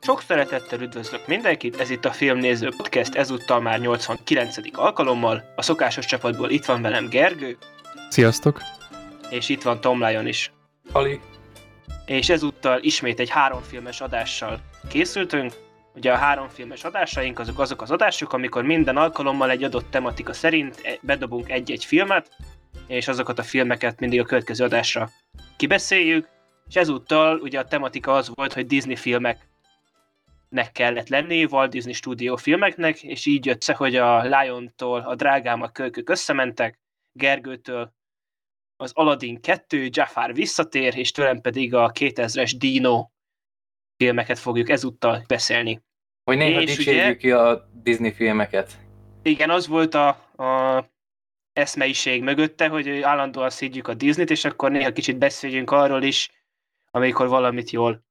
Sok szeretettel üdvözlök mindenkit, ez itt a Filmnéző Podcast, ezúttal már 89. alkalommal. A szokásos csapatból itt van velem Gergő. Sziasztok! És itt van Tom Lyon is. Ali. És ezúttal ismét egy 3 filmes adással készültünk. Ugye a 3 filmes adásaink azok az adások, amikor minden alkalommal egy adott tematika szerint bedobunk egy-egy filmet, és azokat a filmeket mindig a következő adásra kibeszéljük. És ezúttal ugye a tematika az volt, hogy Disney filmeknek kellett lenni, Walt Disney Studio filmeknek, és így jött össze, hogy a Lion-tól a Drágám a kölykök összementek, Gergőtől az Aladdin 2, Jafar visszatér, és tőlem pedig a 2000-es Dino filmeket fogjuk ezúttal beszélni. Hogy néha dicsérjük ki a Disney filmeket. Igen, az volt a eszmeiség mögötte, hogy állandóan szídjuk a Disneyt, és akkor néha kicsit beszéljünk arról is, amikor valamit jól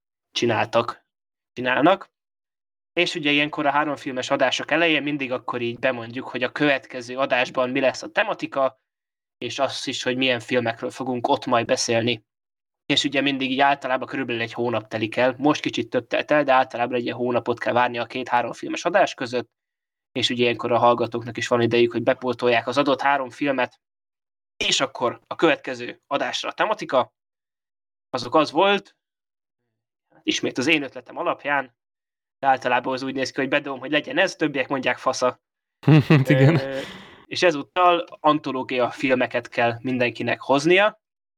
csinálnak. És ugye ilyenkor a 3 filmes adások elején mindig akkor így bemondjuk, hogy a következő adásban mi lesz a tematika, és azt is, hogy milyen filmekről fogunk ott majd beszélni. És ugye mindig így általában körülbelül egy hónap telik el, most kicsit több telt el, de általában egy hónapot kell várni a 2-3 filmes adás között, és ugye ilyenkor a hallgatóknak is van idejük, hogy bepótolják az adott 3 filmet, és akkor a következő adásra a tematika, az volt, ismét az én ötletem alapján, de általában az úgy néz ki, hogy bedobom, hogy legyen ez, többiek mondják fasza. Igen. És ezúttal antológia filmeket kell mindenkinek hoznia,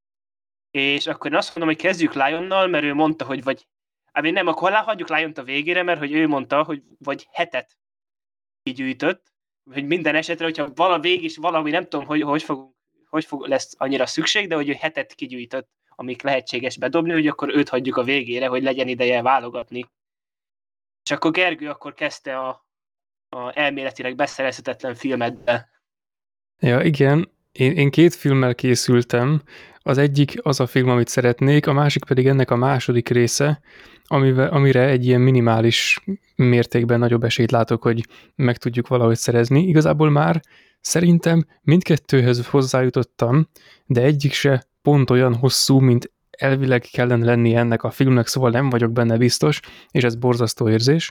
és akkor én azt mondom, hogy kezdjük Lionnal, mert ő mondta, hogy nem, akkor hagyjuk Liont a végére, mert hogy ő mondta, hogy vagy 7 kigyűjtött, hogy minden esetre, hogyha végig valami, nem tudom, hogy lesz annyira szükség, de hogy ő 7 kigyűjtött, amik lehetséges bedobni, hogy akkor őt hagyjuk a végére, hogy legyen ideje válogatni. És akkor Gergő akkor kezdte a elméletileg beszerezhetetlen filmeddel. Ja, igen. Én 2 filmmel készültem. Az egyik az a film, amit szeretnék, a másik pedig ennek a második része, amire egy ilyen minimális mértékben nagyobb esélyt látok, hogy meg tudjuk valahogy szerezni. Igazából már szerintem mindkettőhöz hozzájutottam, de egyik se pont olyan hosszú, mint elvileg kellene lenni ennek a filmnek, szóval nem vagyok benne biztos, és ez borzasztó érzés.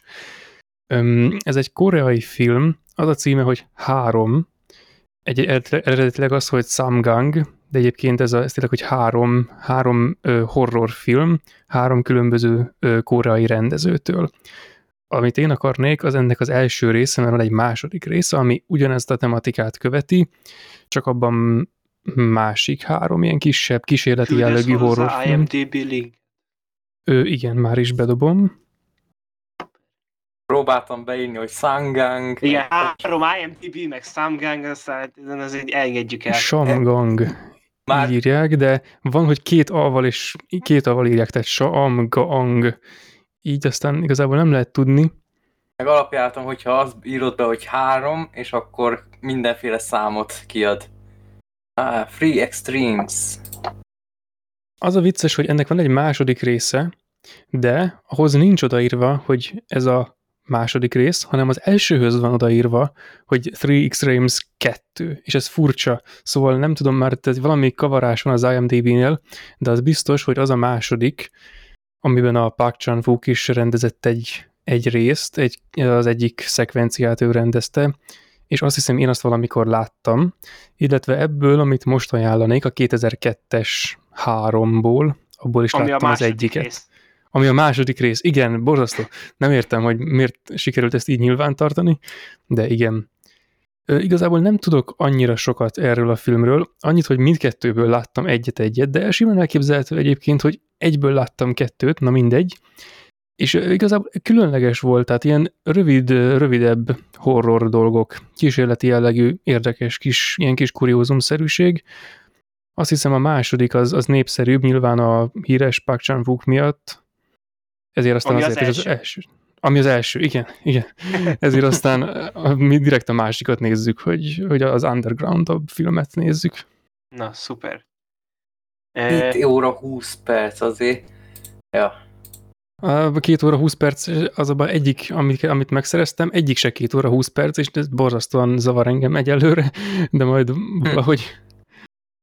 Ez egy koreai film, az a címe, hogy 3, eredetileg az, hogy Samgang, de egyébként ez tényleg, hogy 3 horrorfilm, 3 különböző koreai rendezőtől. Amit én akarnék, az ennek az első része, mert van egy második része, ami ugyanezt a tematikát követi, csak abban másik 3 ilyen kisebb, kísérleti jellegű horrorfilm. IMDb link. Igen, már is bedobom. Próbáltam beírni, hogy Samgang. Igen, 3 IMDb, meg Samgang, az így engedjük el. Samgang. Így írják, de van, hogy 2 A-val írják, tehát Samgang. Így aztán igazából nem lehet tudni. Meg alapjáltam, hogyha azt írod be, hogy 3, és akkor mindenféle számot kiad. Free Extremes. Az a vicces, hogy ennek van egy második része, de ahhoz nincs odaírva, hogy ez a második rész, hanem az elsőhöz van odaírva, hogy 3 Extremes 2, és ez furcsa. Szóval nem tudom már, tehát valami kavarás van az IMDb-nél, de az biztos, hogy az a második, amiben a Park Chan-wook is rendezett egy részt, az egyik szekvenciát ő rendezte, és azt hiszem, én azt valamikor láttam, illetve ebből, amit most ajánlanék, a 2002-es 3-ból, abból is láttam az egyiket. Rész. Ami a második rész. Igen, borzasztó. Nem értem, hogy miért sikerült ezt így nyilvántartani, de igen. Igazából nem tudok annyira sokat erről a filmről, annyit, hogy mindkettőből láttam egyet, de simán elképzelhető egyébként, hogy egyből láttam 2, na mindegy, és igazából különleges volt, tehát ilyen rövidebb horror dolgok, kísérleti jellegű, érdekes ilyen kis kuriózumszerűség. Azt hiszem a második az népszerűbb, nyilván a híres Park Chan-wook miatt, ezért aztán az első. Ami az első, igen. Ezért aztán mi direkt a másikat nézzük, hogy az underground-abb filmet nézzük. Na, szuper. 2 óra 20 perc azért. Ja. A 2 óra 20 perc az abban egyik, amit megszereztem, egyik se 2 óra 20 perc, és ez borzasztóan zavar engem egyelőre, de majd valahogy...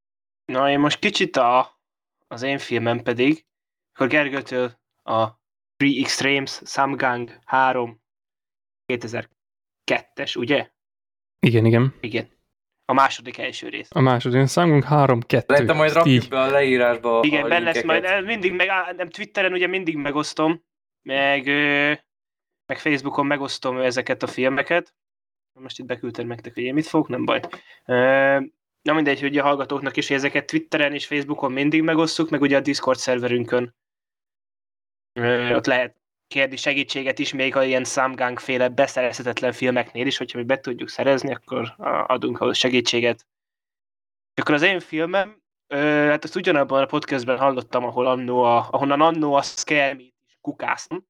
Na, én most kicsit az én filmem pedig, akkor Gergőtől a Three Extremes, Samgang 3, 2002-es, ugye? Igen. Igen. A második első rész. A második, számunk 3-2. Szerintem majd Ezt rakjuk így. be a leírásba Igen, a benne lesz linkeket. majd, mindig nem Twitteren ugye mindig megosztom, meg Facebookon megosztom ezeket a filmeket. Most itt beküldtem nektek, hogy én mit fogok, nem baj. Na mindegy, hogy a hallgatóknak is, hogy ezeket Twitteren és Facebookon mindig megosztjuk, meg ugye a Discord szerverünkön. Ott lehet kérni segítséget is, még a ilyen Samgang-féle beszerezhetetlen filmeknél is, hogyha mi be tudjuk szerezni, akkor adunk ahhoz segítséget. És akkor az én filmem, hát azt ugyanabban a podcastben hallottam, ahonnan annó a Scare Me-t is kukáztam.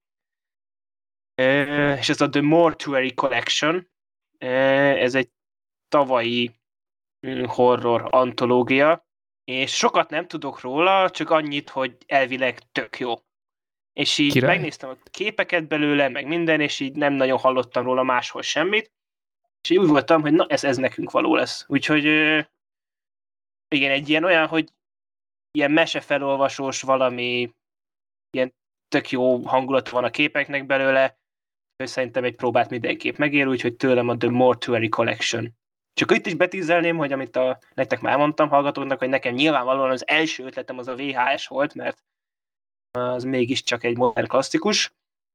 És ez a The Mortuary Collection. Ez egy tavalyi horror antológia, és sokat nem tudok róla, csak annyit, hogy elvileg tök jó. És így Király. megnéztem a képeket belőle, meg minden, és így nem nagyon hallottam róla máshol semmit, és így úgy voltam, hogy na, ez nekünk való lesz. Úgyhogy igen, egy ilyen olyan, hogy ilyen mesefelolvasós valami, ilyen tök jó hangulat van a képeknek belőle, és szerintem egy próbát mindenképp megér, úgyhogy tőlem a The Mortuary Collection. Csak itt is betízelném, hogy amit nektek már mondtam hallgatóknak, hogy nekem nyilvánvalóan az első ötletem az a VHS volt, mert az mégiscsak egy modern klasszikus,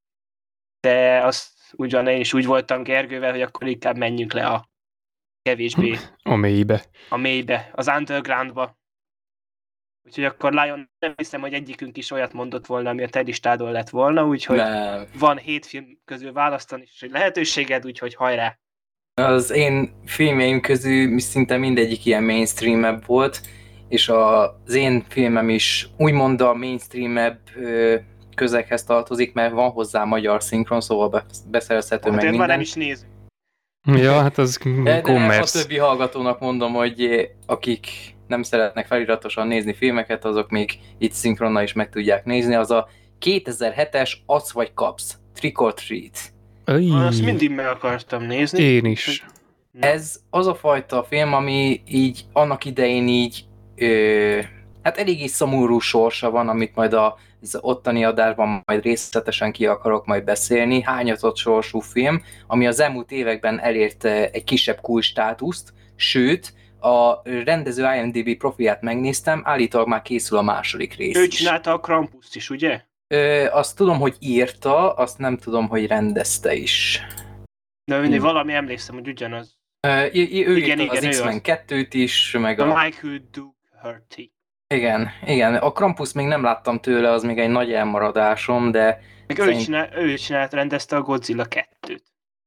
de azt ugyan én is úgy voltam Gergővel, hogy akkor inkább menjünk le a kevésbé A mélybe. a mélybe, az undergroundba. Úgyhogy akkor Lion, nem hiszem, hogy egyikünk is olyat mondott volna, ami a te listádon lett volna, úgyhogy Nem. van 7 film közül választani is lehetőséged, úgymond hajrá! Az én filmjeim közül szinte mindegyik ilyen mainstream-ebb volt, és az én filmem is úgymond a mainstream-ebb közeghez tartozik, mert van hozzá magyar szinkron, szóval beszerezhető meg Hát én már nem minden. is nézem. Ja, hát az De a commerce. többi hallgatónak mondom, hogy akik nem szeretnek feliratosan nézni filmeket, azok még itt szinkronnal is meg tudják nézni. Az a 2007-es Adsz vagy kapsz, Trick or Treat. Azt mindig meg akartam nézni. Én is. Na. Ez az a fajta film, ami így annak idején így hát eléggé szomorú sorsa van, amit majd az ottani adásban majd részletesen ki akarok majd beszélni. Hányatott sorsú film, ami az elmúlt években elérte egy kisebb kultsstátuszt, sőt, a rendező IMDb profilját megnéztem, állítólag már készül a második rész Ő is. csinálta a Krampuszt is, ugye? Azt tudom, hogy írta, azt nem tudom, hogy rendezte is. De mindig valami emlékszem, hogy ugyanaz. Ő Igen, írta az ő X-Men az. 2-t is, meg A a... Michael Dougherty. Igen. A Krampus még nem láttam tőle, az még egy nagy elmaradásom, de... Meg szerint- ő csinált, rendezte a Godzilla 2-t.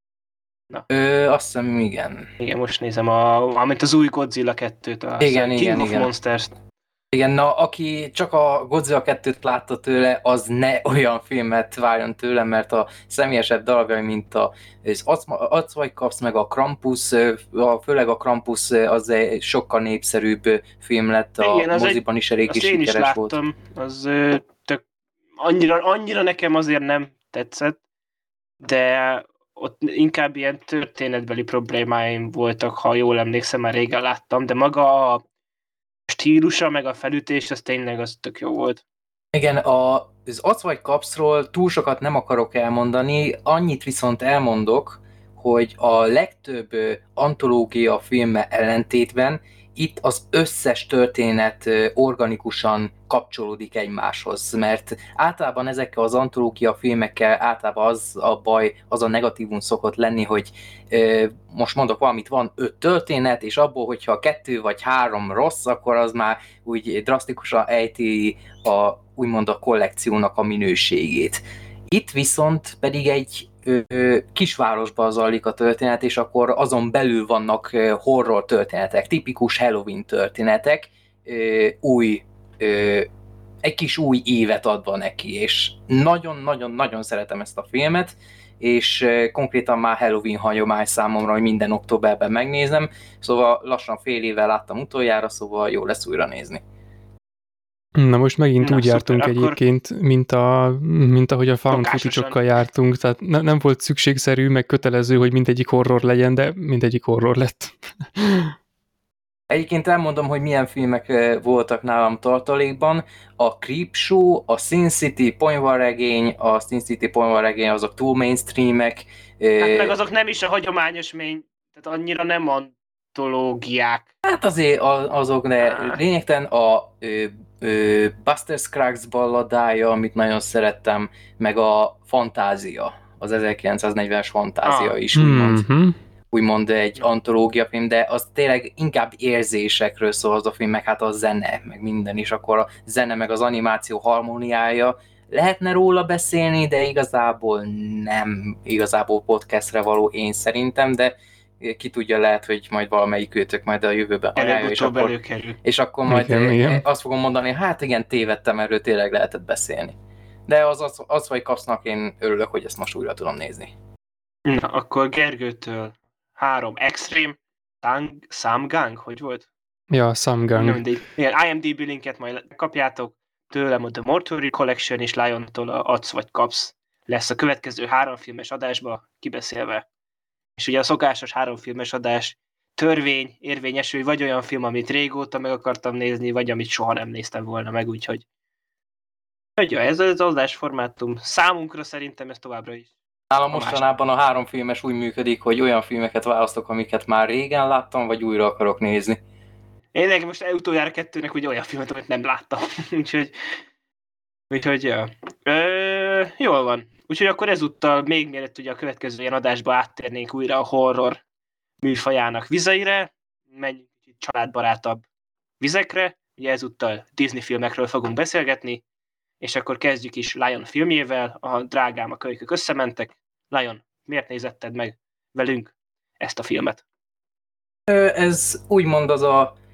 Azt hiszem, igen. Igen, most nézem, amint az új Godzilla 2-t, a Igen, King igen, of igen. Monsters-t. Igen, na, aki csak a Godzilla 2-t látta tőle, az ne olyan filmet várjon tőle, mert a személyesebb darabjai, mint az Adsz vagy kapsz, meg a Krampus, főleg a Krampus az egy sokkal népszerűbb film lett, a Igen, moziban is eléggé azt én is sikeres volt. láttam, az tök, annyira nekem azért nem tetszett, de ott inkább ilyen történetbeli problémáim voltak, ha jól emlékszem, már régen láttam, de maga a stílusa, meg a felütés, az tényleg az tök jó volt. Igen, az Adsz vagy kapszról túl sokat nem akarok elmondani, annyit viszont elmondok, hogy a legtöbb antológia filmmel ellentétben itt az összes történet organikusan kapcsolódik egymáshoz, mert általában ezekkel az antológia filmekkel általában az a baj, az a negatívum szokott lenni, hogy most mondok valamit, van 5 történet, és abból, hogyha 2 vagy 3 rossz, akkor az már úgy drasztikusan ejti úgymond a kollekciónak a minőségét. Itt viszont pedig egy kisvárosban zajlik a történet, és akkor azon belül vannak horror történetek, tipikus Halloween történetek, egy kis új évet adva neki, és nagyon-nagyon-nagyon szeretem ezt a filmet, és konkrétan már Halloween hagyomány számomra, hogy minden októberben megnézem, szóval lassan fél éve láttam utoljára, szóval jó lesz újra nézni. Na most megint Na, úgy jártunk szuper, akkor- egyébként, mint ahogy a found Szokásosan. footage-okkal jártunk, tehát nem volt szükségszerű, meg kötelező, hogy mindegyik horror legyen, de mindegyik horror lett. Egyébként elmondom, hogy milyen filmek voltak nálam tartalékban. A Creepshow, a Sin City ponyvaregény, a Sin City ponyvaregény azok túl mainstreamek. Hát meg azok nem is a hagyományos tehát annyira nem antológiák. Hát azért azok, de lényegtelen a Buster Scruggs balladája, amit nagyon szerettem, meg a Fantázia, az 1940-es Fantázia is úgymond egy antológiafilm, de az tényleg inkább érzésekről szól az a film, meg hát a zene, meg minden is, akkor a zene meg az animáció harmóniája. Lehetne róla beszélni, de igazából nem igazából podcastre való én szerintem, de ki tudja, lehet, hogy majd valamelyik őtök majd a jövőben ajánlja, és akkor majd igen. Azt fogom mondani, hát igen, tévedtem, erről tényleg lehetett beszélni. De az vagy kapsznak, én örülök, hogy ezt most újra tudom nézni. Na, akkor Gergőtől 3 Extreme, Samgang, hogy volt? Ja, Samgang. Igen, IMDb linket majd kapjátok, tőlem a The Mortuary Collection és Lion-tól Adsz vagy Kapsz lesz a következő 3 filmes adásba kibeszélve. És ugye a szokásos 3 filmes adás törvény érvényesül, vagy olyan film, amit régóta meg akartam nézni, vagy amit soha nem néztem volna meg, úgyhogy ja, ez az adásformátum. Számunkra szerintem ez továbbra is. Nálam mostanában a 3 filmes úgy működik, hogy olyan filmeket választok, amiket már régen láttam, vagy újra akarok nézni. Én nekem most utoljára 2-nek ugye olyan filmet, amit nem láttam. úgyhogy ja. Jól van. Úgyhogy akkor ezúttal még mielőtt ugye a következő ilyen adásba áttérnénk újra a horror műfajának vizeire, menjünk kicsit családbarátabb vizekre. Ugye ezúttal Disney filmekről fogunk beszélgetni, és akkor kezdjük is Lion filmjével, a Drágám, a kölykök összementek. Lion, miért nézetted meg velünk ezt a filmet? Ez úgymond az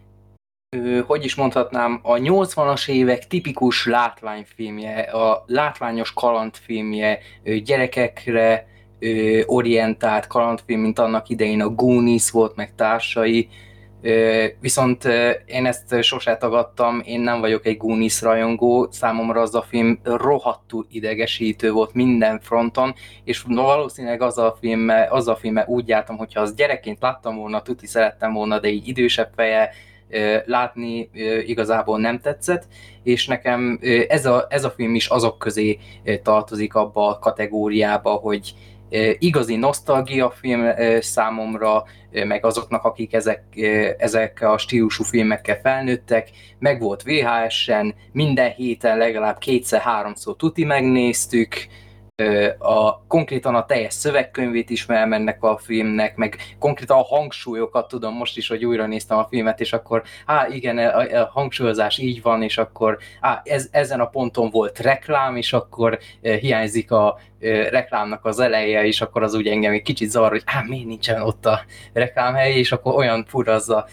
hogy is mondhatnám, a 80-as évek tipikus látványfilmje, a látványos kalandfilmje, gyerekekre orientált kalandfilm, mint annak idején a Goonies volt, meg társai. Viszont én ezt sose tagadtam, én nem vagyok egy Goonies rajongó, számomra az a film rohadtul idegesítő volt minden fronton, és valószínűleg az a filmmel úgy jártam, hogyha az gyerekként láttam volna, tuti szerettem volna, de így idősebb feje látni igazából nem tetszett, és nekem ez a film is azok közé tartozik abba a kategóriába, hogy igazi nosztalgia film számomra, meg azoknak, akik ezek a stílusú filmekkel felnőttek, meg volt VHS-en, minden héten legalább 2-3-szor tuti megnéztük, konkrétan a teljes szövegkönyvét ismerem ennek a filmnek, meg konkrétan a hangsúlyokat tudom most is, hogy újra néztem a filmet, és akkor igen, a hangsúlyozás így van, és akkor ezen a ponton volt reklám, és akkor hiányzik a reklámnak az eleje, és akkor az úgy engem egy kicsit zavar, hogy miért nincsen ott a reklámhely, és akkor olyan fura az a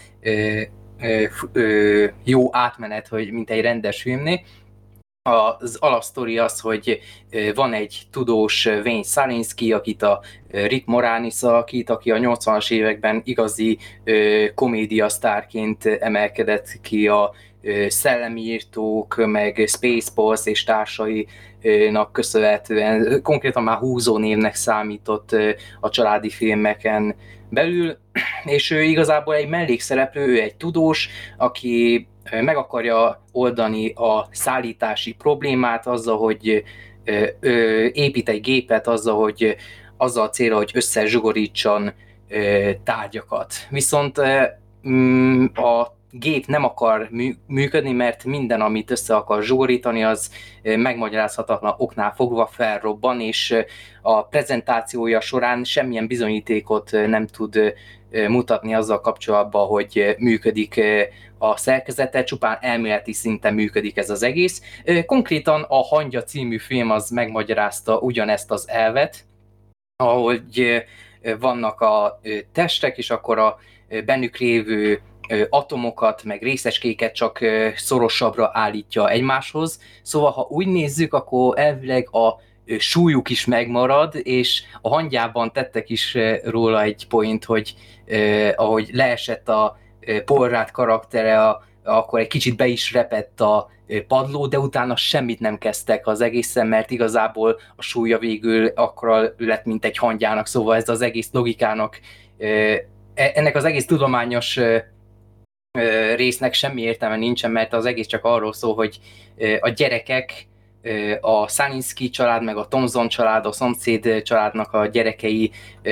jó átmenet, hogy mint egy rendes filmnél. Az alapsztori az, hogy van egy tudós Wayne Szalinszky, akit a Rick Moranis alakít, aki a 80-as években igazi komédiasztárként emelkedett ki a Szellemírtók, meg Spaceballs és társainak köszönhetően. Konkrétan már húzó névnek számított a családi filmeken belül, és ő igazából egy mellékszereplő, ő egy tudós, aki meg akarja oldani a szállítási problémát azzal, hogy épít egy gépet, azzal a célra, hogy összezsugorítson tárgyakat. Viszont a gép nem akar működni, mert minden, amit össze akar zsugorítani, az megmagyarázhatatlan oknál fogva felrobban, és a prezentációja során semmilyen bizonyítékot nem tud mutatni azzal kapcsolatban, hogy működik a szerkezete, csupán elméleti szinten működik ez az egész. Konkrétan a Hangya című film az megmagyarázta ugyanezt az elvet, ahogy vannak a testek, és akkor a bennük lévő atomokat, meg részecskéket csak szorosabbra állítja egymáshoz. Szóval, ha úgy nézzük, akkor elvileg a súlyuk is megmarad, és a Hangyában tettek is róla egy point, hogy ahogy leesett a Porrát karaktere, akkor egy kicsit be is repett a padló, de utána semmit nem kezdtek az egészen, mert igazából a súlya végül akkor lett, mint egy hangyának, szóval ez az egész logikának, ennek az egész tudományos résznek semmi értelme nincsen, mert az egész csak arról szól, hogy a gyerekek, a Szalinszky család, meg a Thompson család, a szomszéd családnak a gyerekei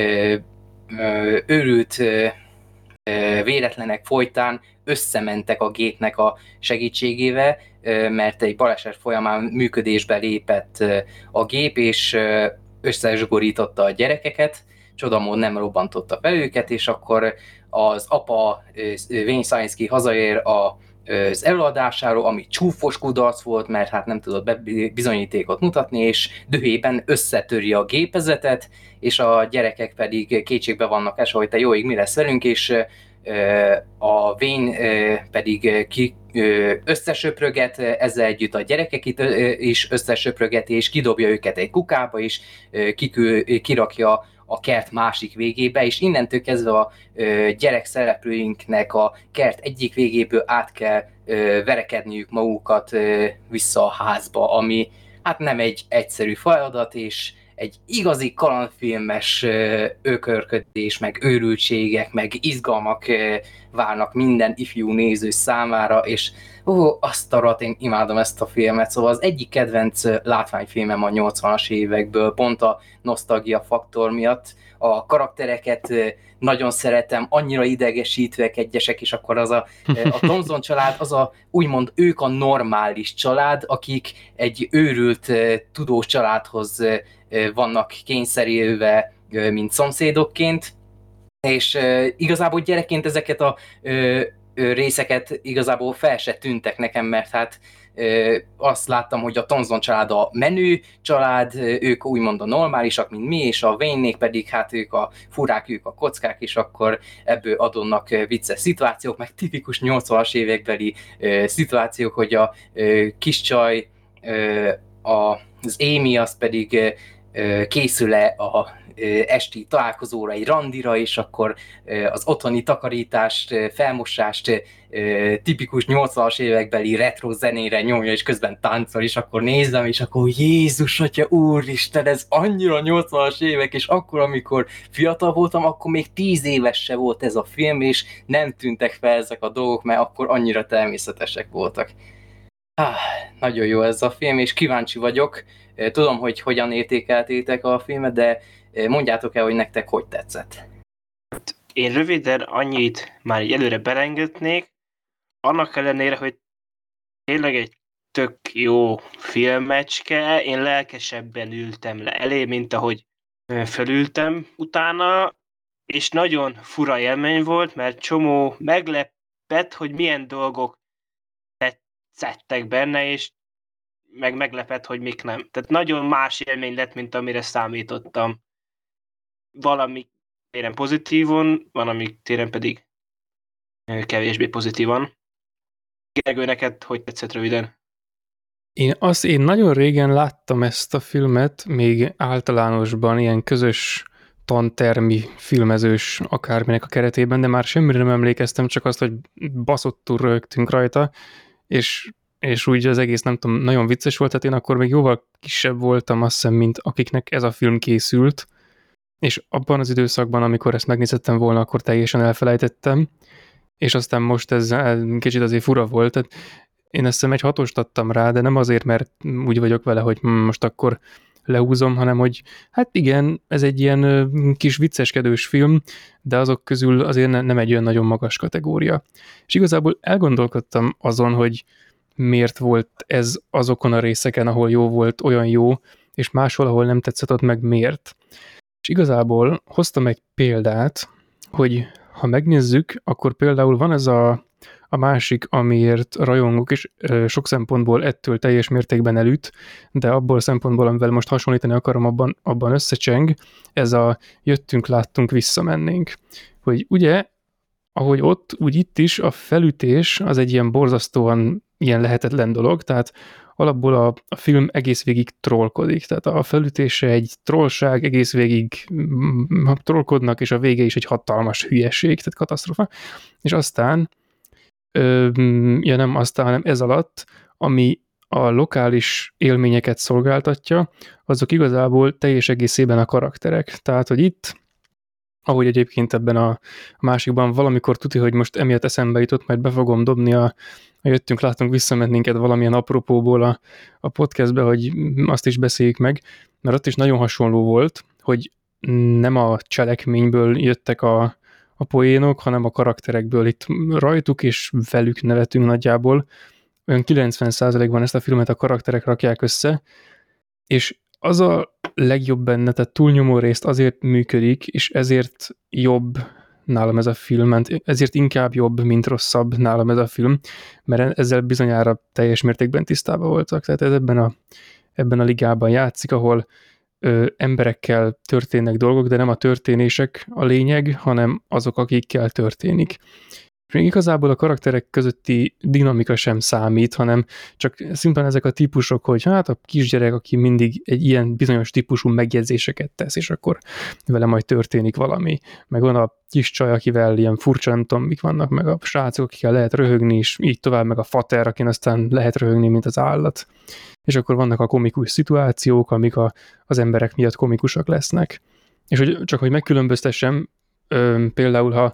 őrült véletlenek folytán összementek a gépnek a segítségével, mert egy baleset folyamán működésbe lépett a gép, és összezsugorította a gyerekeket, csodamód nem robbantotta fel őket, és akkor az apa, Wayne Szalinszky hazaér az előadásáról, ami csúfos kudarc volt, mert hát nem tudott bizonyítékot mutatni, és dühében összetöri a gépezetet, és a gyerekek pedig kétségbe vannak esve, hogy te jó ég, mi lesz velünk, és a Wayne pedig összesöpröget, ezzel együtt a gyerekek is összesöprögeti, és kidobja őket egy kukába, és kirakja a kert másik végébe, és innentől kezdve a gyerek szereplőinknek a kert egyik végéből át kell verekedniük magukat vissza a házba, ami hát nem egy egyszerű feladat, és egy igazi kalandfilmes ökörködés, meg őrültségek, meg izgalmak várnak minden ifjú néző számára, és azt a rohadt, én imádom ezt a filmet, szóval az egyik kedvenc látványfilmem a 80-as évekből, pont a nosztalgia faktor miatt. A karaktereket nagyon szeretem, annyira idegesítőek egyesek, és akkor a Thompson család, úgymond ők a normális család, akik egy őrült tudós családhoz vannak kényszerülve, mint szomszédokként, és igazából gyerekként ezeket a részeket igazából fel se tűntek nekem, mert hát azt láttam, hogy a Thompson család a menő család, ők úgymond a normálisak, mint mi, és a Wayne-nék pedig hát ők a furák, ők a kockák, és akkor ebből adódnak vicces szituációk, meg tipikus 80-as évekbeli szituációk, hogy a kis csaj, az Amy, az pedig készül-e a esti találkozóra, egy randira, és akkor az otthoni takarítást, felmosást tipikus 80-as évekbeli retro zenére nyomja, és közben táncol, és akkor nézem, és akkor Jézus Atya, Úristen, ez annyira 80-as évek, és akkor, amikor fiatal voltam, akkor még 10 éves se volt ez a film, és nem tűntek fel ezek a dolgok, mert akkor annyira természetesek voltak. Nagyon jó ez a film, és kíváncsi vagyok. Tudom, hogy hogyan értékeltétek a filmet, de mondjátok el, hogy nektek hogy tetszett. Én röviden annyit már így előre belengednék, annak ellenére, hogy tényleg egy tök jó filmecske, én lelkesebben ültem le elé, mint ahogy felültem utána, és nagyon fura élmény volt, mert csomó meglepett, hogy milyen dolgok tetszettek benne, és meg meglepett, hogy mik nem. Tehát nagyon más élmény lett, mint amire számítottam. Valami téren pozitívon, valami téren pedig kevésbé pozitívan. Gergő, neked hogy tetszett röviden? Én nagyon régen láttam ezt a filmet, még általánosban ilyen közös tantermi filmezős akárminek a keretében, de már semmire nem emlékeztem, csak azt, hogy baszottul rögtünk rajta, és úgy az egész, nem tudom, nagyon vicces volt, tehát én akkor még jóval kisebb voltam, azt hiszem, mint akiknek ez a film készült, és abban az időszakban, amikor ezt megnézettem volna, akkor teljesen elfelejtettem, és aztán most ez kicsit azért fura volt, tehát én azt hiszem egy 6-ost adtam rá, de nem azért, mert úgy vagyok vele, hogy most akkor lehúzom, hanem hogy hát igen, ez egy ilyen kis vicceskedős film, de azok közül azért nem egy olyan nagyon magas kategória. És igazából elgondolkodtam azon, hogy miért volt ez azokon a részeken, ahol jó volt, olyan jó, és máshol, ahol nem tetszett, ott meg miért. És igazából hoztam egy példát, hogy ha megnézzük, akkor például van ez a másik, amiért rajongok, és sok szempontból ettől teljes mértékben elüt, de abból szempontból, amivel most hasonlítani akarom, abban összecseng, ez a jöttünk, láttunk, visszamennénk. Hogy ugye, ahogy ott, úgy itt is a felütés az egy ilyen borzasztóan ilyen lehetetlen dolog, tehát alapból a film egész végig trollkodik, tehát a felütése egy trollság, egész végig trollkodnak, és a vége is egy hatalmas hülyeség, tehát katasztrofa, és aztán hanem ez alatt, ami a lokális élményeket szolgáltatja, azok igazából teljes egészében a karakterek. Tehát, hogy itt ahogy egyébként ebben a másikban valamikor tuti, hogy most emiatt eszembe jutott, majd be fogom dobni a jöttünk, látunk, visszament minket valamilyen apropóból a podcastbe, hogy azt is beszéljük meg, mert ott is nagyon hasonló volt, hogy nem a cselekményből jöttek a poénok, hanem a karakterekből. Itt rajtuk és velük nevetünk nagyjából. Olyan 90%-ban ezt a filmet a karakterek rakják össze, és az a legjobb benne, tehát túlnyomó részt azért működik, és ezért jobb nálam ez a film, ezért inkább jobb, mint rosszabb nálam ez a film, mert ezzel bizonyára teljes mértékben tisztában voltak. Tehát ez ebben a ligában játszik, ahol emberekkel történnek dolgok, de nem a történések a lényeg, hanem azok, akikkel történik. Még igazából a karakterek közötti dinamika sem számít, hanem csak szimplán ezek a típusok, hogy hát a kisgyerek, aki mindig egy ilyen bizonyos típusú megjegyzéseket tesz, és akkor vele majd történik valami. Meg van a kis csaj, akivel ilyen furcsa, nem tudom, mik vannak, meg a srácok, akikkel lehet röhögni, és így tovább, meg a fater, akin aztán lehet röhögni, mint az állat. És akkor vannak a komikus szituációk, amik az emberek miatt komikusak lesznek. És hogy csak hogy megkülönböztessem, például ha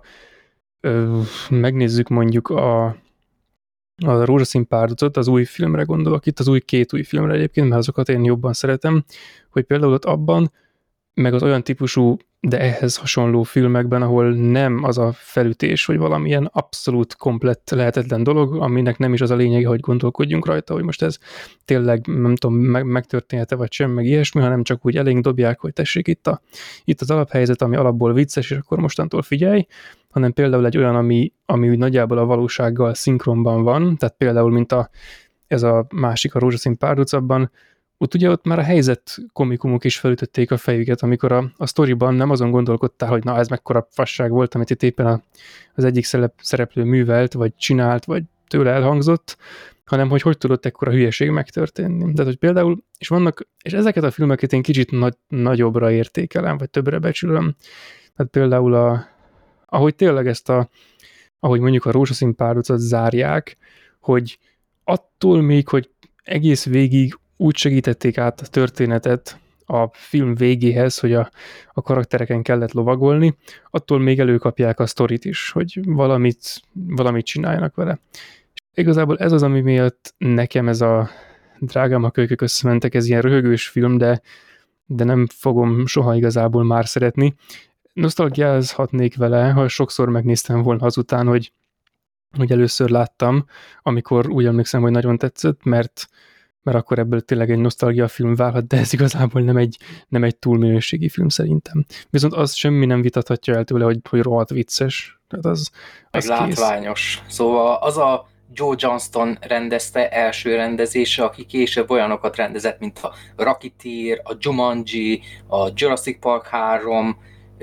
megnézzük mondjuk a Rózsaszín párducot, az új filmre gondolok, itt az két új filmre egyébként, mert azokat én jobban szeretem, hogy például ott abban, meg az olyan típusú, de ehhez hasonló filmekben, ahol nem az a felütés, hogy valamilyen abszolút komplett lehetetlen dolog, aminek nem is az a lényege, hogy gondolkodjunk rajta, hogy most ez tényleg, nem tudom, megtörténhet-e vagy sem, meg ilyesmi, hanem csak úgy elénk dobják, hogy tessék itt az alaphelyzet, ami alapból vicces, és akkor mostantól figyelj, hanem például egy olyan, ami úgy nagyjából a valósággal szinkronban van, tehát például, mint ez a másik, a Rózsaszín párduc, abban ott már a helyzet komikumok is felütötték a fejüket, amikor a sztoriban nem azon gondolkodtál, hogy na ez mekkora fasság volt, amit itt éppen az egyik szereplő művelt, vagy csinált, vagy tőle elhangzott, hanem hogy tudott ekkora hülyeség megtörténni. Tehát, hogy például, és ezeket a filmeket én kicsit nagyobbra értékelem, vagy többre becsülöm. Tehát például ahogy tényleg ahogy mondjuk a Rózsaszín párducot zárják, hogy attól még, hogy egész végig úgy segítették át a történetet a film végéhez, hogy a karaktereken kellett lovagolni, attól még előkapják a sztorit is, hogy valamit csináljanak vele. És igazából ez az, ami miatt nekem ez a Drágám, ha kölykök összementek, ez ilyen röhögős film, de nem fogom soha igazából már szeretni. Nosztalgiázhatnék vele, ha sokszor megnéztem volna azután, hogy először láttam, amikor úgy emlékszem, hogy nagyon tetszett, mert akkor ebből tényleg egy nosztalgia film válhat, de ez igazából nem egy túl minőségi film szerintem. Viszont az semmi nem vitathatja el tőle, hogy rohadt vicces. Tehát az látványos. Szóval az a Joe Johnston rendezte első rendezése, aki később olyanokat rendezett, mint a Rocketeer, a Jumanji, a Jurassic Park 3,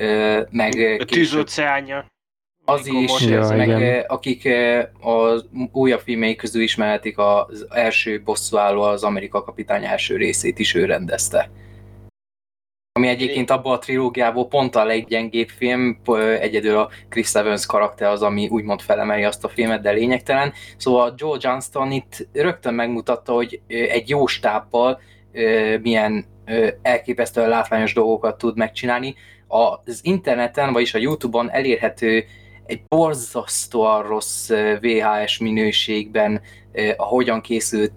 meg a Tűzoceánja. Az is, meg akik az újabb filmei közül ismerhetik, az első bosszúálló, az Amerika kapitány első részét is ő rendezte. Ami egyébként abban a trilógiából pont a leggyengébb film, egyedül a Chris Evans karakter az, ami úgymond felemeli azt a filmet, de lényegtelen. Szóval Joe Johnston itt rögtön megmutatta, hogy egy jó stábbal milyen elképesztően látványos dolgokat tud megcsinálni. Az interneten, vagyis a YouTube-on elérhető egy borzasztóan rossz VHS minőségben hogyan készült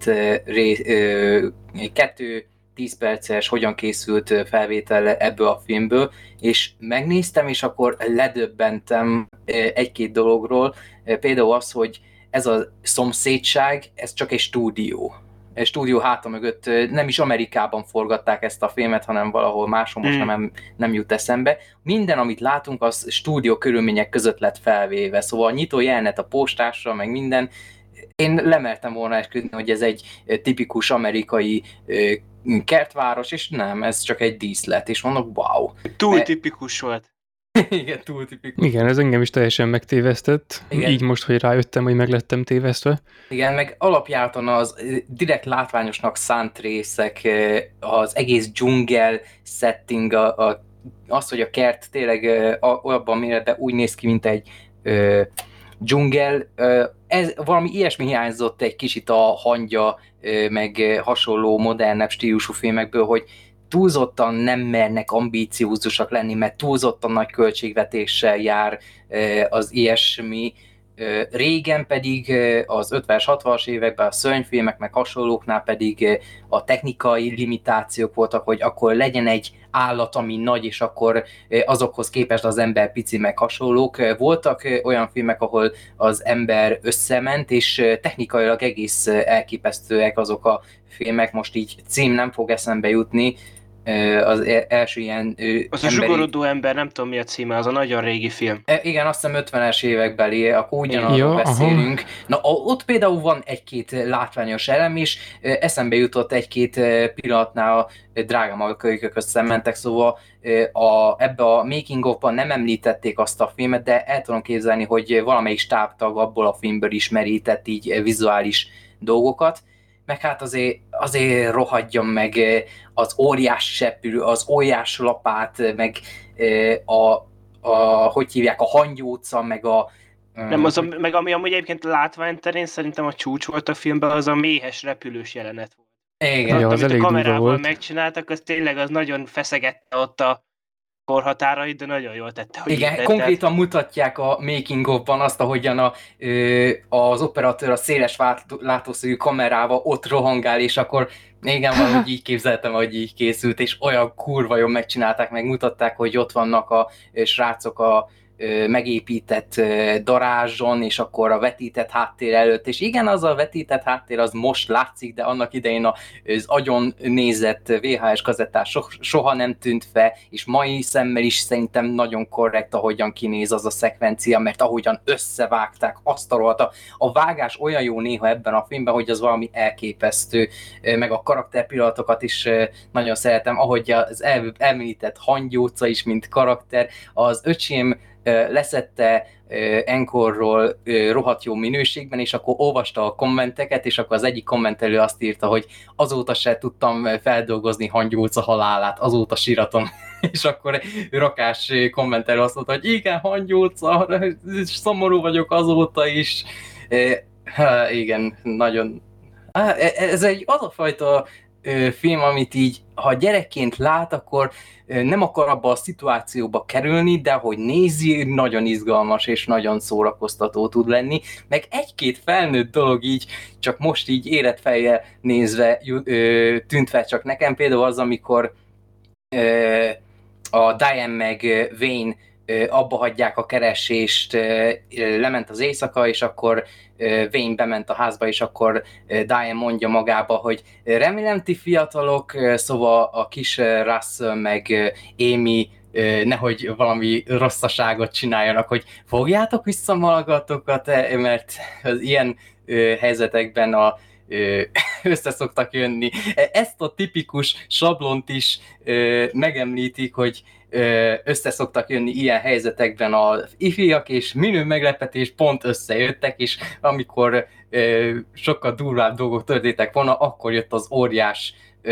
10 perces, hogyan készült felvétel ebből a filmből, és megnéztem, és akkor ledöbbentem egy-két dologról, például az, hogy ez a szomszédság, ez csak egy stúdió háta mögött, nem is Amerikában forgatták ezt a filmet, hanem valahol máshol, most nem jut eszembe. Minden, amit látunk, az stúdió körülmények között lett felvéve, szóval a nyitó jelenet a postásra, meg minden. Én lemertem volna esküdni, hogy ez egy tipikus amerikai kertváros, és nem, ez csak egy díszlet, és mondok, wow. Túl tipikus volt. Igen, túl tipikus. Igen, ez engem is teljesen megtévesztett. Igen. Így most, hogy rájöttem, hogy meg lettem tévesztve. Igen, meg alapjáton az direkt látványosnak szánt részek, az egész dzsungel setting, az, hogy a kert tényleg olyanban méretben úgy néz ki, mint egy dzsungel. Ez valami ilyesmi hiányzott egy kicsit a hangya, meg hasonló modernebb stílusú filmekből, hogy túlzottan nem mernek ambíciózusak lenni, mert túlzottan nagy költségvetéssel jár az ilyesmi. Régen pedig az 50-es, 60-as években a szörnyfilmek meg hasonlóknál pedig a technikai limitációk voltak, hogy akkor legyen egy állat, ami nagy, és akkor azokhoz képest az ember pici meg hasonlók. Voltak olyan filmek, ahol az ember összement, és technikailag egész elképesztőek azok a filmek, most így cím nem fog eszembe jutni, az első ilyen az a zsugorodó ember, nem tudom mi a címe, az a nagyon régi film. Igen, azt hiszem 50-es évekbeli, akkor ugyanarról beszélünk. Aha. Na, ott például van egy-két látványos elem is, eszembe jutott egy-két pillanatnál a drága kölykökhöz szemmentek, szóval ebbe a making of-ban nem említették azt a filmet, de el tudom képzelni, hogy valamelyik stábtag abból a filmből is merített így vizuális dolgokat, meg hát azért rohadjon meg az óriás seppülő, az óriás lapát, meg hogy hívják, a hangyóca, meg a... Nem, meg ami amúgy egyébként látványterén szerintem a csúcs volt a filmben, az a méhes repülős jelenet volt. Igen. Ja, az amit elég a kamerával volt. megcsináltak, az tényleg az nagyon feszegette ott a korhatárait, de nagyon jól tette, hogy igen, konkrétan mutatják a making of-ban azt, ahogyan az operatőr a széles látószögű kamerával ott rohangál, és akkor igen, valahogy így képzeltem, hogy így készült, és olyan kurva jól megcsinálták, megmutatták, hogy ott vannak a srácok a megépített darázson, és akkor a vetített háttér előtt, és igen, az a vetített háttér az most látszik, de annak idején az agyon nézett VHS kazettás soha nem tűnt fel, és mai szemmel is szerintem nagyon korrekt, ahogyan kinéz az a szekvencia, mert ahogyan összevágták azt a vágás olyan jó néha ebben a filmben, hogy az valami elképesztő, meg a karakterpillanatokat is nagyon szeretem, ahogy az említett hangyóca is, mint karakter, az öcsém leszette Anchorról rohadt jó minőségben, és akkor olvasta a kommenteket, és akkor az egyik kommentelő azt írta, hogy azóta se tudtam feldolgozni hangyóca halálát, azóta síratom. És akkor rakás kommentelő azt mondta, hogy igen, hangyóca, szomorú vagyok azóta is. Igen, nagyon... Ez az a fajta film, amit így, ha gyerekként lát, akkor nem akar abba a szituációba kerülni, de hogy nézi, nagyon izgalmas és nagyon szórakoztató tud lenni, meg egy-két felnőtt dolog így, csak most így életfejjel nézve tűnt fel csak nekem, például az, amikor a Diane meg Wayne abba hagyják a keresést, lement az éjszaka, és akkor Wayne bement a házba, és akkor Diane mondja magába, hogy remélem ti fiatalok, szóval a kis Russell meg Amy nehogy valami rosszaságot csináljanak, hogy fogjátok vissza magatokat, mert az ilyen helyzetekben össze szoktak jönni. Ezt a tipikus sablont is megemlítik, hogy össze szoktak jönni ilyen helyzetekben az ifjak, és minő meglepetés pont összejöttek, és amikor sokkal durvább dolgok történtek volna, akkor jött az óriás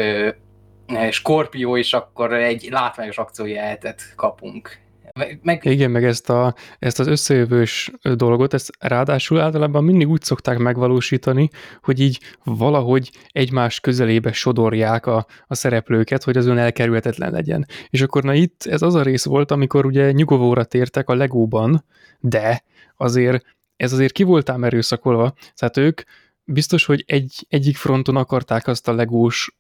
Skorpió, és akkor egy látványos akciójelenetet kapunk. Igen, meg ezt az összejövős dolgot, ezt ráadásul általában mindig úgy szokták megvalósítani, hogy így valahogy egymás közelébe sodorják a szereplőket, hogy az ön elkerülhetetlen legyen. És akkor na itt ez az a rész volt, amikor ugye nyugovóra tértek a Legóban, de ez azért ki voltám erőszakolva, tehát ők biztos, hogy egyik fronton akarták azt a legós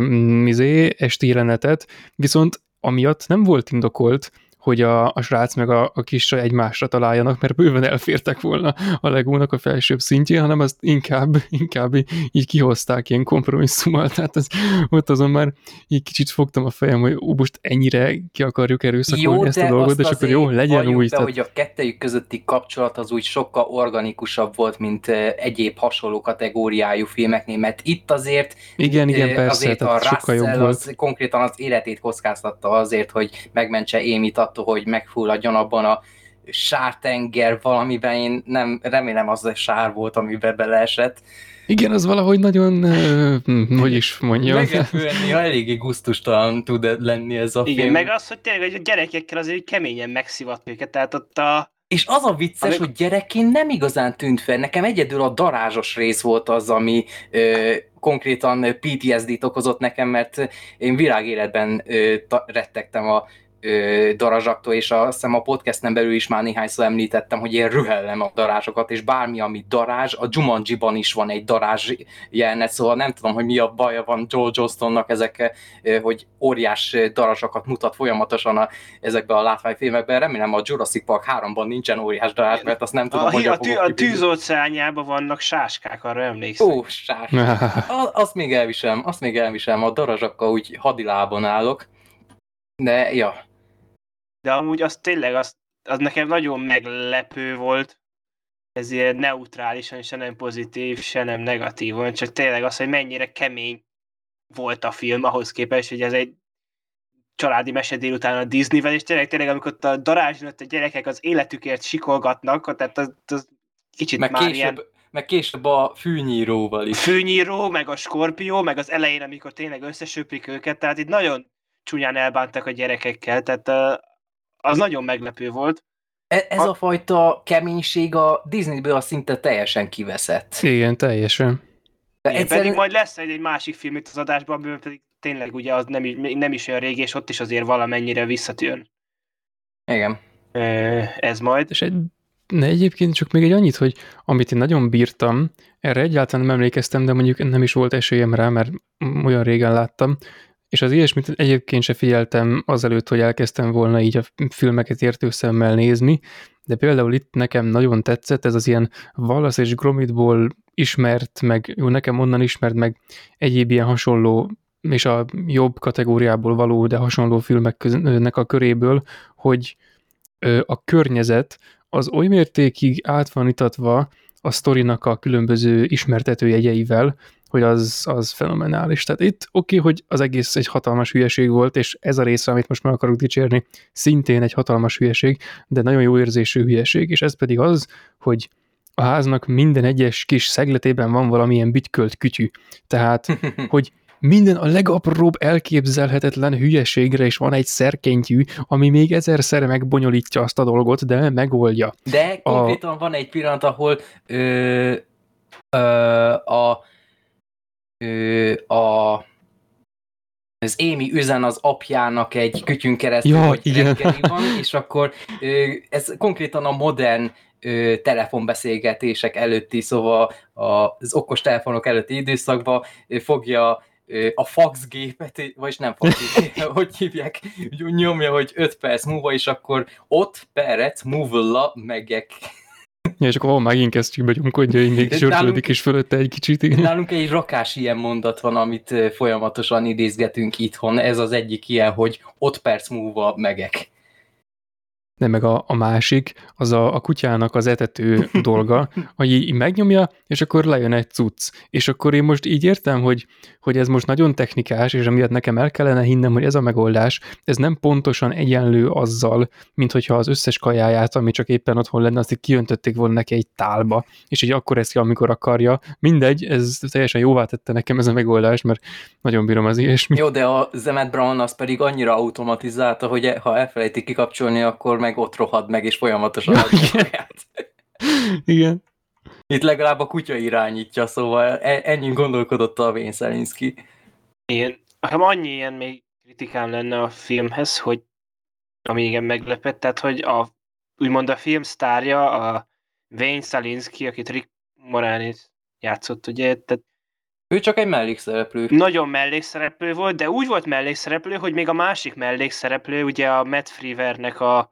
esti jelenetet, viszont amiatt nem volt indokolt, hogy a srác meg a kisra egymásra találjanak, mert bőven elfértek volna a Legónak a felsőbb szintjén, hanem azt inkább így kihozták ilyen kompromisszummal. Tehát ott azon már így kicsit fogtam a fejem, hogy most ennyire ki akarjuk erőszakolni ezt a dolgot, és akkor jó, legyen úgy. Tehát... hogy a kettejük közötti kapcsolat az úgy sokkal organikusabb volt, mint egyéb hasonló kategóriájú filmeknél, mert itt azért igen, persze, azért a Russell az konkrétan az életét kockáztatta azért, hogy megmentse Amy-t attól, hogy megfulladjon abban a sártenger valamiben, én nem remélem az a sár volt, amiben beleesett. Igen, az valahogy nagyon, hogy is mondjam. Meglepően eléggé gusztustalan tud lenni ez a film. Igen, meg az, hogy tényleg a gyerekekkel azért keményen megszivat őket, tehát ott És az a vicces, hogy gyerekként nem igazán tűnt fel. Nekem egyedül a darázsos rész volt az, ami konkrétan PTSD-t okozott nekem, mert én világéletben rettegtem a darazsaktól, és azt hiszem a podcasten belül is már néhányszor említettem, hogy én rühellem a darázsokat, és bármi, ami darázs, a Jumanji-ban is van egy darázs jelenet, szóval nem tudom, hogy mi a baja van Joel Johnstonnak ezek, hogy óriás darazsakat mutat folyamatosan ezekben a látványfilmekben. Remélem a Jurassic Park 3-ban nincsen óriás darázs, mert azt nem tudom, hogy a tűzóceánjában vannak sáskák, arra emlékszem. Ó, azt még elviselem, a darazsakkal úgy hadilában állok. De, ja. De amúgy az tényleg, az nekem nagyon meglepő volt, ez ilyen neutrálisan, se nem pozitív, se nem negatív volt, csak tényleg az, hogy mennyire kemény volt a film ahhoz képest, hogy ez egy családi mese délután a Disneyvel, és tényleg amikor a darázsnőtt a gyerekek az életükért sikolgatnak, tehát az kicsit meg már később, ilyen... Meg később a fűnyíróval is. Fűnyíró, meg a skorpió, meg az elején, amikor tényleg összesöprik őket, tehát itt nagyon csúnyán elbántak a gyerekekkel, tehát az nagyon meglepő volt. Ez a fajta keménység a Disneyből szinte teljesen kiveszett. Igen, teljesen. Pedig majd lesz egy másik film itt az adásban, amiben pedig tényleg ugye az nem is olyan régi, és ott is azért valamennyire visszatűn. Igen. Ez majd. És egyébként csak még egy annyit, hogy amit én nagyon bírtam, erre egyáltalán nem emlékeztem, de mondjuk nem is volt esélyem rá, mert olyan régen láttam, és az ilyesmit egyébként se figyeltem azelőtt, hogy elkezdtem volna így a filmeket értő szemmel nézni, de például itt nekem nagyon tetszett, ez az ilyen Wallace és Gromitból ismert, meg jó, nekem onnan ismert, meg egyéb ilyen hasonló, és a jobb kategóriából való, de hasonló filmeknek a köréből, hogy a környezet az oly mértékig át van itatva a sztorinak a különböző ismertetőjegyeivel, hogy az fenomenális. Tehát itt oké, hogy az egész egy hatalmas hülyeség volt, és ez a része, amit most meg akarok dicsérni, szintén egy hatalmas hülyeség, de nagyon jó érzésű hülyeség, és ez pedig az, hogy a háznak minden egyes kis szegletében van valamilyen bütykölt kütyű. Tehát, hogy minden a legapróbb elképzelhetetlen hülyeségre is van egy szerkentyű, ami még ezerszer megbonyolítja azt a dolgot, de megoldja. De konkrétan van egy pillanat, ahol az Amy üzen az apjának egy kütyűn keresztül, hogy reggeli van, és akkor ez konkrétan a modern telefonbeszélgetések előtti, szóval az okos telefonok előtti időszakban fogja a faxgépet, vagyis nem faxgépet, hogy hívják, nyomja, hogy 5 perc múlva, és akkor 5 perc múlva megek. Ja, és akkor megint kezdjük begyomkodja, hogy még zsörtölődik is fölötte egy kicsit. Nálunk egy rakás ilyen mondat van, amit folyamatosan idézgetünk itthon. Ez az egyik ilyen, hogy 5 perc múlva megek. Nem, meg a másik, az a kutyának az etető dolga, hogy így megnyomja, és akkor lejön egy cucc. És akkor én most így értem, hogy ez most nagyon technikás, és amiatt nekem el kellene hinnem, hogy ez a megoldás, ez nem pontosan egyenlő azzal, mint hogyha az összes kajáját, ami csak éppen otthon lenne, azt így kijöntötték volna neki egy tálba, és így akkor eszi, amikor akarja. Mindegy, ez teljesen jóvá tette nekem ez a megoldás, mert nagyon bírom az ilyesmi. Jó, de a Emmett Brown az pedig annyira automatizálta, hogy ha elfelejtik kikapcsolni, akkor meg ott rohad meg, és folyamatosan adja magát. Igen. Itt legalább a kutya irányítja, szóval ennyi gondolkodott a Wayne Szalinszky. Igen. Annyi ilyen még kritikám lenne a filmhez, hogy ami igen meglepett, tehát hogy úgymond a film sztárja, a Wayne Szalinszky, akit Rick Moranis játszott, ugye, tehát ő csak egy mellékszereplő. Nagyon mellékszereplő volt, de úgy volt mellékszereplő, hogy még a másik mellékszereplő, ugye a Matt Freevernek a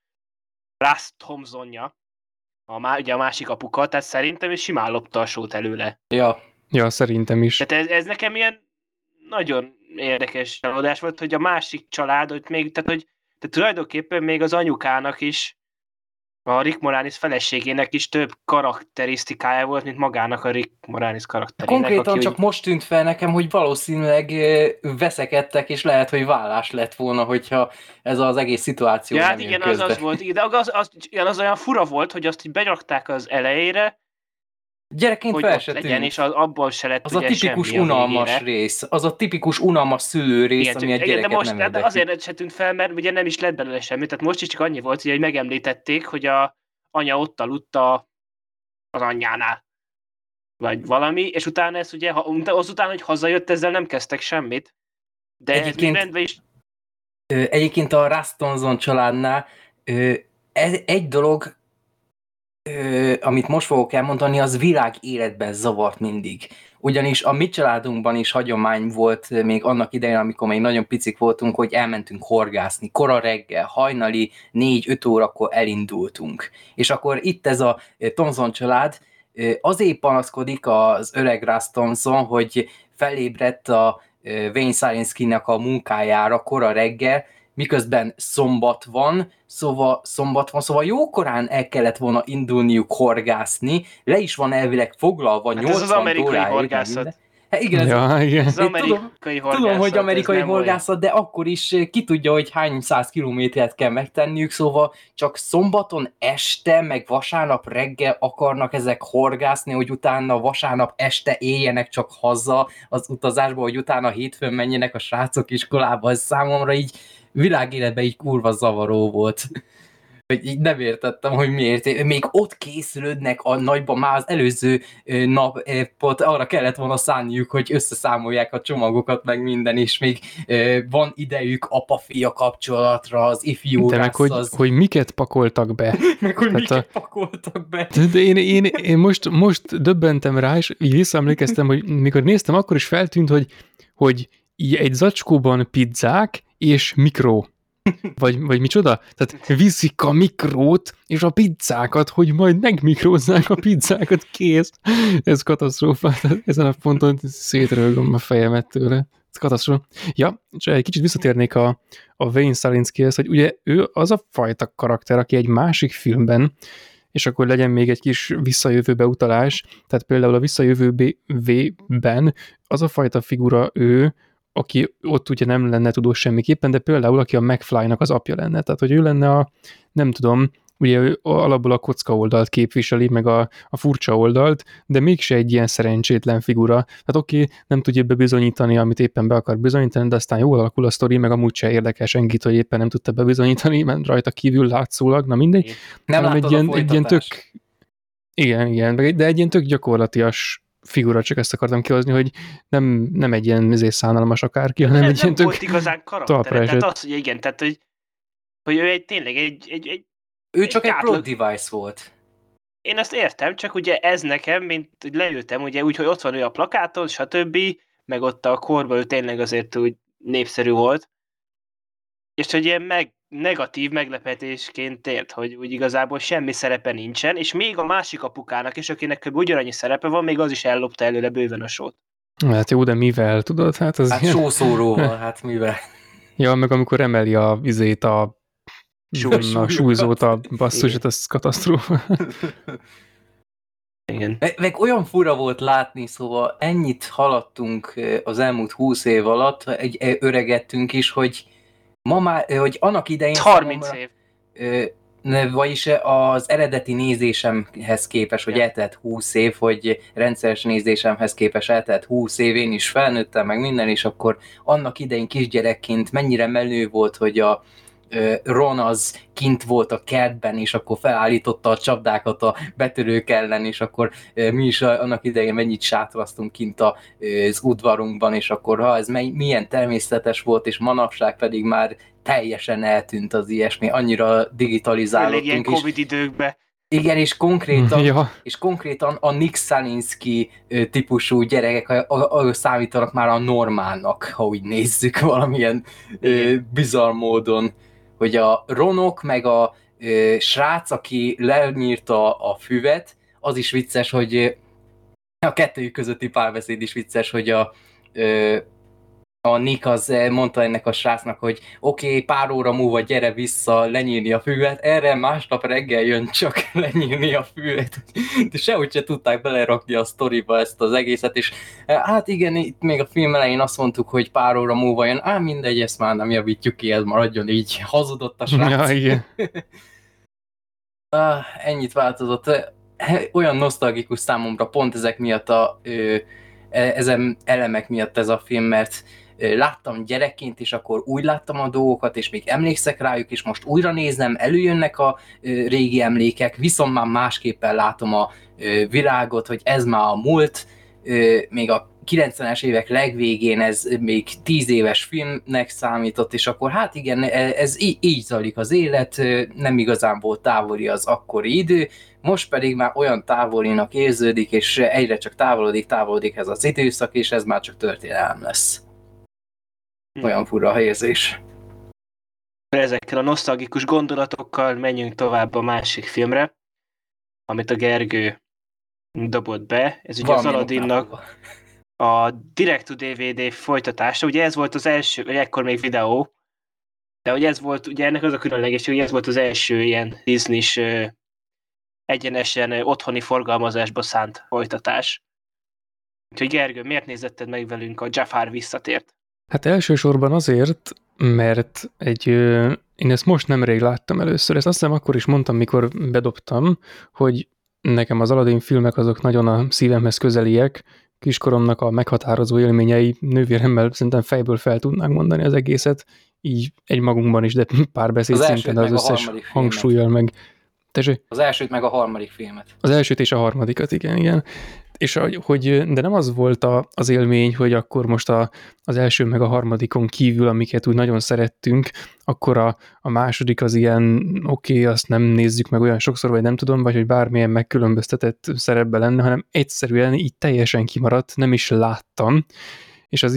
Russ Thompsonja, ugye a másik apuka, tehát szerintem is simán lopta a sót előle. Ja, szerintem is. Tehát ez nekem ilyen nagyon érdekes csalódás volt, hogy a másik család, hogy még, tehát tulajdonképpen még az anyukának is, a Rick Moranis feleségének is több karakterisztikája volt, mint magának a Rick Moranis karakterének. Konkrétan csak most tűnt fel nekem, hogy valószínűleg veszekedtek, és lehet, hogy vállás lett volna, hogyha ez az egész szituáció ja, nem igen, közbe. az volt, de az olyan fura volt, hogy azt így berakták az elejére, gyerekként hogy fel ott se legyen, tűnt. és abból se lett az ugye a tipikus semmi unalmas rész, az a tipikus unalmas szülő rész, igen, ami a gyereket de most, nem de érdekli. azért se tűnt fel, mert ugye nem is lett belőle semmi, tehát most is csak annyi volt, hogy megemlítették, hogy a anya ott aludt az anyjánál. Vagy valami, és utána ez ugye, azután, hogy hazajött, ezzel nem kezdtek semmit. De ez még rendben is... Egyébként a Rastonson családnál egy dolog, amit most fogok elmondani, az világ életben zavart mindig. Ugyanis a mi családunkban is hagyomány volt még annak idején, amikor még nagyon picik voltunk, hogy elmentünk horgászni. Kora reggel, hajnali 4-5 órakor elindultunk. És akkor itt ez a Thompson család azért panaszkodik az öreg Rastonson, hogy felébredt a Wayne Szalinszkinek a munkájára kora reggel, miközben szombat van, szóval jókorán el kellett volna indulniuk horgászni, le is van elvileg foglalva, hát 80 ez az amerikai óráig, horgászat. Hát igen, igen. Ez amerikai horgászat. Tudom, hogy amerikai horgászat, de akkor is ki tudja, hogy hány 100 kilométert kell megtenniük, szóval csak szombaton este, meg vasárnap reggel akarnak ezek horgászni, hogy utána vasárnap este éljenek csak haza az utazásba, hogy utána hétfőn menjenek a srácok iskolába. Ez számomra így világéletben így kurva zavaró volt. Hogy így nem értettem, hogy miért. Még ott készülődnek a nagyban, már az előző napot arra kellett volna szánniuk, hogy összeszámolják a csomagokat, meg minden, és még van idejük apa-fia kapcsolatra, az ifjú de meg, hogy miket pakoltak be. meg, hogy miket pakoltak be. De én most döbbentem rá, és így visszaemlékeztem, hogy mikor néztem, akkor is feltűnt, hogy egy zacskóban pizzák és mikró. Vagy micsoda? Tehát viszik a mikrót és a pizzákat, hogy majd megmikrózzák a pizzákat, kész. Ez katasztrófa. Ezen a ponton szétrölgöm a fejemet tőle. Ez katasztrófa. Ja, és egy kicsit visszatérnék a Wayne Szalinszkihez, hogy ugye ő az a fajta karakter, aki egy másik filmben, és akkor legyen még egy kis visszajövőbe utalás, tehát például a visszajövőben az a fajta figura ő, aki ott ugye nem lenne tudós semmiképpen, de például aki a McFly-nak az apja lenne. Tehát, hogy ő lenne a, nem tudom, ugye ő alapból a kocka oldalt képviseli, meg a furcsa oldalt, de mégse egy ilyen szerencsétlen figura. Tehát oké, nem tudja bebizonyítani, amit éppen be akar bizonyítani, de aztán jól alakul a sztori, meg amúgy se érdekel senkit, hogy éppen nem tudta bebizonyítani, mert rajta kívül látszólag, na mindegy. Nem láttad egy ilyen tök... Igen, de egy ilyen tök gyakorlatias figura, csak ezt akartam kihozni, hogy nem egy ilyen szánalmas akárki, hanem egy ilyen tök volt igazán karaktere, tehát az, hogy igen, tehát hogy ő tényleg egy ő csak egy plot device volt. Én ezt értem, csak ugye ez nekem, mint hogy leültem, ugye úgy, hogy ott van ő a plakáton, stb., meg ott a korban ő tényleg azért úgy népszerű volt, és hogy ilyen negatív meglepetésként ért, hogy úgy igazából semmi szerepe nincsen, és még a másik apukának is, akinek kb. Ugyanannyi szerepe van, még az is ellopta előle bőven a sót. Hát jó, de mivel, tudod? Hát ilyen... sószóróval, hát mivel. Ja, meg amikor emeli a súlyzót a basszusot, az katasztrófa. Igen. Meg olyan fura volt látni, szóval ennyit haladtunk az elmúlt 20 év alatt, öregettünk is, hogy ma már, hogy annak idején 30 év. Vagyis az eredeti nézésemhez képest, hogy eltelt 20 év, hogy rendszeres nézésemhez képest eltelt 20 év, én is felnőttem, meg minden, és akkor annak idején kisgyerekként mennyire menő volt, hogy a Ron az kint volt a kertben, és akkor felállította a csapdákat a betörők ellen, és akkor mi is annak idején mennyit sátraztunk kint az udvarunkban, és akkor ez milyen természetes volt, és manapság pedig már teljesen eltűnt az ilyesmi, annyira digitalizálódtunk. Ilyen Covid időkben. Igen, és konkrétan a Nick Szalinszki típusú gyerekek számítanak már a normálnak, ha úgy nézzük valamilyen bizarr módon, hogy a Ronok meg a srác, aki lenyírta a füvet, az is vicces, hogy a kettőjük közötti párbeszéd is vicces, hogy a Nick az mondta ennek a srácnak, hogy oké, pár óra múlva gyere vissza lenyírni a füvet, erre másnap reggel jön csak lenyírni a füvet. De sehogy se tudták belerakni a sztoriba ezt az egészet, és hát igen, itt még a film elején azt mondtuk, hogy pár óra múlva jön, mindegy, ezt már nem javítjuk ki, ez maradjon így, hazudott a srác. Ja, igen. Ennyit változott. Olyan nosztalgikus számomra pont ezek miatt ezen elemek miatt ez a film, mert láttam gyerekként, és akkor úgy láttam a dolgokat, és még emlékszek rájuk, és most újra nézem, előjönnek a régi emlékek, viszont már másképpen látom a világot, hogy ez már a múlt, még a 90-es évek legvégén ez még 10 éves filmnek számított, és akkor hát igen, ez így zajlik az élet, nem igazán volt távoli az akkori idő, most pedig már olyan távolinak érződik, és egyre csak távolodik ez az időszak, és ez már csak történelem lesz. Olyan fura a érzés. Ezekkel a nosztalgikus gondolatokkal menjünk tovább a másik filmre, amit a Gergő dobott be. Ez ugye az Aladdinnak a Direct-to-DVD folytatása. Ugye ez volt az első, vagy ekkor még videó, de ugye ez volt, ugye ennek az a különlegesség, hogy ez volt az első ilyen Disney-s egyenesen otthoni forgalmazásba szánt folytatás. Úgyhogy Gergő, miért nézetted meg velünk a Jafar visszatért? Hát elsősorban azért, mert én ezt most nemrég láttam először. Ezt azt hiszem akkor is mondtam, mikor bedobtam, hogy nekem az Aladdin filmek azok nagyon a szívemhez közeliek, kiskoromnak a meghatározó élményei, nővéremmel szerintem fejből fel tudnánk mondani az egészet, így egymagunkban is, de pár beszéd szinten az összes hangsúlyjal meg. Tessék? Az elsőt meg a harmadik filmet. Az elsőt és a harmadikat, igen. És de nem az volt az élmény, hogy akkor most az első meg a harmadikon kívül, amiket úgy nagyon szerettünk, akkor a második az ilyen oké, azt nem nézzük meg olyan sokszor, vagy nem tudom, vagy hogy bármilyen megkülönböztetett szerepben lenne, hanem egyszerűen így teljesen kimaradt, nem is láttam. És az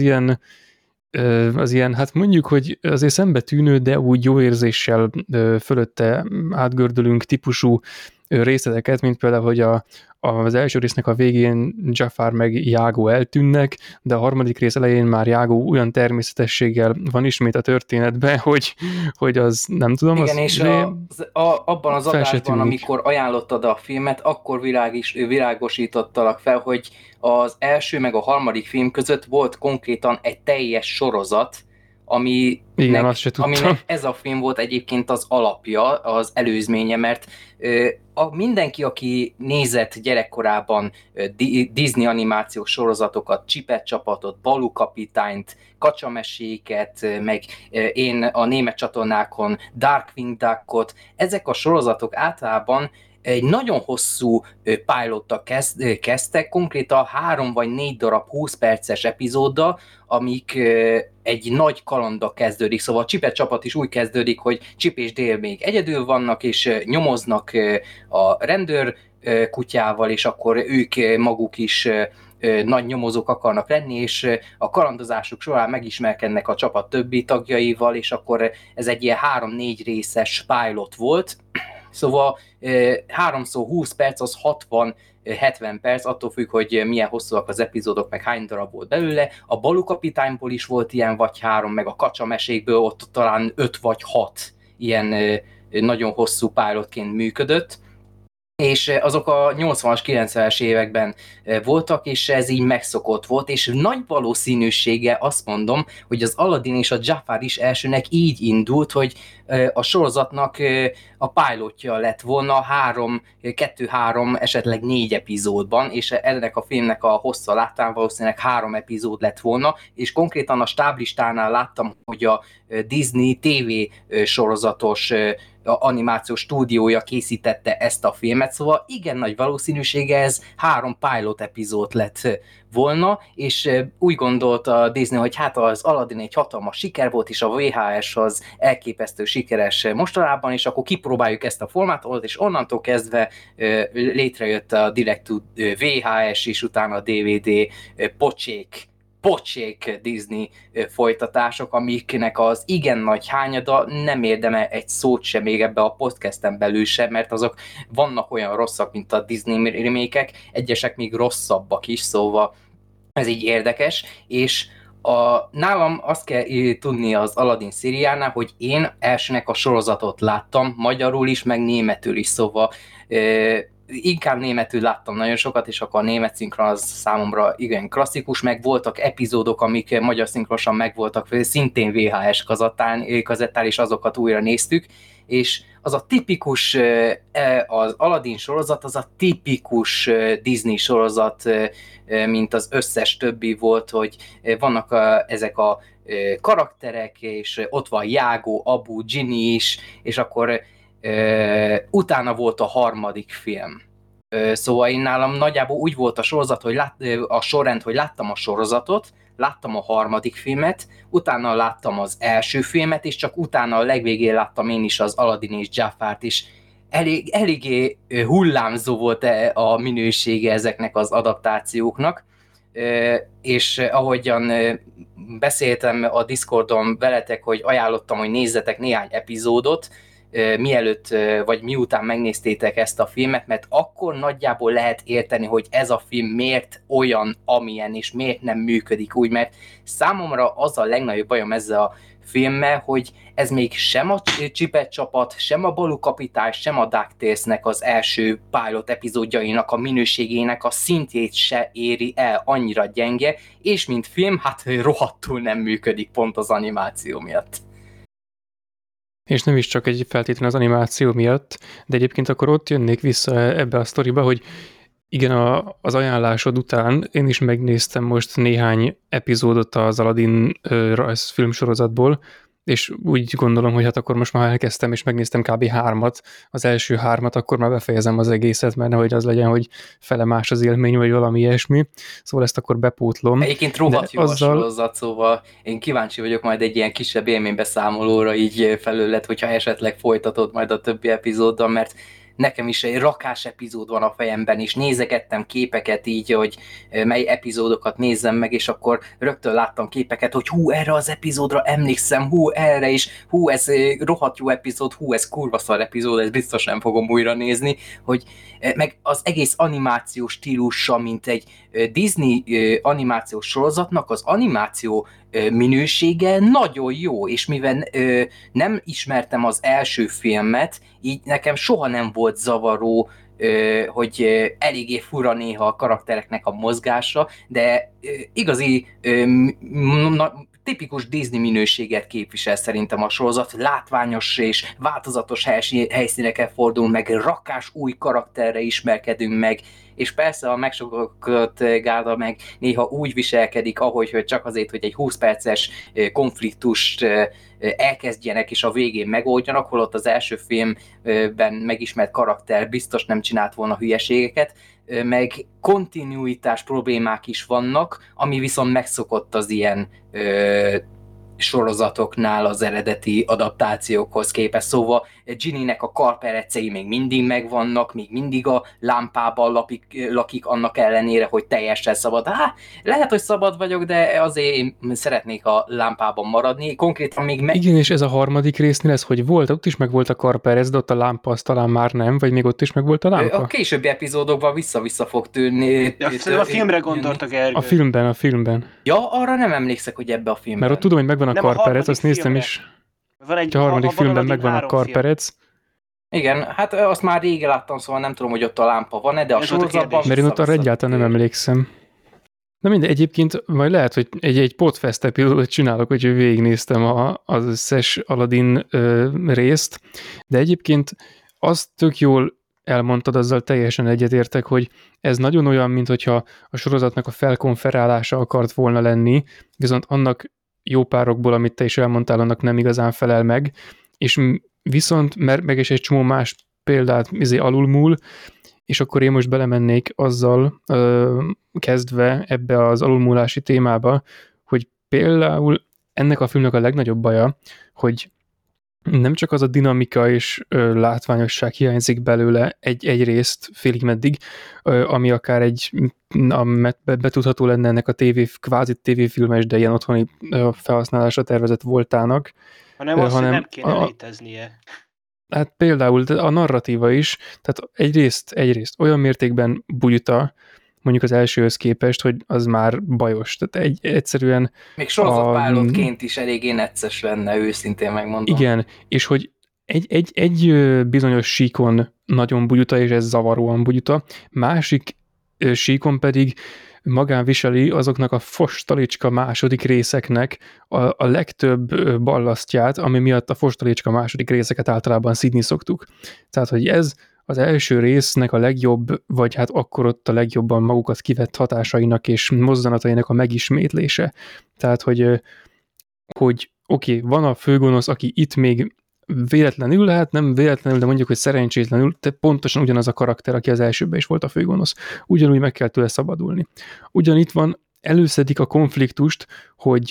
ilyen, hát mondjuk, hogy azért szembetűnő, de úgy jó érzéssel fölötte átgördülünk típusú részleteket, mint például, hogy az első résznek a végén Jafar meg Jágó eltűnnek, de a harmadik rész elején már Jágó olyan természetességgel van ismét a történetben, hogy az nem tudom. Igen, és abban az adásban, amikor ajánlottad a filmet, akkor világosítottalak fel, hogy az első meg a harmadik film között volt konkrétan egy teljes sorozat, aminek ez a film volt egyébként az alapja, az előzménye, mert mindenki, aki nézett gyerekkorában Disney animációs sorozatokat, Csipet csapatot, Balú kapitányt, Kacsameséket, meg én a német csatornákon Darkwing Duckot, ezek a sorozatok általában egy nagyon hosszú pilottal kezdtek, konkrétan 3 vagy 4 darab 20 perces epizóddal, amik egy nagy kalandba kezdődik. Szóval a Csipet csapat is úgy kezdődik, hogy Chip és Dale még egyedül vannak, és nyomoznak a rendőr kutyával, és akkor ők maguk is nagy nyomozók akarnak lenni, és a kalandozásuk során megismerkednek a csapat többi tagjaival, és akkor ez egy ilyen 3-4 részes pilot volt. Szóval 3x20 perc az 60-70 perc, attól függ, hogy milyen hosszúak az epizódok, meg hány darab volt belőle. A Balú kapitányból is volt ilyen vagy 3, meg a Kacsamesékből ott talán 5 vagy 6 ilyen nagyon hosszú pilotként működött. És azok a 80-as, 90-es években voltak, és ez így megszokott volt, és nagy valószínűsége azt mondom, hogy az Aladdin és a Jafar is elsőnek így indult, hogy a sorozatnak a pilotja lett volna 2-3, esetleg 4 epizódban, és ennek a filmnek a hossza láttán valószínűleg 3 epizód lett volna, és konkrétan a stáblistánál láttam, hogy a Disney TV sorozatos animációs stúdiója készítette ezt a filmet, szóval igen nagy valószínűsége ez 3 pilot epizód lett volna, és úgy gondolta Disney, hogy hát az Aladdin egy hatalmas siker volt, és a VHS az elképesztő sikeres mostanában, és akkor kipróbáljuk ezt a formátumot, és onnantól kezdve létrejött a Direct to VHS, és utána a DVD pocsék Disney folytatások, amiknek az igen nagy hányada nem érdemel egy szót sem még ebbe a podcasten belül sem, mert azok vannak olyan rosszak, mint a Disney remake-ek, egyesek még rosszabbak is, szóval ez így érdekes, és nálam azt kell tudni az Aladdin szériánál, hogy én elsőnek a sorozatot láttam, magyarul is, meg németül is, szóval inkább németül láttam nagyon sokat, és akkor a német szinkron az számomra igen klasszikus, meg voltak epizódok, amik magyar szinkronosan megvoltak, szintén VHS kazettán, és azokat újra néztük, és az a tipikus, az Aladdin sorozat, az a tipikus Disney sorozat, mint az összes többi volt, hogy vannak ezek a karakterek, és ott van Jágó, Abu, Genie is, és akkor utána volt a harmadik film. Szóval én nálam nagyjából úgy volt a sorozat, hogy a sorrend, hogy láttam a sorozatot, láttam a harmadik filmet, utána láttam az első filmet, és csak utána a legvégén láttam én is az Aladdin és Jafart is. Eléggé hullámzó volt a minősége ezeknek az adaptációknak, és ahogyan beszéltem a Discordon veletek, hogy ajánlottam, hogy nézzetek néhány epizódot, mielőtt vagy miután megnéztétek ezt a filmet, mert akkor nagyjából lehet érteni, hogy ez a film miért olyan, amilyen, és miért nem működik úgy, mert számomra az a legnagyobb bajom ezzel a filmmel, hogy ez még sem a Csipet csapat, sem a Balú kapitány, sem a DuckTales-nek az első pilot epizódjainak a minőségének a szintjét se éri el, annyira gyenge, és mint film, hát rohadtul nem működik pont az animáció miatt. És nem is csak egy feltétlenül az animáció miatt, de egyébként akkor ott jönnék vissza ebbe a sztoriba, hogy igen, az ajánlásod után én is megnéztem most néhány epizódot az Aladdin filmsorozatból, és úgy gondolom, hogy hát akkor most már elkezdtem, és megnéztem kb. 3-at, az első 3-at, akkor már befejezem az egészet, mert nehogy az legyen, hogy fele más az élmény, vagy valami ilyesmi, szóval ezt akkor bepótlom. Egyébként rohadt jó a sorozat, szóval én kíváncsi vagyok majd egy ilyen kisebb élménybeszámolóra így felőled, hogyha esetleg folytatod majd a többi epizóddal, mert nekem is egy rakás epizód van a fejemben, és nézegettem képeket így, hogy mely epizódokat nézzem meg, és akkor rögtön láttam képeket, hogy hú, erre az epizódra emlékszem, hú, erre is, hú, ez rohadt jó epizód, hú, ez kurva szar epizód, ez biztos nem fogom újra nézni, hogy meg az egész animációs stílusa, mint egy Disney animációs sorozatnak az animáció minősége nagyon jó, és mivel nem ismertem az első filmet, így nekem soha nem volt zavaró, hogy eléggé fura néha a karaktereknek a mozgása, de igazi tipikus Disney minőséget képvisel szerintem a sorozat, látványos és változatos helyszíneken fordul meg, rakás új karakterre ismerkedünk meg, és persze a megszokott gárda meg néha úgy viselkedik, hogy csak azért, hogy egy 20 perces konfliktust elkezdjenek és a végén megoldjanak, holott az első filmben megismert karakter biztos nem csinált volna hülyeségeket, meg kontinuitás problémák is vannak, ami viszont megszokott az ilyen sorozatoknál az eredeti adaptációkhoz képest. Szóval Ginny-nek a karperecei még mindig megvannak, még mindig a lámpában lakik annak ellenére, hogy teljesen szabad. Lehet, hogy szabad vagyok, de azért én szeretnék a lámpában maradni. Konkrétan még Igen, és ez a harmadik résznél ez, hogy volt, ott is meg volt a karperec, de ott a lámpa az talán már nem, vagy még ott is meg volt a lámpa? A későbbi epizódokban vissza fog tűnni. A filmre gondoltak, Gergő. A filmben. Ja, arra nem emlékszek, hogy ebbe a filmben. Mert ott tudom, hogy megvan a karperec, azt néztem is. A harmadik filmben megvan a karperec. Igen, hát azt már régen láttam, szóval nem tudom, hogy ott a lámpa van-e, de a sorozatban... Mert én ott arra egyáltalán nem emlékszem. Na mindegy, egyébként majd lehet, hogy egy Podfest epizódot csinálok, hogy végignéztem az összes Aladdin részt, de egyébként azt tök jól elmondtad, azzal teljesen egyetértek, hogy ez nagyon olyan, mint hogyha a sorozatnak a felkonferálása akart volna lenni, viszont annak jó párokból, amit te is elmondtál, annak nem igazán felel meg, és viszont meg is egy csomó más példát alulmúl, és akkor én most belemennék azzal kezdve ebbe az alulmúlási témába, hogy például ennek a filmnek a legnagyobb baja, hogy nem csak az a dinamika és látványosság hiányzik belőle egy részt félig meddig, ami akár betudható lenne ennek a kvázi tévéfilmes, de ilyen otthoni felhasználásra tervezett voltának. Hanem nem kéne léteznie. Hát például a narratíva is, tehát egyrészt olyan mértékben bugyuta, mondjuk az elsőhöz képest, hogy az már bajos. Tehát egyszerűen... Még sorozatpilotként is eléggé necces lenne, őszintén megmondom. Igen, és hogy egy bizonyos síkon nagyon bugyuta, és ez zavaróan bugyuta, másik síkon pedig magán viseli azoknak a fostalicska második részeknek a legtöbb ballasztját, ami miatt a fostalicska második részeket általában szidni szoktuk. Tehát, hogy ez az első résznek a legjobb, vagy hát akkor ott a legjobban magukat kivett hatásainak és mozzanatainak a megismétlése. Tehát, hogy oké, van a főgonosz, aki itt még véletlenül lehet, nem véletlenül, de mondjuk, hogy szerencsétlenül, te pontosan ugyanaz a karakter, aki az elsőben is volt a főgonosz. Ugyanúgy meg kell tőle szabadulni. Ugyanitt van, előszedik a konfliktust, hogy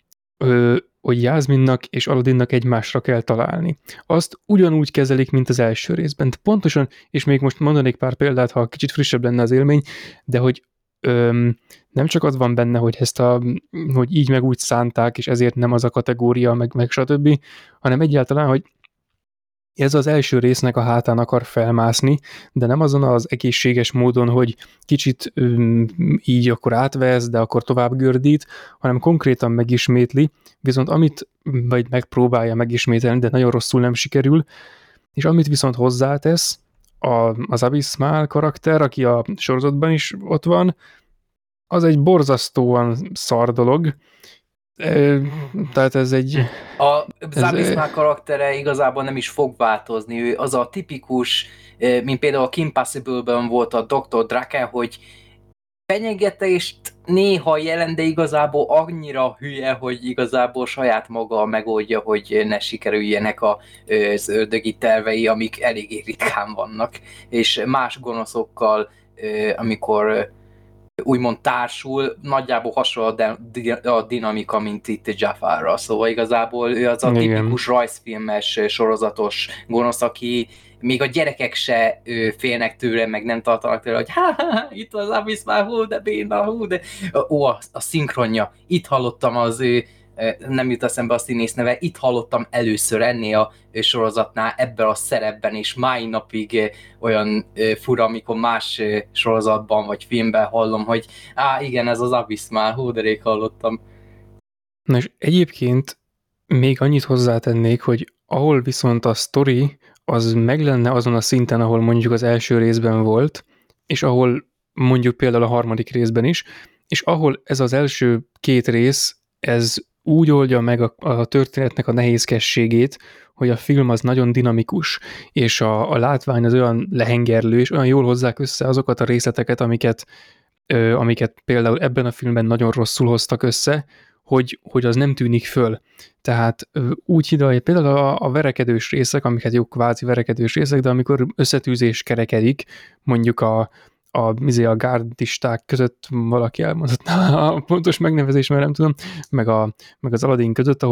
Jasminnak és Aladdinnak egymásra kell találni. Azt ugyanúgy kezelik, mint az első részben. De pontosan, és még most mondanék pár példát, ha kicsit frissebb lenne az élmény, de hogy nem csak az van benne, hogy hogy így meg úgy szánták, és ezért nem az a kategória, meg stb., hanem egyáltalán, hogy ez az első résznek a hátán akar felmászni, de nem azon az egészséges módon, hogy kicsit így akkor átvesz, de akkor tovább gördít, hanem konkrétan megismétli, viszont amit vagy megpróbálja megismételni, de nagyon rosszul nem sikerül, és amit viszont hozzátesz, az Abismal karakter, aki a sorozatban is ott van, az egy borzasztóan szar dolog. Tehát ez egy... Az Abismal karaktere igazából nem is fog változni. Ő az a tipikus, mint például a Kim Possible-ben volt a Dr. Draken, hogy fenyegetést néha jelen, de igazából annyira hülye, hogy igazából saját maga megoldja, hogy ne sikerüljenek az ördögi tervei, amik eléggé ritkán vannak. És más gonoszokkal, amikor úgymond társul, nagyjából hasonló a dinamika, mint itt Jafarra. Szóval igazából ő az a tipikus rajzfilmes, sorozatos gonosz, aki még a gyerekek se félnek tőle, meg nem tartanak tőle, hogy itt az Abismal, hú, de béna, hú, de... a szinkronja. Itt hallottam az ő, nem jut eszembe a színész neve, itt hallottam először ennél a sorozatnál, ebben a szerepben, és mai napig olyan fura, amikor más sorozatban vagy filmben hallom, hogy igen, ez az Abismal, hú, de rég hallottam. Na és egyébként még annyit hozzátennék, hogy ahol viszont a sztori az meg lenne azon a szinten, ahol mondjuk az első részben volt, és ahol mondjuk például a harmadik részben is, és ahol ez az első két rész, ez úgy oldja meg a történetnek a nehézkességét, hogy a film az nagyon dinamikus, és a látvány az olyan lehengerlő, és olyan jól hozzák össze azokat a részleteket, amiket például ebben a filmben nagyon rosszul hoztak össze, hogy az nem tűnik föl. Tehát úgy hidalja, például a verekedős részek, amiket jó kvázi verekedős részek, de amikor összetűzés kerekedik, mondjuk a gárdisták között valaki elmondhatná a pontos megnevezés, mert nem tudom, meg az Aladdin között,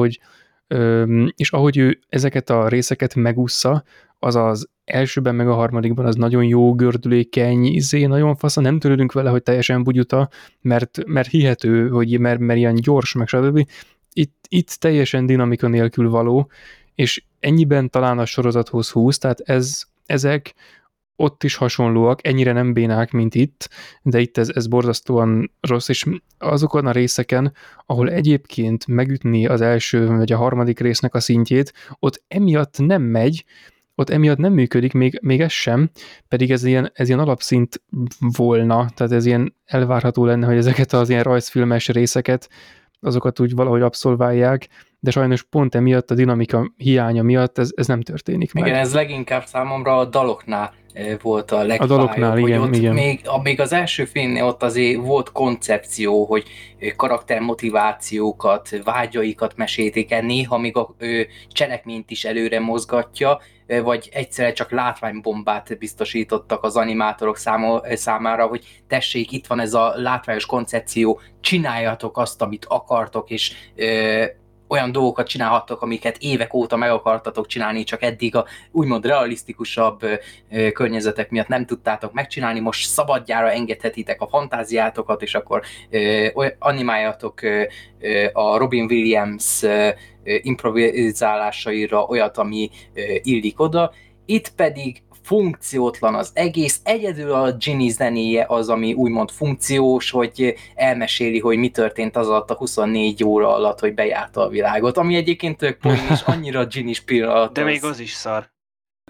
és ahogy ő ezeket a részeket megúszza, az az elsőben meg a harmadikban az nagyon jó, gördülékeny, nagyon fasza, nem törődünk vele, hogy teljesen bugyuta, mert hihető, mert ilyen gyors, meg stb. Itt teljesen dinamika nélkül való, és ennyiben talán a sorozathoz húz, tehát ezek ott is hasonlóak, ennyire nem bénák, mint itt, de itt ez borzasztóan rossz, és azokon a részeken, ahol egyébként megütni az első vagy a harmadik résznek a szintjét, ott emiatt nem megy, ott emiatt nem működik, még ez sem, pedig ez ilyen alapszint volna, tehát ez ilyen elvárható lenne, hogy ezeket az ilyen rajzfilmes részeket, azokat úgy valahogy abszolválják, de sajnos pont emiatt a dinamika hiánya miatt ez nem történik meg. Igen, ez leginkább számomra a daloknál volt a legfájóbb. A daloknál, igen. Még az első filmnél ott azért volt koncepció, hogy karaktermotivációkat, vágyaikat mesélték el, néha még a cselekményt is előre mozgatja, vagy egyszerűen csak látványbombát biztosítottak az animátorok számára, hogy tessék, itt van ez a látványos koncepció, csináljatok azt, amit akartok, és olyan dolgokat csinálhattok, amiket évek óta meg akartatok csinálni, csak eddig a úgymond realisztikusabb környezetek miatt nem tudtátok megcsinálni, most szabadjára engedhetitek a fantáziátokat, és akkor animáljatok a Robin Williams improvizálásaira olyat, ami illik oda. Itt pedig funkciótlan az egész, egyedül a Genie zenéje az, ami úgymond funkciós, hogy elmeséli, hogy mi történt az alatt a 24 óra alatt, hogy bejárta a világot, ami egyébként tök poén, és annyira Genie-s pillanat. De még az is szar.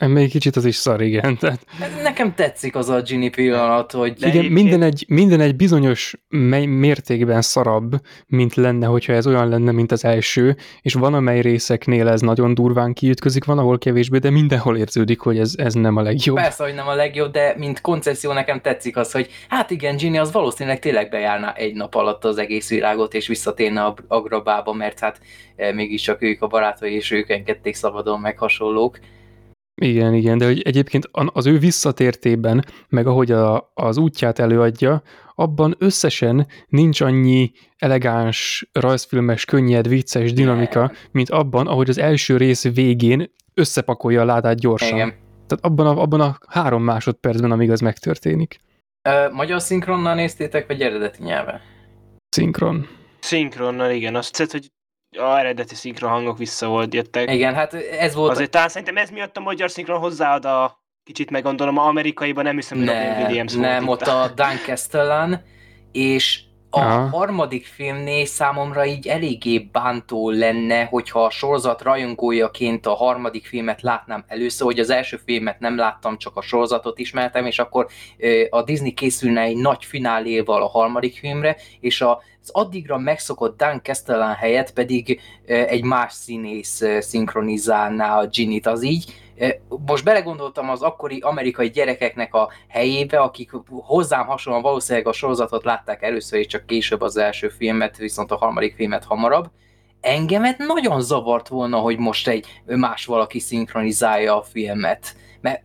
Még kicsit az is szar, igen. Tehát, Nekem tetszik az a Ginny pillanat, hogy... De igen, egyébként- minden egy bizonyos mértékben szarabb, mint lenne, hogyha ez olyan lenne, mint az első, és van amely részeknél ez nagyon durván kiütközik, van ahol kevésbé, de mindenhol érződik, hogy ez nem a legjobb. Persze, hogy nem a legjobb, de mint koncepció nekem tetszik az, hogy hát igen, Ginny az valószínűleg tényleg bejárná egy nap alatt az egész világot, és visszatérne a Agrabába, mert hát mégiscsak ők a barátai, és ők engedték szabadon, meg hasonlók. Igen, de hogy egyébként az ő visszatértében, meg ahogy az útját előadja, abban összesen nincs annyi elegáns, rajzfilmes, könnyed, vicces dinamika, mint abban, ahogy az első rész végén összepakolja a ládát gyorsan. Igen. Tehát abban a 3 másodpercben, amíg az megtörténik. Magyar szinkronnal néztétek, vagy eredeti nyelven? Szinkron. Szinkronnal, igen. Azt hiszed, hogy a eredeti szinkron hangok jöttek. Igen, hát ez volt... Azért talán szerintem ez miatt a magyar szinkron hozzáad a kicsit meggondolom, a amerikaiban nem hiszem, hogy Robin Williams nem, volt ott a Dan Castellan, és a harmadik filmnél számomra így eléggé bántó lenne, hogyha a sorozat rajongójaként a harmadik filmet látnám először, hogy az első filmet nem láttam, csak a sorozatot ismertem, és akkor a Disney készülne egy nagy fináléval a harmadik filmre, és az addigra megszokott Dan Castellan helyett pedig egy más színész szinkronizálná a Ginnyt, az így. Most belegondoltam az akkori amerikai gyerekeknek a helyébe, akik hozzám hasonlóan valószínűleg a sorozatot látták először, és csak később az első filmet, viszont a harmadik filmet hamarabb. Engemet nagyon zavart volna, hogy most egy más valaki szinkronizálja a filmet. Mert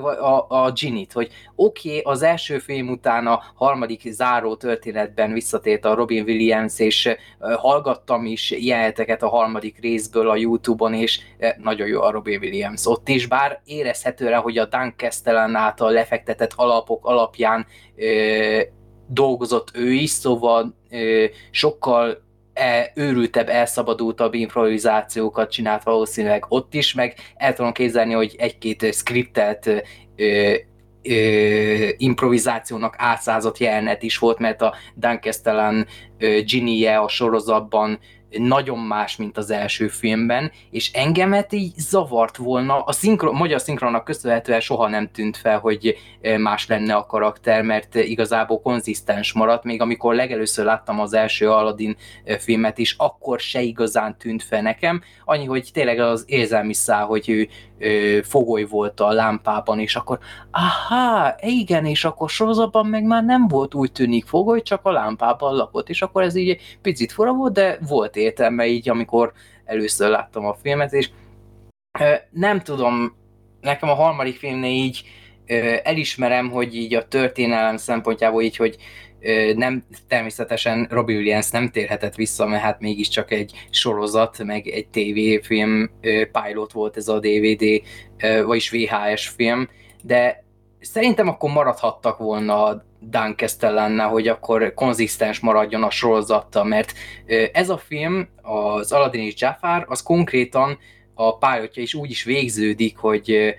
a Ginnyt, hogy az első film után a harmadik záró történetben visszatért a Robin Williams, és hallgattam is jeleneteket a harmadik részből a YouTube-on, és nagyon jó a Robin Williams ott is, bár érezhetőre, hogy a Dan Castellan által lefektetett alapok alapján dolgozott ő is, szóval sokkal őrültebb, elszabadultabb improvizációkat csinált valószínűleg ott is, meg el tudom képzelni, hogy egy-két skriptelt improvizációnak átszázott jelenet is volt, mert a Dan Castellan Ginny-je a sorozatban nagyon más, mint az első filmben, és engemet így zavart volna. A magyar szinkronnak köszönhetően soha nem tűnt fel, hogy más lenne a karakter, mert igazából konzisztens maradt, még amikor legelőször láttam az első Aladdin filmet is, akkor se igazán tűnt fel nekem, annyi, hogy tényleg az érzelmi szál, hogy ő fogoly volt a lámpában, és akkor igen, és akkor sorozatban meg már nem volt, úgy tűnik fogoly, csak a lámpában lakott, és akkor ez így picit fura volt, de volt értelme így, amikor először láttam a filmet, és nem tudom, nekem a harmadik filmnél így elismerem, hogy így a történelem szempontjából így, hogy nem, természetesen Robin Williams nem térhetett vissza, mert hát mégiscsak egy sorozat, meg egy tévéfilm pilot volt ez a DVD, vagyis VHS film, de szerintem akkor maradhattak volna a Dan Castellannál, hogy akkor konzisztens maradjon a sorozattal, mert ez a film, az Aladdin és Jafar, az konkrétan a pilotja is úgy is végződik, hogy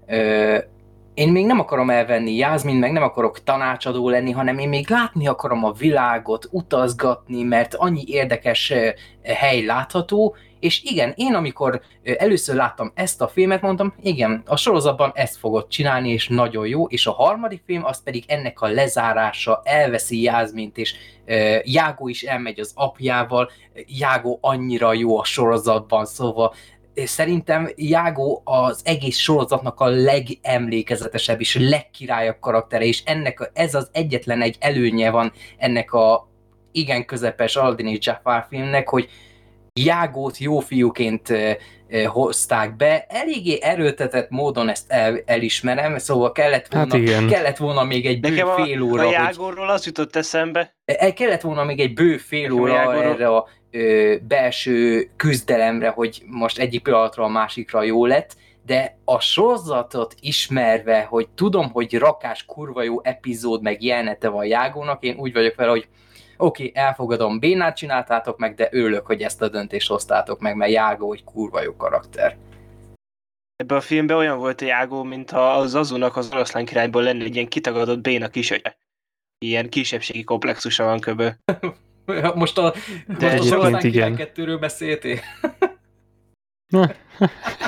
én még nem akarom elvenni Jászmin, meg nem akarok tanácsadó lenni, hanem én még látni akarom a világot, utazgatni, mert annyi érdekes hely látható, és igen, én amikor először láttam ezt a filmet, mondtam, igen, a sorozatban ezt fogod csinálni, és nagyon jó, és a harmadik film az pedig ennek a lezárása, elveszi Jászmint, és Jágó is elmegy az apjával, Jágó annyira jó a sorozatban, szóval szerintem Jágó az egész sorozatnak a legemlékezetesebb és legkirályabb karaktere, és ez az egyetlen egy előnye van ennek a igen közepes Aladdin és Jafar filmnek, hogy Jágót jó fiúként hozták be, eléggé erőltetett módon ezt elismerem, szóval kellett volna még egy bő fél óra. A Jágóról az jutott eszembe. Kellett volna még egy bő fél óra erre a belső küzdelemre, hogy most egyik pillanatról a másikra jó lett, de a sorozatot ismerve, hogy tudom, hogy rakás kurva jó epizód meg jelenete van Jágónak, én úgy vagyok vele, hogy oké, elfogadom, bénát csináltátok meg, de örülök, hogy ezt a döntést hoztátok meg, mert Jágó egy kurva jó karakter. Ebben a filmben olyan volt a Jágó, mint az Azunak az Oroszlán királyból lenne egy ilyen kitagadott béna kisöcse. Ilyen kisebbségi komplexusa van köbö. Most a Oroszlán király 2-ről beszéltél?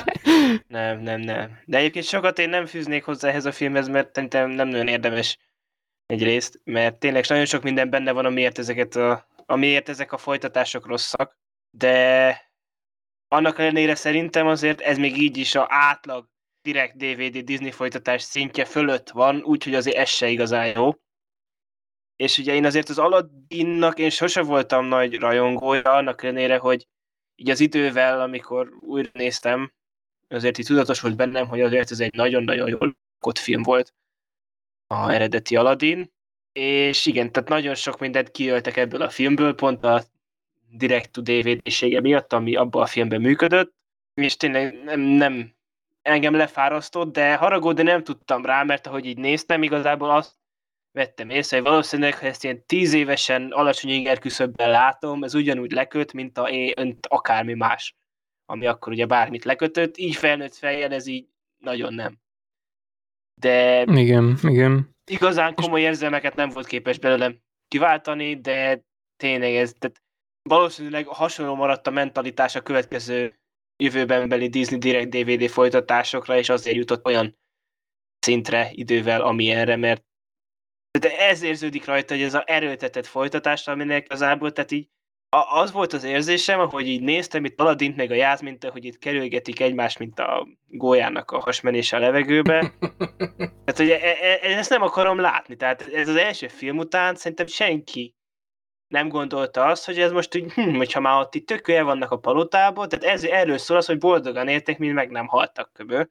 Nem. De egyébként sokat én nem fűznék hozzá ehhez a filmhez, mert szerintem nem nagyon érdemes egyrészt, mert tényleg nagyon sok minden benne van, amiért ezek a folytatások rosszak, de annak ellenére szerintem azért ez még így is a átlag direkt DVD Disney folytatás szintje fölött van, úgyhogy azért ez se igazán jó. És ugye én azért az Aladdinnak én sose voltam nagy rajongója, annak ellenére, hogy így az idővel, amikor újra néztem, azért így tudatos volt bennem, hogy azért ez egy nagyon-nagyon jól lakott film volt, a eredeti Aladdin, és igen, tehát nagyon sok mindent kiöltek ebből a filmből, pont a direct-to-DVD-sége miatt, ami abban a filmben működött, és tényleg nem engem lefárasztott, de haragudni nem tudtam rá, mert ahogy így néztem, igazából azt vettem észre, hogy valószínűleg, ha ezt ilyen 10 évesen alacsony inger küszöbben látom, ez ugyanúgy leköt, mint akármi más, ami akkor ugye bármit lekötött, így felnőtt fejjel ez így nagyon nem. De Igen. igazán komoly érzelmeket nem volt képes belőlem kiváltani, de tényleg tehát valószínűleg hasonló maradt a mentalitás a következő jövőben beli Disney Direct DVD folytatásokra, és azért jutott olyan szintre idővel, amilyenre, mert de ez érződik rajta, hogy ez az erőltetett folytatás, aminek igazából, tehát így az volt az érzésem, ahogy így néztem itt Aladdint meg a Jászmint, hogy itt kerülgetik egymást, mint a gólyának a hasmenése a levegőbe. Tehát, hogy ezt nem akarom látni. Tehát ez az első film után szerintem senki nem gondolta azt, hogy ez most így, hogyha már ott itt tök el vannak a palotából, tehát erről szól az, hogy boldogan éltek, mint meg nem haltak köből.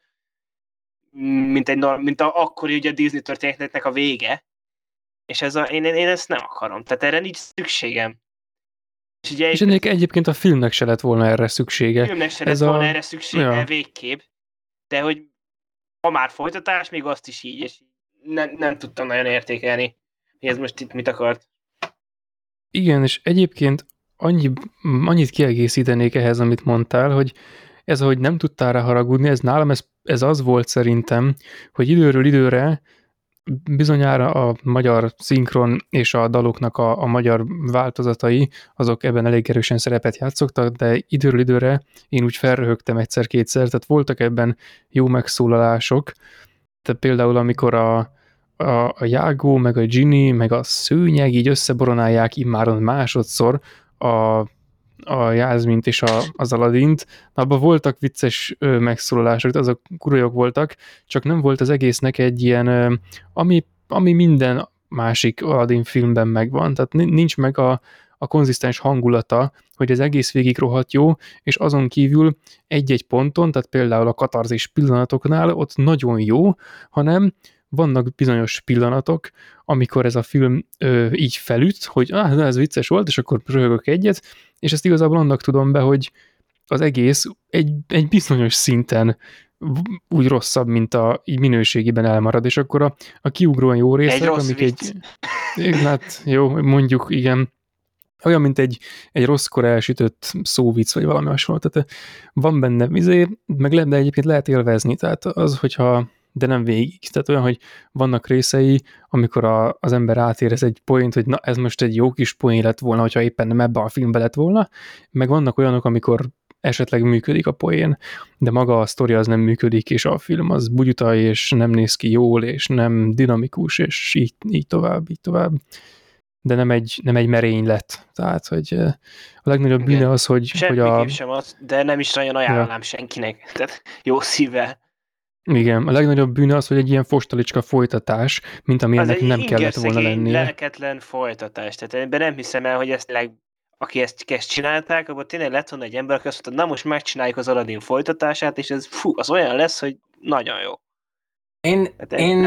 Mint akkori ugye a Disney történetnek a vége. És én ezt nem akarom. Tehát erre nincs szükségem. És ennek egyébként a filmnek se lett volna erre szüksége. A filmnek se lett volna erre szüksége végképp. De hogy ha már folytatás, még azt is így, és nem tudtam nagyon értékelni, hogy ez most itt mit akart. Igen, és egyébként annyit kiegészítenék ehhez, amit mondtál, hogy ez, ahogy nem tudtál rá haragudni, ez nálam ez az volt szerintem, hogy időről időre bizonyára a magyar szinkron és a daloknak a magyar változatai, azok ebben elég erősen szerepet játszottak, de időről időre én úgy felröhögtem egyszer-kétszer, tehát voltak ebben jó megszólalások, tehát például amikor a Jágó, meg a Ginny, meg a szőnyeg így összeboronálják immáron másodszor a Jászmint és az Aladdint, abban voltak vicces megszólalások, azok kurajok voltak, csak nem volt az egésznek egy ilyen, ami minden másik Aladdin filmben megvan, tehát nincs meg a konzisztens hangulata, hogy az egész végig rohadt jó, és azon kívül egy-egy ponton, tehát például a katarzis pillanatoknál ott nagyon jó, hanem vannak bizonyos pillanatok, amikor ez a film így felüt, hogy ez vicces volt, és akkor röhögök egyet, és ezt igazából annak tudom be, hogy az egész egy bizonyos szinten úgy rosszabb, mint így minőségiben elmarad, és akkor a kiugróan jó részek, amik hát jó, mondjuk, igen, olyan, mint egy rosszkor elsütött szóvic, vagy valami hasonló, tehát van benne meg lehet, de egyébként lehet élvezni, tehát az, hogyha de nem végig. Tehát olyan, hogy vannak részei, amikor az ember átérez egy poént, hogy na, ez most egy jó kis poén lett volna, hogyha éppen nem ebben a filmben lett volna, meg vannak olyanok, amikor esetleg működik a poén, de maga a sztori az nem működik, és a film az bugyuta, és nem néz ki jól, és nem dinamikus, és így tovább. De nem egy merény lett. Tehát, hogy a legnagyobb bűne az, hogy... Semmiképp sem az, de nem is nagyon ajánlom senkinek. Tehát jó szívvel. Igen, a legnagyobb bűne az, hogy egy ilyen fostalicska folytatás, mint ami ennek nem kellett volna lennie. Lelketlen folytatás. Tehát ebben nem hiszem el, hogy aki ezt csinálták, abban tényleg lett volna egy ember, aki azt mondta, na most megcsináljuk az Aladdin folytatását, és ez az olyan lesz, hogy nagyon jó. Én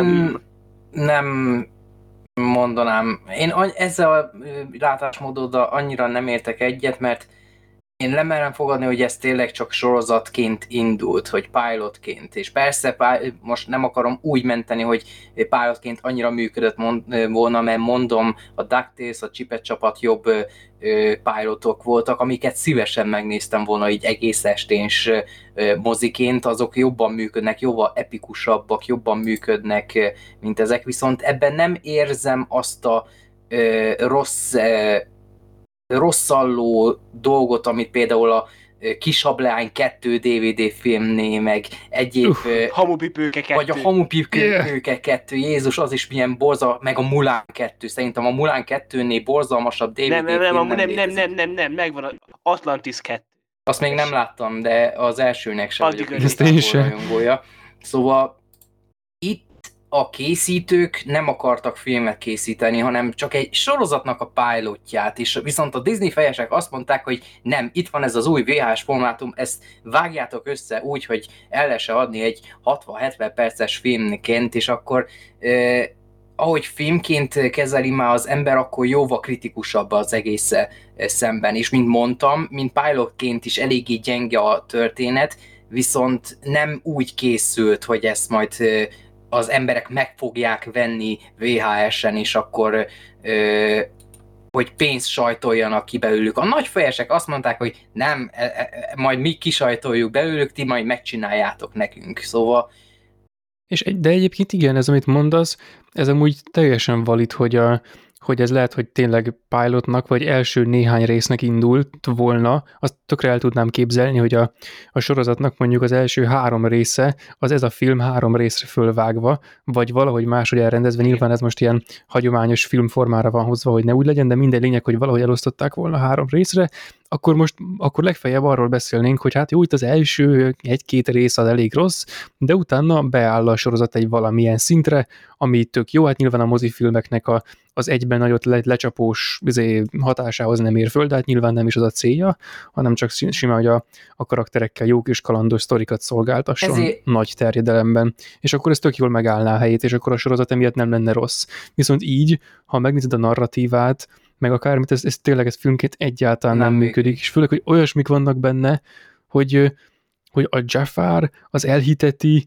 nem mondanám. Én ezzel a látásmódoddal annyira nem értek egyet, mert én lemerem fogadni, hogy ez tényleg csak sorozatként indult, hogy pilotként, és persze most nem akarom úgy menteni, hogy pilotként annyira működött volna, mert mondom, a DuckTales, a Csipet csapat jobb pilotok voltak, amiket szívesen megnéztem volna így egész esténs moziként, azok jobban működnek, jóval epikusabbak, jobban működnek, mint ezek, viszont ebben nem érzem azt a rosszalló dolgot, amit például a Kisableány 2 DVD filmné, meg egyéb... Hamupipőke 2. Vagy a Hamupipőke 2, Jézus, az is milyen meg a Mulan 2. Szerintem a Mulan 2-nél borzalmasabb DVD film nem, megvan az Atlantis 2. Azt még nem láttam, de az elsőnek sem vagyok rajongója. Szóval itt a készítők nem akartak filmet készíteni, hanem csak egy sorozatnak a pilotját is. Viszont a Disney fejesek azt mondták, hogy nem, itt van ez az új VHS formátum, ezt vágjátok össze úgy, hogy el lehessen adni egy 60-70 perces filmként, és akkor ahogy filmként kezeli már az ember, akkor jóval kritikusabb az egész szemben. És mint mondtam, mint pilotként is eléggé gyenge a történet, viszont nem úgy készült, hogy ezt majd az emberek meg fogják venni VHS-en, és akkor hogy pénzt sajtoljanak ki belőlük. A nagyfejesek azt mondták, hogy nem, majd mi kisajtoljuk belőlük, ti majd megcsináljátok nekünk. Szóval... De egyébként igen, ez amit mondasz, ez amúgy teljesen valid, hogy ez lehet, hogy tényleg pilotnak, vagy első néhány résznek indult volna, azt tökre el tudnám képzelni, hogy a sorozatnak mondjuk az első 3 része, az ez a film 3 részre fölvágva, vagy valahogy máshogy elrendezve, nyilván ez most ilyen hagyományos filmformára van hozva, hogy ne úgy legyen, de minden lényeg, hogy valahogy elosztották volna 3 részre, akkor legfeljebb arról beszélnénk, hogy hát jó, itt az első 1-2 rész az elég rossz, de utána beáll a sorozat egy valamilyen szintre, ami tök jó, hát nyilván a mozifilmeknek az egyben nagyot lecsapós hatásához nem ér föl, de hát nyilván nem is az a célja, hanem csak sima, hogy a karakterekkel jó kis kalandos sztorikat szolgáltasson nagy terjedelemben, és akkor ez tök jól megállná a helyét, és akkor a sorozat emiatt nem lenne rossz. Viszont így, ha megnézed a narratívát, meg akármit, ez tényleg ez filmként egyáltalán nem működik, és főleg, hogy olyasmik vannak benne, hogy a Jafar az elhiteti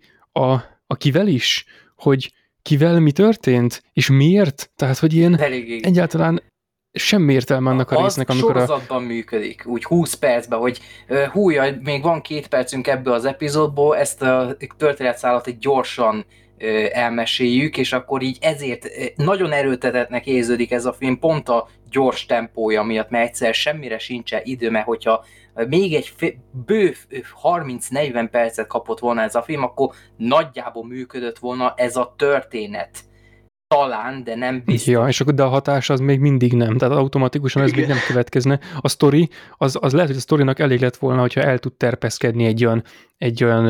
a kivel is, hogy kivel mi történt, és miért? Tehát, hogy ilyen egyáltalán semmi értelme annak a résznek, amikor sorozatban működik, úgy 20 percben, hogy hújja, még van 2 percünk ebből az epizódból, ezt a történetszálat egy gyorsan elmeséljük, és akkor így ezért nagyon erőltetettnek érződik ez a film, pont a gyors tempója miatt, mert egyszer semmire sincsen idő, mert hogyha még egy bő 30-40 percet kapott volna ez a film, akkor nagyjából működött volna ez a történet. Talán, de nem biztos. Ja, és akkor de a hatás az még mindig nem, tehát automatikusan ez még nem következne. A sztori, az lehet, hogy a sztorinak elég lett volna, hogyha el tud terpeszkedni egy olyan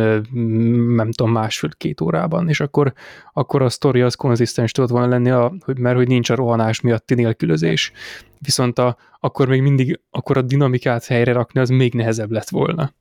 nem tudom, 1,5-2 órában, és akkor a sztori az konzisztens tudott volna lenni, mert hogy nincs a rohanás miatti nélkülözés. Viszont akkor még mindig akkor a dinamikát helyre rakni, az még nehezebb lett volna.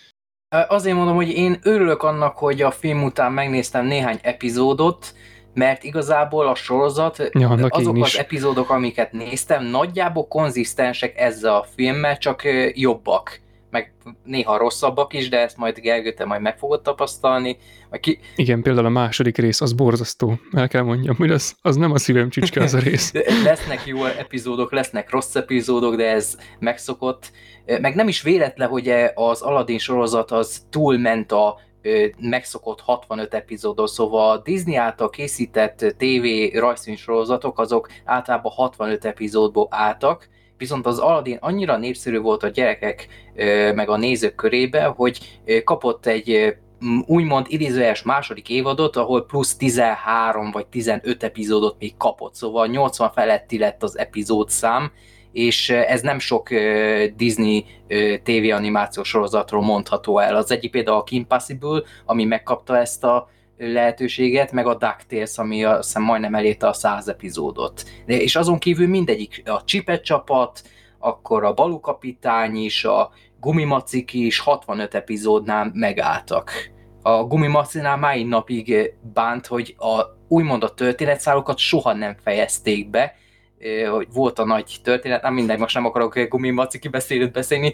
Azért mondom, hogy én örülök annak, hogy a film után megnéztem néhány epizódot, mert igazából a sorozat, azok az epizódok, amiket néztem, nagyjából konzisztensek ezzel a filmmel, csak jobbak. Meg néha rosszabbak is, de ezt majd Gergő, te majd meg fogod tapasztalni. Igen, például a második rész, az borzasztó. El kell mondjam, hogy az nem a szívem csücske az a rész. Lesznek jó epizódok, lesznek rossz epizódok, de ez megszokott. Meg nem is véletlen, hogy az Aladdin sorozat az túlment a megszokott 65 epizódon, szóval a Disney által készített TV rajzfilmsorozatok azok általában 65 epizódból álltak, viszont az Aladdin annyira népszerű volt a gyerekek meg a nézők körébe, hogy kapott egy úgymond idézőjeles második évadot, ahol plusz 13 vagy 15 epizódot még kapott, szóval 80 feletti lett az epizódszám, és ez nem sok Disney TV animációs sorozatról mondható el. Az egyik például a Kim Possible, ami megkapta ezt a lehetőséget, meg a DuckTales, ami azt hiszem majdnem elérte a 100 epizódot. És azon kívül mindegyik, a Csipet csapat, akkor a Balú kapitány is, a Gumimacik is 65 epizódnál megálltak. A Gumimacinál máig napig bánt, hogy úgymond a történetszálokat soha nem fejezték be, hogy volt a nagy történet, nem mindegy, most nem akarok Gumimaci kibeszélőt beszélni.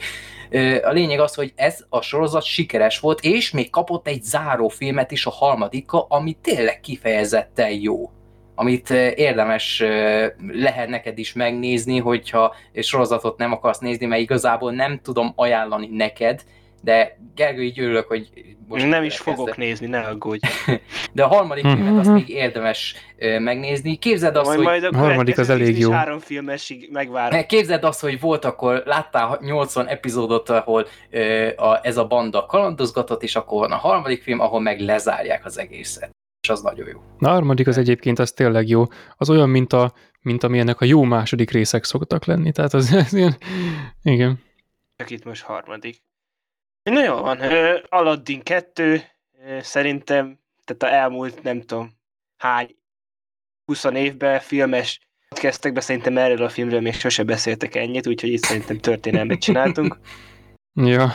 A lényeg az, hogy ez a sorozat sikeres volt, és még kapott egy zárófilmet is, a harmadika, ami tényleg kifejezetten jó. Amit érdemes lehet neked is megnézni, hogyha sorozatot nem akarsz nézni, mert igazából nem tudom ajánlani neked, de Gergő, így örülök, hogy most Nem is fogok nézni, ne aggódj. De a harmadik filmet azt még érdemes megnézni. Képzeld azt, Majd a harmadik az elég jó. 3 filmesig megvárom. Képzeld azt, hogy volt akkor, láttál 80 epizódot, ahol ez a banda kalandozgatott, és akkor van a harmadik film, ahol meg lezárják az egészet. És az nagyon jó. A harmadik az egyébként az tényleg jó. Az olyan, mint amilyenek a jó második részek szoktak lenni. Tehát az ilyen... Igen. Csak itt most harmadik. Na jó van, Aladdin 2, szerintem, tehát a elmúlt nem tudom hány 20 évben filmes podcastekben szerintem erről a filmről még sose beszéltek ennyit, úgyhogy itt szerintem történelmet csináltunk. Ja.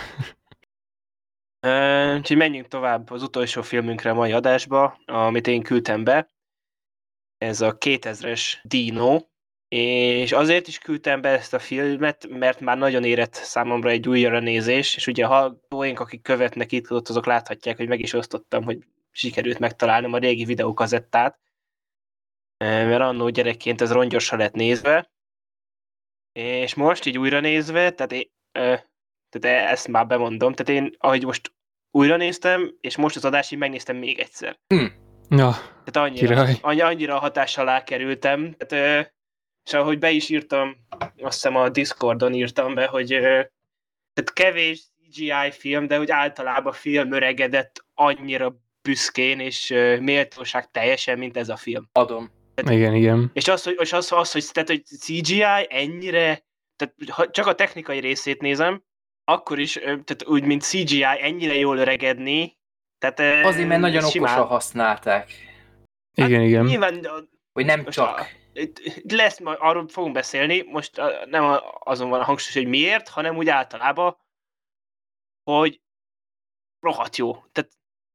Úgyhogy menjünk tovább az utolsó filmünkre a mai adásba, amit én küldtem be. Ez a 2000-es Dino, és azért is küldtem be ezt a filmet, mert már nagyon érett számomra egy újra nézés, és ugye a hallgatóink, akik követnek itt, azok láthatják, hogy meg is osztottam, hogy sikerült megtalálnom a régi videókazettát, mert annó gyerekként ez rongyosra lett nézve, és most így újra nézve, tehát ezt már bemondom, tehát én, ahogy most újra néztem, és most az adásig megnéztem még egyszer. Ja, tehát annyira hatás alá kerültem, tehát, és ahogy be is írtam, azt hiszem a Discordon írtam be, hogy tehát kevés CGI film, de hogy általában film öregedett annyira büszkén és méltóság teljesen, mint ez a film. Adom. Tehát, igen. És hogy CGI ennyire, tehát ha csak a technikai részét nézem, akkor is, tehát úgy, mint CGI ennyire jól öregedni, tehát azért, mert nagyon simán okosan használták. Igen. Nyilván, hogy nem csak. Lesz, arról fogunk beszélni, most nem azon van a hangsúly, hogy miért, hanem úgy általában, hogy rohadt jó. Tehát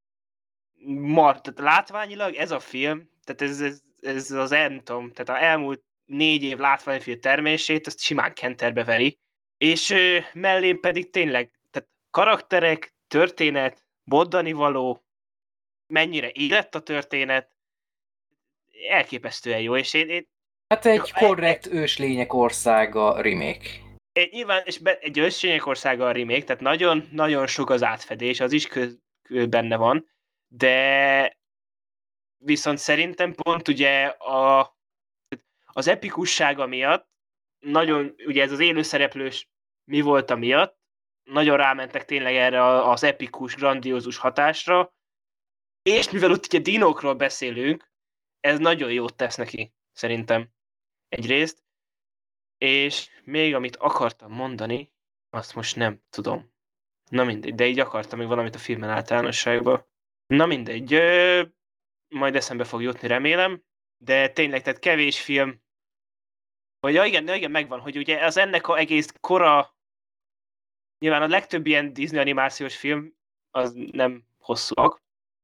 látványilag ez a film, tehát ez az nem tudom, tehát az elmúlt 4 év látványfilm termését, azt simán kenterbe veri, és mellén pedig tényleg, tehát karakterek, történet, mondani való, mennyire élett a történet, elképesztően jó, és én hát egy korrekt őslények országa remake. Nyilván, és egy őslények országa a remake, tehát nagyon sok az átfedés, az is benne van, de viszont szerintem pont ugye az epikussága miatt, nagyon, ugye ez az élőszereplős mi volt miatt, nagyon rámentek tényleg erre az epikus, grandiózus hatásra, és mivel ott ugye dinókról beszélünk, ez nagyon jót tesz neki, szerintem, egyrészt, és még amit akartam mondani, azt most nem tudom. Na mindegy, de így akartam még valamit a filmen általánosságban. Na mindegy, majd eszembe fog jutni, remélem, de tényleg, tehát kevés film, vagy igen, megvan, hogy ugye az ennek a egész kora, nyilván a legtöbb ilyen Disney animációs film, az nem hosszúak,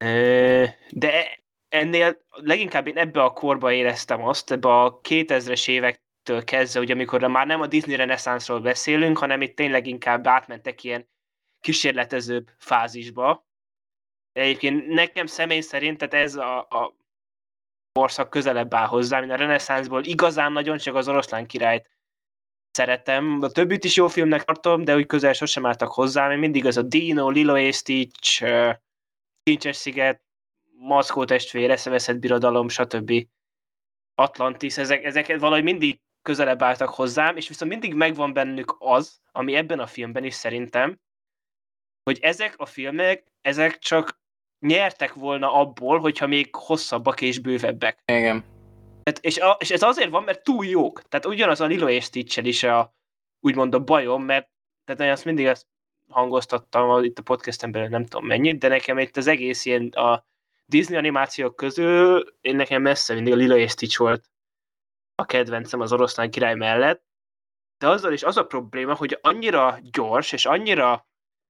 de ennél leginkább én ebbe a korba éreztem azt, ebbe a 2000-es évektől kezdve, ugye amikor már nem a Disney reneszánszról beszélünk, hanem itt tényleg inkább átmentek ilyen kísérletezőbb fázisba. De egyébként nekem személy szerint, tehát ez a korszak közelebb áll hozzá, mint a reneszánszból igazán nagyon csak az Oroszlán királyt szeretem. A többit is jó filmnek tartom, de úgy közel sosem álltak hozzá, mert mindig az a Dino, Lilo és Stitch, Kincses sziget, Mackó testvér, Eszeveszett birodalom, stb. Atlantis, ezek valahogy mindig közelebb álltak hozzám, és viszont mindig megvan bennük az, ami ebben a filmben is szerintem, hogy ezek a filmek, ezek csak nyertek volna abból, hogyha még hosszabbak és bővebbek. Igen. És ez azért van, mert túl jók. Tehát ugyanaz a Lilo és Stitch-el is úgymond a bajom, mert tehát én azt mindig azt hangoztattam itt a podcasten belül nem tudom mennyit, de nekem itt az egész ilyen a Disney animációk közül én nekem messze mindig a Lilo és Stitch volt a kedvencem az Oroszlán király mellett, de azzal is az a probléma, hogy annyira gyors, és annyira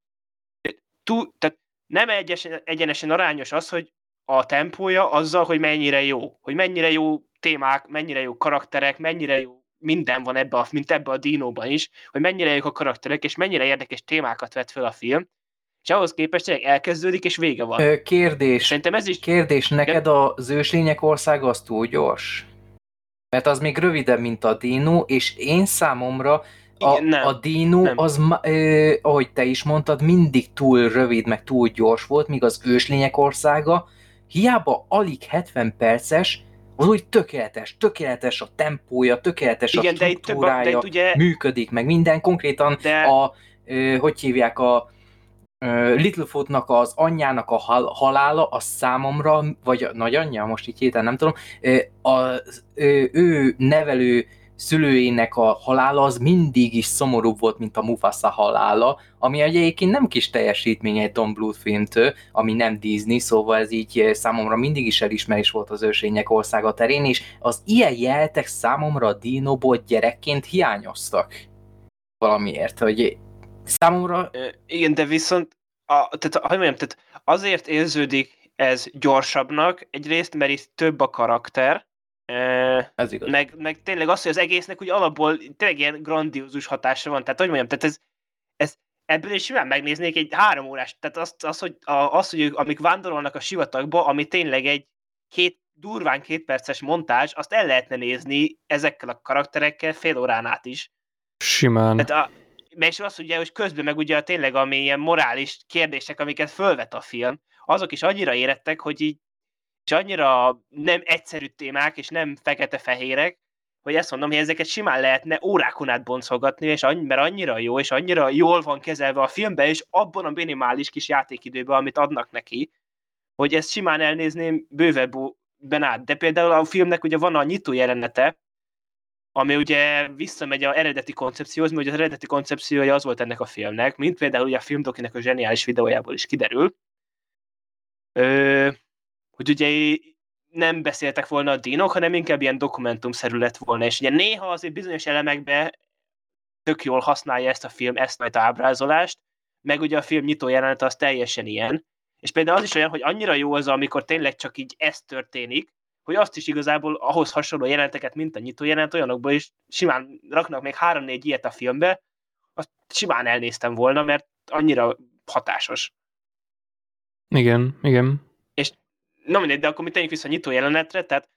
tehát nem egyenesen arányos az, hogy a tempója azzal, hogy mennyire jó témák, mennyire jó karakterek, mennyire jó minden van mint ebbe a Dinóban is, hogy mennyire jók a karakterek, és mennyire érdekes témákat vet fel a film, és ahhoz képest elkezdődik, és vége van. Kérdés, neked az őslények országa az túl gyors? Mert az még rövidebb, mint a Dino, és én számomra Igen, A Dino, nem. az, ahogy te is mondtad, mindig túl rövid, meg túl gyors volt, míg az őslények országa hiába alig 70 perces, az úgy tökéletes a tempója, tökéletes a Igen, de struktúrája, itt ugye, működik, meg minden. Konkrétan de hogy hívják, Littlefootnak az anyjának a halála, az számomra, vagy a nagyanyja, most így héten nem tudom, ő nevelő szülőjének a halála az mindig is szomorúbb volt, mint a Mufasa halála, ami egyébként nem kis teljesítmény egy Don Bluth filmtől, ami nem Disney, szóval ez így számomra mindig is elismerés volt az ősények országa terén, és az ilyen jeltek számomra a Dinoból gyerekként hiányoztak valamiért, hogy számomra igen, de viszont, tehát, hogy mondjam, tehát azért érződik ez gyorsabbnak, egyrészt, mert itt több a karakter, ez igaz. meg tényleg az, hogy az egésznek úgy alapból tényleg ilyen grandiózus hatása van, tehát hogy mondjam, tehát ez ebből is simán megnéznék egy 3 órás, tehát hogy ők, amik vándorolnak a sivatagba, ami tényleg egy durván 2 perces montázs, azt el lehetne nézni ezekkel a karakterekkel fél órán át is. Simán. Tehát és az ugye, hogy közben meg ugye tényleg ami ilyen morális kérdések, amiket fölvet a film, azok is annyira érettek, hogy így és annyira nem egyszerű témák, és nem fekete-fehérek, hogy ezt mondom, hogy ezeket simán lehetne órákon át boncolgatni, és mert annyira jó, és annyira jól van kezelve a filmben, és abban a minimális kis játékidőben, amit adnak neki, hogy ezt simán elnézném bővebben át. De például a filmnek ugye van a nyitó jelenete, ami ugye visszamegy az eredeti koncepcióhoz, mert ugye az eredeti koncepciója az volt ennek a filmnek, mint például ugye a filmdokinek a zseniális videójából is kiderül, hogy ugye nem beszéltek volna a dinok, hanem inkább ilyen dokumentumszerű lett volna, és ugye néha azért bizonyos elemekben tök jól használja ezt a film, ezt majd ábrázolást, meg ugye a film nyitó jelenete az teljesen ilyen, és például az is olyan, hogy annyira jó az, amikor tényleg csak így ez történik, hogy azt is igazából ahhoz hasonló jelenteket, mint a nyitó jelenet, olyanokból is simán raknak még 3-4 ilyet a filmbe, azt simán elnéztem volna, mert annyira hatásos. Igen, igen. És na mindegy, de akkor mi tegyünk vissza a nyitó jelenetre, tehát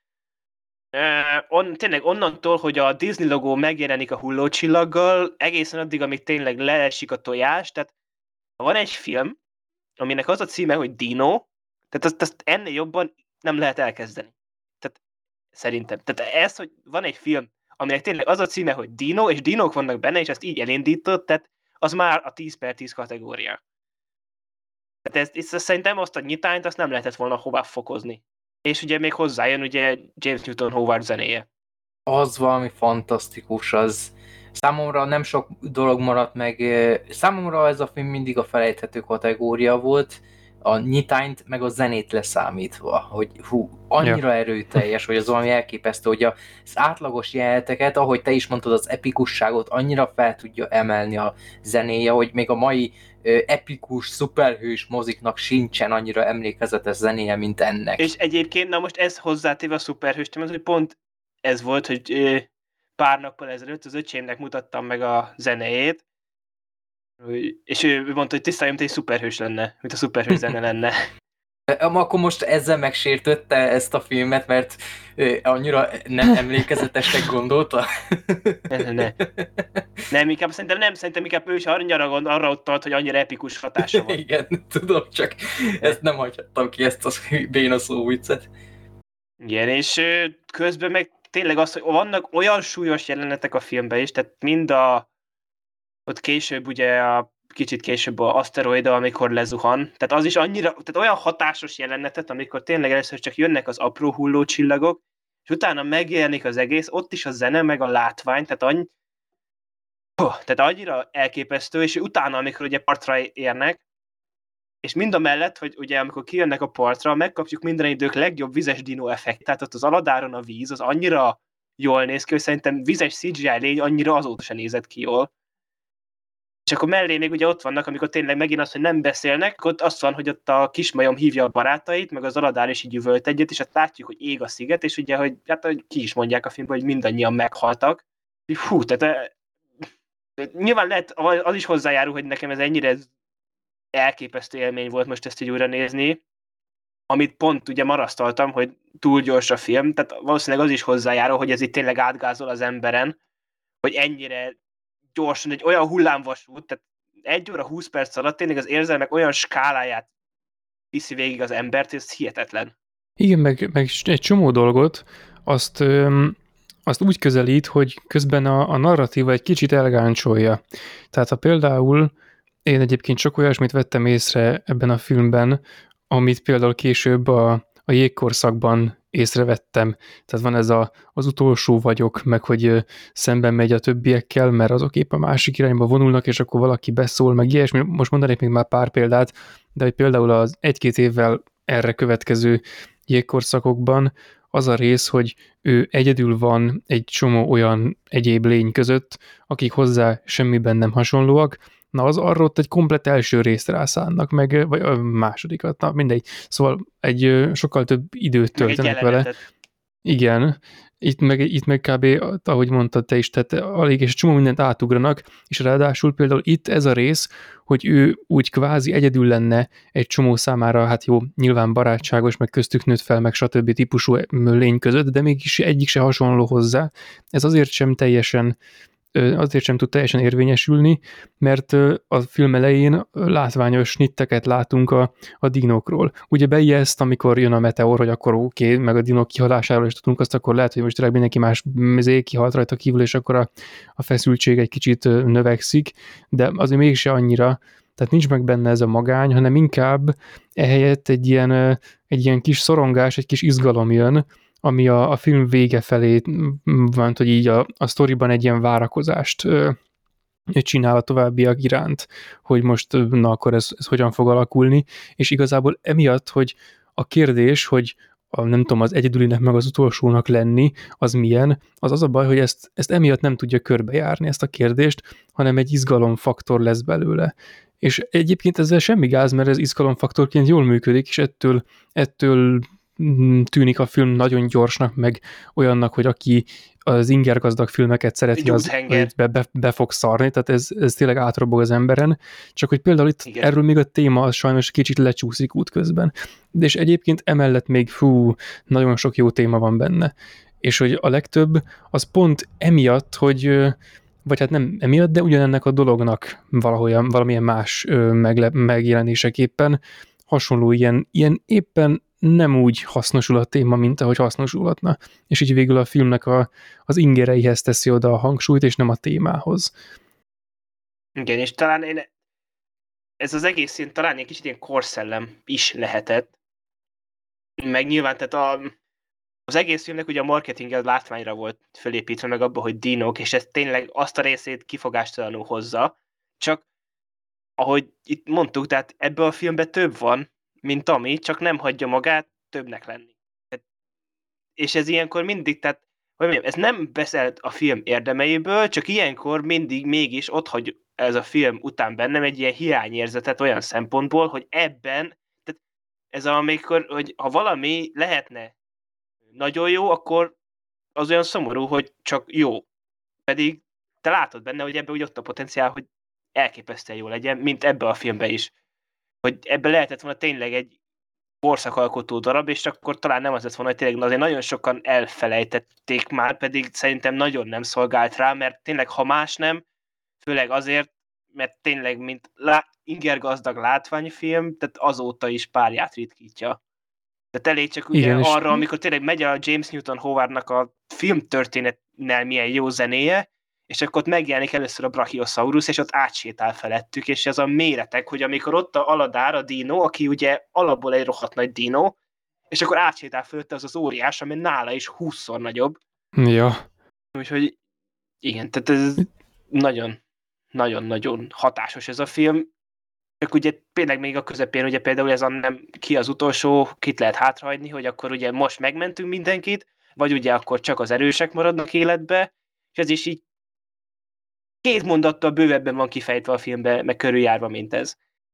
tényleg onnantól, hogy a Disney logó megjelenik a hullócsillaggal, egészen addig, amíg tényleg leesik a tojás, tehát van egy film, aminek az a címe, hogy Dino, tehát azt ennél jobban nem lehet elkezdeni. Tehát szerintem. Tehát ez, hogy van egy film, aminek tényleg az a címe, hogy Dino, és dinók vannak benne, és ezt így elindított, tehát az már a 10/10 kategória. Tehát ezt szerintem azt a nyitányt azt nem lehetett volna hová fokozni. És ugye még hozzájön ugye James Newton Howard zenéje. Az valami fantasztikus, az számomra nem sok dolog maradt meg, számomra ez a film mindig a felejthető kategória volt, a nyitányt meg a zenét leszámítva, hogy annyira erőteljes, hogy az valami elképesztő, hogy az átlagos jeleneteket, ahogy te is mondtad, az epikusságot annyira fel tudja emelni a zenéje, hogy még a mai epikus, szuperhős moziknak sincsen annyira emlékezetes zenéje, mint ennek. És egyébként, na most ez hozzátéve a szuperhős témát, hogy pont ez volt, hogy pár nappal ezelőtt az öcsémnek mutattam meg a zenéjét, és ő mondta, hogy tisztán, mint egy szuperhős lenne, mint a szuperhős zene lenne. Akkor most ezzel megsértötte ezt a filmet, mert annyira nem emlékezetesnek gondolta? Ne. Nem, inkább szerintem inkább ő is arra utalt, hogy annyira epikus hatása van. Igen, tudom, csak ezt nem hagyhattam ki, ezt a béna szóviccet. Igen, és közben meg tényleg az, hogy vannak olyan súlyos jelenetek a filmben is, tehát mind ott később ugye kicsit később az aszteroida, amikor lezuhan, tehát az is annyira, tehát olyan hatásos jelenetet, amikor tényleg először csak jönnek az apró hullócsillagok, és utána megjelenik az egész, ott is a zene, meg a látvány, tehát annyira elképesztő, és utána, amikor ugye partra érnek, és mind a mellett, hogy ugye amikor kijönnek a partra, megkapjuk minden idők legjobb vizes dino effekt, tehát ott az Aladáron a víz, az annyira jól néz ki, hogy szerintem vizes CGI lény annyira azóta sem nézett ki jól. És akkor mellé még ugye ott vannak, amikor tényleg megint az, hogy nem beszélnek, ott az van, hogy ott a kismajom hívja a barátait, meg az Aladár is így üvölt egyet, és ott látjuk, hogy ég a sziget, és ugye, hogy ki is mondják a filmben, hogy mindannyian meghaltak. Hú, tehát nyilván lehet, az is hozzájárul, hogy nekem ez ennyire elképesztő élmény volt most ezt így újra nézni, amit pont ugye marasztaltam, hogy túl gyors a film, tehát valószínűleg az is hozzájárul, hogy ez itt tényleg átgázol az emberen, hogy ennyire gyorsan, egy olyan hullámvasút, tehát 1 óra 20 perc alatt tényleg az érzelmek olyan skáláját viszi végig az embert, ez hihetetlen. Igen, meg egy csomó dolgot azt, azt úgy közelít, hogy közben a narratíva egy kicsit elgáncsolja. Tehát ha például én egyébként sok olyasmit vettem észre ebben a filmben, amit például később a jégkorszakban észrevettem. Tehát van ez az utolsó vagyok, meg hogy szemben megy a többiekkel, mert azok épp a másik irányba vonulnak, és akkor valaki beszól, meg ilyesmi. Most mondanék még már pár példát, de hogy például az 1-2 évvel erre következő jégkorszakokban az a rész, hogy ő egyedül van egy csomó olyan egyéb lény között, akik hozzá semmiben nem hasonlóak, na az arra ott egy komplet első részt rászánnak, meg, vagy a másodikat, na mindegy. Szóval egy sokkal több időt töltenek vele. Igen, itt meg kb. Ahogy mondtad te is, tehát alig és csomó mindent átugranak, és ráadásul például itt ez a rész, hogy ő úgy kvázi egyedül lenne egy csomó számára, hát jó, nyilván barátságos, meg köztük nőtt fel, meg stb. Típusú lény között, de mégis egyik se hasonló hozzá. Ez azért sem tud teljesen érvényesülni, mert a film elején látványos snitteket látunk a dinókról. Ugye beijeszt, amikor jön a meteor, hogy akkor oké, meg a dinók kihalásáról is tudunk, azt akkor lehet, hogy most tényleg mindenki más kihalt rajta kívül, és akkor a feszültség egy kicsit növekszik, de azért mégis annyira, tehát nincs meg benne ez a magány, hanem inkább ehelyett egy ilyen kis szorongás, egy kis izgalom jön, ami a film vége felé van, hogy így a sztoriban egy ilyen várakozást csinál a továbbiak iránt, hogy most na akkor ez hogyan fog alakulni, és igazából emiatt, hogy a kérdés, hogy nem tudom, az egyedülinek meg az utolsónak lenni, az milyen, az a baj, hogy ezt emiatt nem tudja körbejárni ezt a kérdést, hanem egy izgalomfaktor lesz belőle. És egyébként ezzel semmi gáz, mert ez izgalomfaktorként jól működik, és ettől tűnik a film nagyon gyorsnak, meg olyannak, hogy aki az ingergazdag filmeket szereti, az be fog szarni, tehát ez tényleg átrobog az emberen, csak hogy például itt igen. Erről még a téma az sajnos kicsit lecsúszik útközben. És egyébként emellett még nagyon sok jó téma van benne. És hogy a legtöbb az pont emiatt, hogy vagy hát nem emiatt, de ugyanennek a dolognak valamilyen más megjelenéseképpen hasonló ilyen éppen nem úgy hasznosul a téma, mint ahogy hasznosulhatna. És így végül a filmnek az ingereihez teszi oda a hangsúlyt, és nem a témához. Igen, és talán ez az egész szín talán egy kicsit ilyen korszellem is lehetett. Meg nyilván, tehát az egész filmnek ugye a marketing az látványra volt fölépítve, meg abba, hogy dinók, és ez tényleg azt a részét kifogástalanul hozza. Csak, ahogy itt mondtuk, tehát ebben a filmben több van, mint ami, csak nem hagyja magát többnek lenni. És ez ilyenkor mindig, tehát, hogy mondjam, ez nem beszél a film érdemeiből, csak ilyenkor mindig mégis ott hagy ez a film után bennem egy ilyen hiányérzetet olyan szempontból, hogy ebben, tehát ez amikor, hogy ha valami lehetne nagyon jó, akkor az olyan szomorú, hogy csak jó. Pedig te látod benne, hogy ebben úgy ott a potenciál, hogy elképesztően jó legyen, mint ebbe a filmbe is. Hogy ebben lehetett volna tényleg egy korszakalkotó darab, és akkor talán nem az lett volna, hogy tényleg azért nagyon sokan elfelejtették már, pedig szerintem nagyon nem szolgált rá, mert tényleg ha más nem, főleg azért, mert tényleg mint ingergazdag látványfilm, tehát azóta is párját ritkítja. Tehát elég csak ugye igen, arra, amikor tényleg megy a James Newton Howardnak a filmtörténetnél milyen jó zenéje, és akkor ott megjelenik először a Brachiosaurus, és ott átsétál felettük, és ez a méretek, hogy amikor ott a Aladár, a dino, aki ugye alapból egy rohadt nagy dino, és akkor átsétál fölötte az óriás, ami nála is 20-szor nagyobb. Ja. Úgyhogy igen, tehát ez nagyon-nagyon hatásos ez a film. Csak ugye például még a közepén, ugye például ez a nem ki az utolsó, kit lehet hátrahagyni, hogy akkor ugye most megmentünk mindenkit, vagy ugye akkor csak az erősek maradnak életbe, és ez is így 2 mondattal bővebben van kifejtve a filmben, meg körüljárva, mint ez.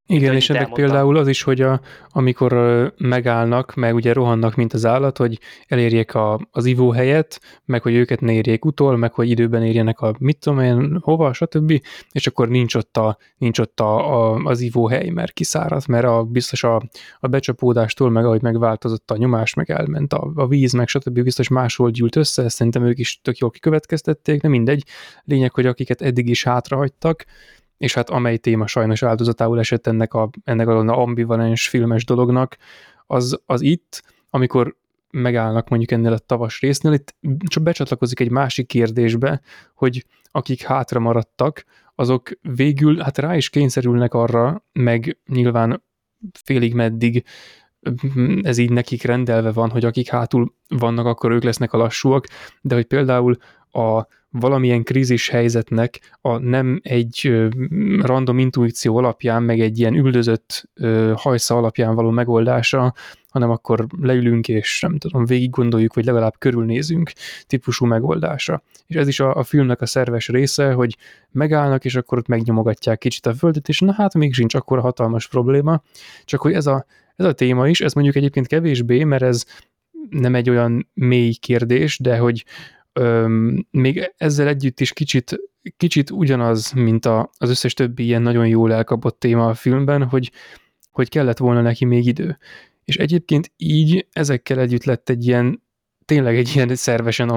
Igen, és ennek például az is, hogy amikor megállnak, meg ugye rohannak, mint az állat, hogy elérjék az ivóhelyet, meg hogy őket ne érjék utol, meg hogy időben érjenek a mit tudom én, hova, stb. És akkor nincs ott az ivóhely, mert kiszáradt, mert biztos a becsapódástól, meg ahogy megváltozott a nyomás, meg elment a víz, meg stb. Biztos máshol gyűlt össze, ezt szerintem ők is tök jól kikövetkeztették, de mindegy. Lényeg, hogy akiket eddig is hátrahagytak, és hát amely téma sajnos áldozatául esett ennek az ambivalens filmes dolognak, az itt, amikor megállnak mondjuk ennél a tavas résznél, itt csak becsatlakozik egy másik kérdésbe, hogy akik hátra maradtak, azok végül hát rá is kényszerülnek arra, meg nyilván félig meddig ez így nekik rendelve van, hogy akik hátul vannak, akkor ők lesznek a lassúak, de hogy például a valamilyen krízis helyzetnek nem egy random intuíció alapján, meg egy ilyen üldözött hajsza alapján való megoldása, hanem akkor leülünk és nem tudom, végig gondoljuk, vagy legalább körülnézünk típusú megoldása. És ez is a filmnek a szerves része, hogy megállnak, és akkor ott megnyomogatják kicsit a földet, és na hát még sincs akkora hatalmas probléma, csak hogy ez a téma is, ez mondjuk egyébként kevésbé, mert ez nem egy olyan mély kérdés, de hogy még ezzel együtt is kicsit ugyanaz, mint az összes többi ilyen nagyon jól elkapott téma a filmben, hogy kellett volna neki még idő. És egyébként így ezekkel együtt lett tényleg egy ilyen szervesen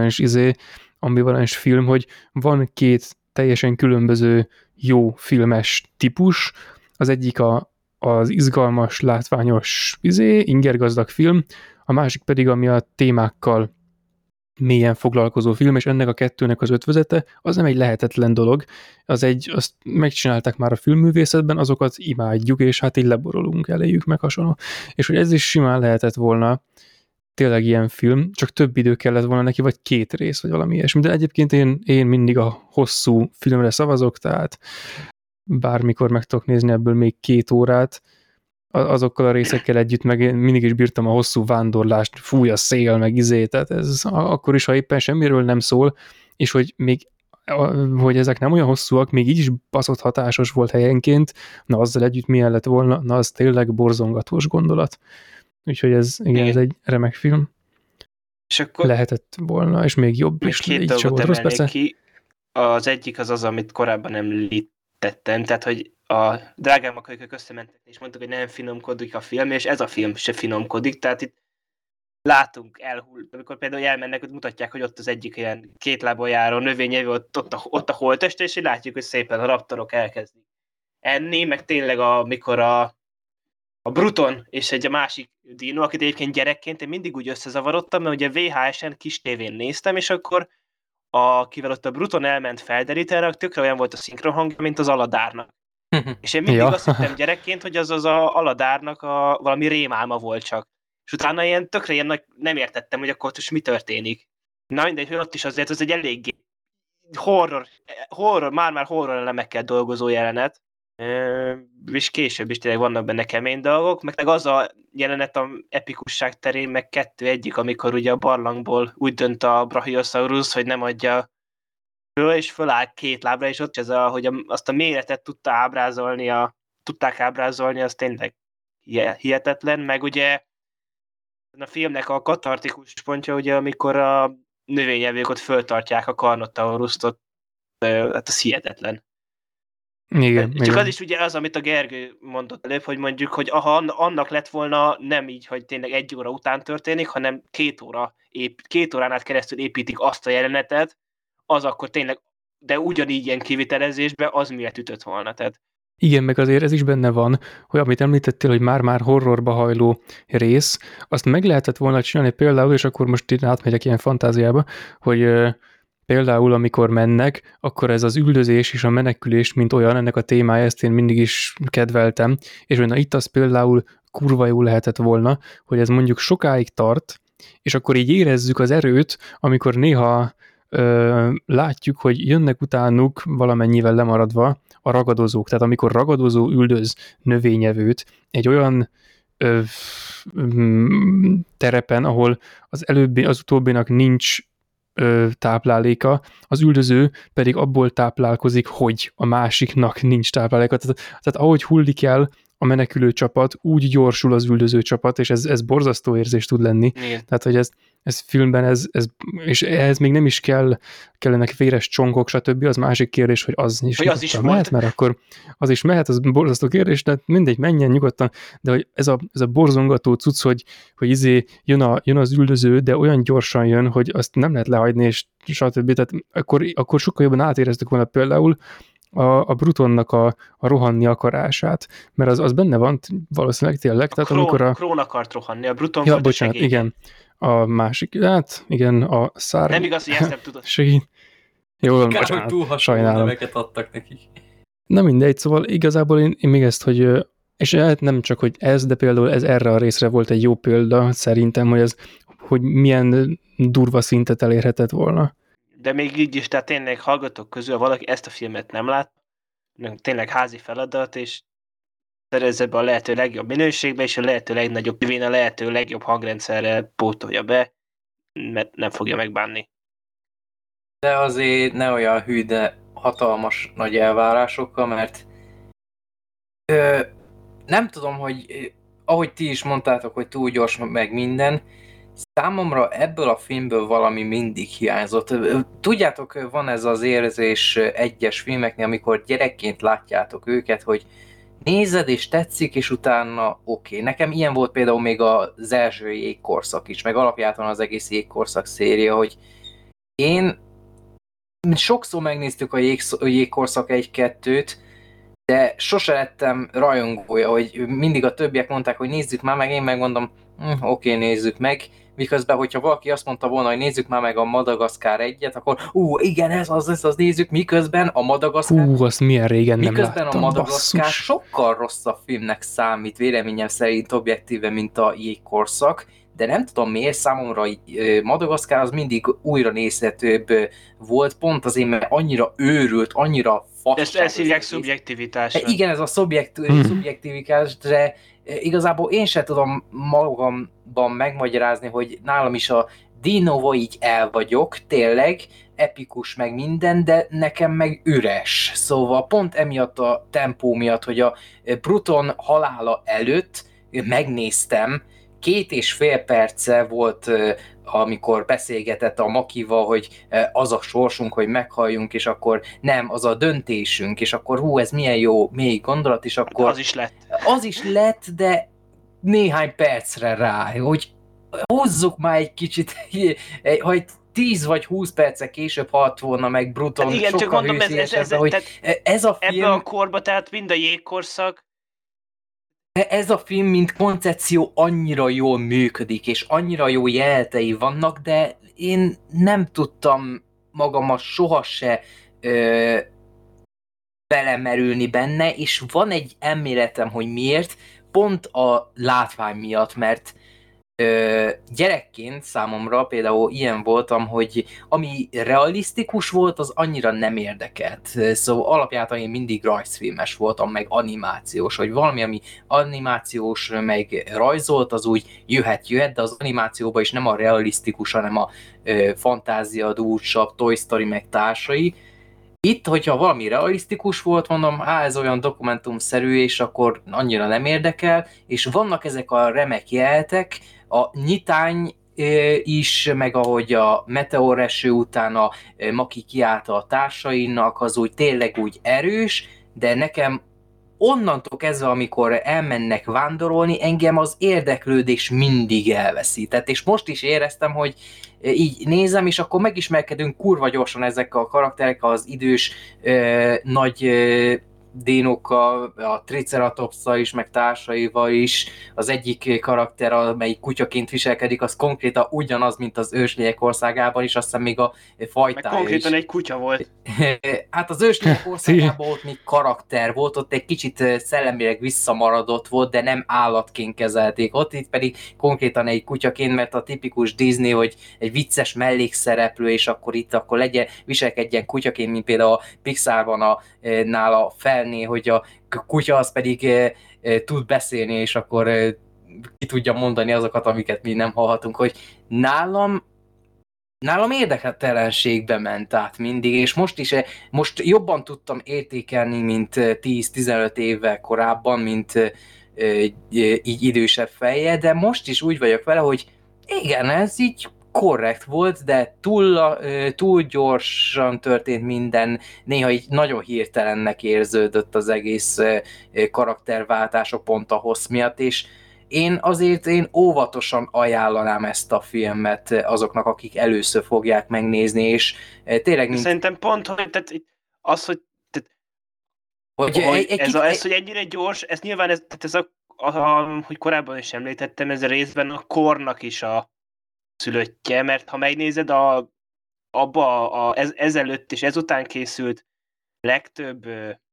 ambivalens film, hogy van két teljesen különböző jó filmes típus, az egyik az izgalmas, látványos ingergazdag film, a másik pedig, ami a témákkal mélyen foglalkozó film, és ennek a kettőnek az ötvözete, az nem egy lehetetlen dolog, azt megcsinálták már a filmművészetben, azokat imádjuk, és hát így leborolunk eléjük, meg hasonló. És hogy ez is simán lehetett volna tényleg ilyen film, csak több idő kellett volna neki, vagy 2 rész, vagy valami ilyesmi. De egyébként én mindig a hosszú filmre szavazok, tehát bármikor meg tudok nézni ebből még 2 órát, azokkal a részekkel együtt, meg én mindig is bírtam a hosszú vándorlást, fúj a szél, meg tehát ez akkor is, ha éppen semmiről nem szól, és hogy még hogy ezek nem olyan hosszúak, még így is baszott hatásos volt helyenként, na azzal együtt milyen lett volna, na az tényleg borzongatós gondolat. Úgyhogy ez egy remek film. És akkor lehetett volna, és még jobb is. Két dolgot emelnék ki. Az egyik az, amit korábban említettem, tehát, hogy a drágám akarjuk összementek, és mondtuk, hogy nem finomkodik a film, és ez a film se finomkodik, tehát itt látunk elhullt, amikor például elmennek, hogy mutatják, hogy ott az egyik ilyen 2 lábon járó növényevő, ott a holtteste, és így látjuk, hogy szépen a raptorok elkezdik enni, meg tényleg amikor a Bruton és egy másik dino, akit egyébként gyerekként én mindig úgy összezavarodtam, mert ugye VHS-en kis tévén néztem, és akkor akivel ott a Bruton elment felderítenek, tökre olyan volt a szinkron hangja, mint az Aladárnak. És én mindig azt hittem gyerekként, hogy az Aladárnak valami rémálma volt csak. És utána ilyen tökre ilyen nagy, nem értettem, hogy akkor most mi történik. Na mindegy, hogy ott is azért az egy eléggé horror, már horror elemekkel dolgozó jelenet. És később is tényleg vannak benne kemény dolgok, meg az a jelenet a epikusság terén, meg 2 egyik, amikor ugye a barlangból úgy dönt a Brachiosaurus, hogy nem adja föl, és föláll 2 lábra, és ott ez hogy azt a méretet tudták ábrázolni, az tényleg hihetetlen, meg ugye a filmnek a katartikus pontja, ugye, amikor a növényevők ott föltartják a Carnotaurust, hát az hihetetlen. Igen, csak igen. Az is ugye az, amit a Gergő mondott előbb, hogy mondjuk, hogy annak lett volna nem így, hogy tényleg 1 óra után történik, hanem 2 órán át keresztül építik azt a jelenetet, az akkor tényleg, de ugyanígy ilyen kivitelezésben az miért ütött volna, tehát. Igen, meg azért ez is benne van, hogy amit említettél, hogy már horrorba hajló rész, azt meg lehetett volna csinálni például, és akkor most itt átmegyek ilyen fantáziába, hogy például amikor mennek, akkor ez az üldözés és a menekülés, mint olyan, ennek a témája, ezt én mindig is kedveltem, és na itt az például kurva jó lehetett volna, hogy ez mondjuk sokáig tart, és akkor így érezzük az erőt, amikor néha látjuk, hogy jönnek utánuk valamennyivel lemaradva a ragadozók. Tehát amikor ragadozó üldöz növényevőt egy olyan terepen, ahol az utóbbinak nincs tápláléka, az üldöző pedig abból táplálkozik, hogy a másiknak nincs tápláléka. Tehát ahogy hullik el a menekülő csapat, úgy gyorsul az üldöző csapat, és ez borzasztó érzés tud lenni. Igen. Tehát, hogy ez filmben, és ehhez még nem is kellenek véres csonkok, stb. Az másik kérdés, hogy az is, hogy az is mehet, volt. mert akkor az is mehet, az borzasztó kérdés, de mindegy, menjen nyugodtan, de hogy ez a borzongató cucc, hogy jön az üldöző, de olyan gyorsan jön, hogy azt nem lehet lehagyni, és stb. Tehát akkor sokkal jobban átéreztük volna például a Brutonnak a rohanni akarását, mert az benne van valószínűleg tényleg. A Krón akart rohanni, a Bruton ja, volt bocsánat, a segéd. igen. A másik, hát igen, a szár... Nem igaz, hogy ezt nem tudod. Segít. Jó, Kár, hogy bocsánat, túl hasonló sajnálom. neveket adtak nekik. Na mindegy, szóval igazából én még ezt, hogy és nem csak, hogy ez, de például ez erre a részre volt egy jó példa, szerintem, hogy milyen durva szintet elérhetett volna. De még így is, tehát tényleg hallgatók közül, valaki ezt a filmet nem lát, tényleg házi feladat, és szerezze be a lehető legjobb minőségbe, és a lehető legnagyobb tévén a lehető legjobb hangrendszerrel pótolja be, mert nem fogja megbánni. De azért ne olyan hű, de hatalmas nagy elvárásokkal, mert nem tudom, hogy ahogy ti is mondtátok, hogy túl gyors meg minden, számomra ebből a filmből valami mindig hiányzott. Tudjátok, van ez az érzés egyes filmeknél, amikor gyerekként látjátok őket, hogy nézed és tetszik, és utána oké. Nekem ilyen volt például még az első Jégkorszak is, meg alapjában az egész Jégkorszak széria, hogy én sokszor megnéztük a Jégkorszak 1-2-t, de sose lettem rajongója, hogy mindig a többiek mondták, hogy nézzük már meg, én megmondom, oké, nézzük meg, miközben, hogyha valaki azt mondta volna, hogy nézzük már meg a Madagaszkár 1-et, akkor igen, ez az, nézzük, miközben a Madagaszkár... azt milyen régen nem miközben láttam, a Madagaszkár basszus. sokkal rosszabb filmnek számít, véleményem szerint objektíve, mint a Jégkorszak, de nem tudom miért, számomra Madagaszkár az mindig újra nézhetőbb volt, pont azért, mert annyira őrült, annyira fasság. Ezt hívják szubjektivitásra. Igen, ez a szubjektivitás, de igazából én sem tudom magamban megmagyarázni, hogy nálam is a Dinóval így el vagyok, tényleg, epikus meg minden, de nekem meg üres. Szóval pont emiatt a tempó miatt, hogy a Bruton halála előtt megnéztem, 2,5 perce volt, amikor beszélgetett a Makival, hogy az a sorsunk, hogy meghalljunk, és akkor nem, az a döntésünk, és akkor ez milyen jó mély gondolat, és akkor... Az is lett. Az is lett, de néhány percre rá, hogy hozzuk már egy kicsit, ha egy 10 vagy 20 perce később halt volna meg Bruton, hát igen, sokkal mondom, ez a film... Ebben a korban, tehát mind a Jégkorszak, ez a film, mint koncepció annyira jól működik, és annyira jó jeletei vannak, de én nem tudtam magamat sohasem belemerülni benne, és van egy elméletem, hogy miért, pont a látvány miatt, mert gyerekként számomra például ilyen voltam, hogy ami realisztikus volt, az annyira nem érdekelt. Szóval alapjában én mindig rajzfilmes voltam, meg animációs, hogy valami, ami animációs, meg rajzolt, az úgy jöhet, de az animációban is nem a realisztikus, hanem a fantázia dúsabb, Toy Story meg társai. Itt, hogyha valami realisztikus volt, mondom, ez olyan dokumentumszerű, és akkor annyira nem érdekel, és vannak ezek a remek jelenetek, a nyitány is, meg ahogy a meteoreső után a Maki kiállt a társainak, az úgy tényleg úgy erős, de nekem onnantól kezdve, amikor elmennek vándorolni, engem az érdeklődés mindig elveszített, és most is éreztem, hogy így nézem, és akkor megismerkedünk kurva gyorsan ezekkel a karakterekkel, az idős nagy dinókkal, a Triceratopsszal is, meg társaival is. Az egyik karakter, amelyik kutyaként viselkedik, az konkrétan ugyanaz, mint az őslények országában is, azt hiszem még a fajtája meg konkrétan is. egy kutya volt. Hát az őslények országában ott még karakter volt, ott egy kicsit szellemileg visszamaradott volt, de nem állatként kezelték ott, itt pedig konkrétan egy kutyaként, mert a tipikus Disney, hogy egy vicces mellékszereplő, és akkor itt akkor viselkedjen kutyaként, mint például a Pixarban nála Felné, hogy a kutya az pedig tud beszélni, és akkor ki tudja mondani azokat, amiket mi nem hallhatunk, hogy nálam nálam érdektelenségbe ment át mindig, és most jobban tudtam értékelni, mint 10-15 évvel korábban, mint így idősebb fejjel, de most is úgy vagyok vele, hogy igen, ez így korrekt volt, de túl gyorsan történt minden, néha így nagyon hirtelennek érződött az egész karakterváltások pont a hossz miatt, és én óvatosan ajánlanám ezt a filmet azoknak, akik először fogják megnézni, és tényleg De szerintem pont, hogy, tehát az, hogy, tehát, hogy hogy ennyire gyors, ez nyilván, tehát ez hogy korábban is említettem, ez a részben a kornak is a szülöttje, mert ha megnézed ezelőtt és ezután készült legtöbb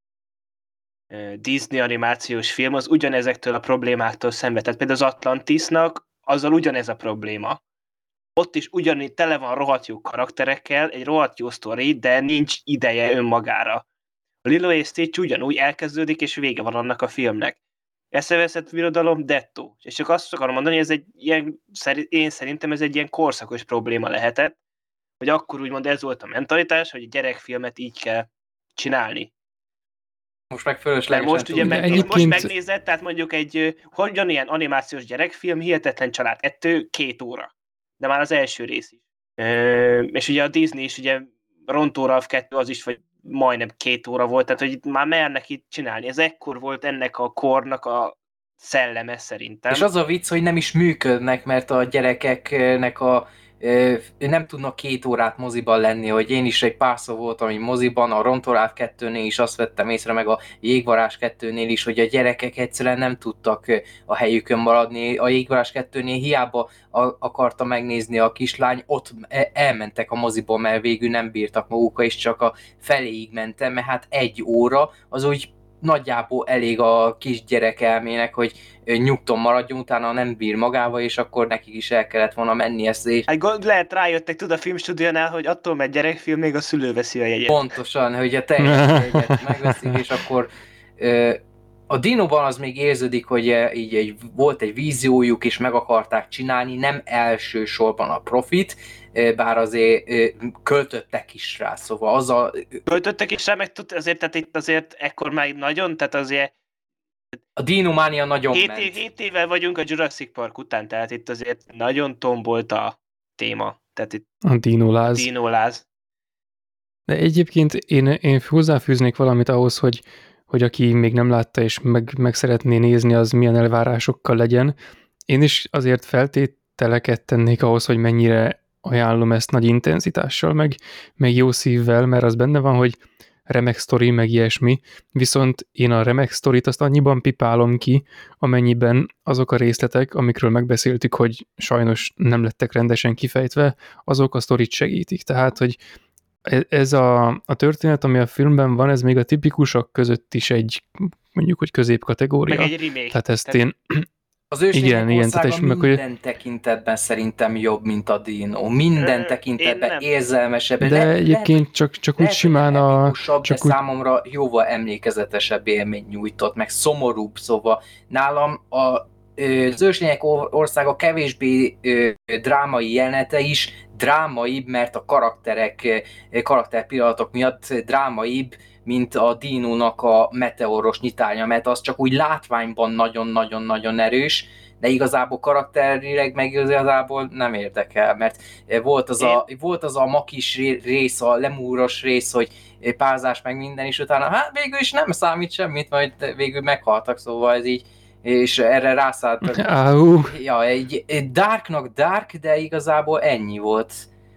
Disney animációs film, az ugyanezektől a problémáktól szenved. Tehát például az Atlantisnak azzal ugyanez a probléma. Ott is ugyanígy tele van rohadt jó karakterekkel, egy rohadt jó sztori, de nincs ideje önmagára. A Lilo és Stitch ugyanúgy elkezdődik, és vége van annak a filmnek. Eszeveszett birodalom, dettó. És csak azt akarom mondani, hogy ez egy ilyen, én szerintem ez egy ilyen korszakos probléma lehetett, hogy akkor úgymond ez volt a mentalitás, hogy egy gyerekfilmet így kell csinálni. Most meg fölöslegesen. Most ugye most megnézed, tehát mondjuk egy hogyan ilyen animációs gyerekfilm, Hihetetlen Család 2, 2 óra. De már az első rész is. És ugye a Disney is, ugye Rontó Ralph 2 az is, vagy majdnem 2 óra volt, tehát hogy már mernek itt csinálni. Ez ekkor volt ennek a kornak a szelleme szerintem. És az a vicc, hogy nem is működnek, mert a gyerekeknek nem tudnak 2 órát moziban lenni, hogy én is egy párszor voltam így moziban, a Rontó Ralph 2-nél is azt vettem észre, meg a Jégvarázs 2-nél is, hogy a gyerekek egyszerűen nem tudtak a helyükön maradni. A Jégvarázs 2-nél hiába akarta megnézni a kislány, ott elmentek a moziba, mert végül nem bírtak magukkal, és csak a feléig mentem, mert hát 1 óra az úgy nagyjából elég a kisgyerek elmének, hogy nyugton maradjon, utána nem bír magával, és akkor nekik is el kellett volna menni ezt. Hát lehet rájöttek, a filmstúdiónál, hogy attól, mert gyerekfilm, még a szülő veszi a jegyet. Pontosan, hogy a teljes jegyet megveszik, és akkor a Dinoban az még érződik, hogy így volt egy víziójuk, és meg akarták csinálni, nem elsősorban a profit, bár azért költöttek is rá, szóval Költöttek is rá, meg azért, tehát itt azért ekkor már nagyon, tehát azért a Dinománia nagyon 7 évvel vagyunk a Jurassic Park után, tehát itt azért nagyon tombolt a téma. Tehát itt a dinoláz. Dinoláz. De egyébként én hozzáfűznék valamit ahhoz, hogy aki még nem látta és meg szeretné nézni, az milyen elvárásokkal legyen. Én is azért feltételeket tennék ahhoz, hogy mennyire ajánlom ezt nagy intenzitással, meg jó szívvel, mert az benne van, hogy remek sztori, meg ilyesmi, viszont én a remek sztorit azt annyiban pipálom ki, amennyiben azok a részletek, amikről megbeszéltük, hogy sajnos nem lettek rendesen kifejtve, azok a sztorit segítik. Tehát, hogy ez a történet, ami a filmben van, ez még a tipikusok között is egy, mondjuk, hogy középkategória. Meg egy remake. Tehát ezt én... Az ősények országa minden tekintetben szerintem jobb, mint a Dino. Minden tekintetben érzelmesebb. De egyébként csak úgy simán de számomra jóval emlékezetesebb élmény nyújtott, meg szomorúbb, szóval nálam az ősények országa kevésbé drámai jelenete is drámaibb, mert a karakterpillanatok miatt drámaibb, mint a Dinónak a meteoros nyitánya, mert az csak úgy látványban nagyon-nagyon-nagyon erős, de igazából karakterileg meg igazából nem érdekel, mert volt az a makis rész, a lemúros rész, hogy pázás meg minden, és utána hát végül is nem számít semmit, majd végül meghaltak, szóval ez így, és erre rászálltak. Ja, egy darknak dark, de igazából ennyi volt.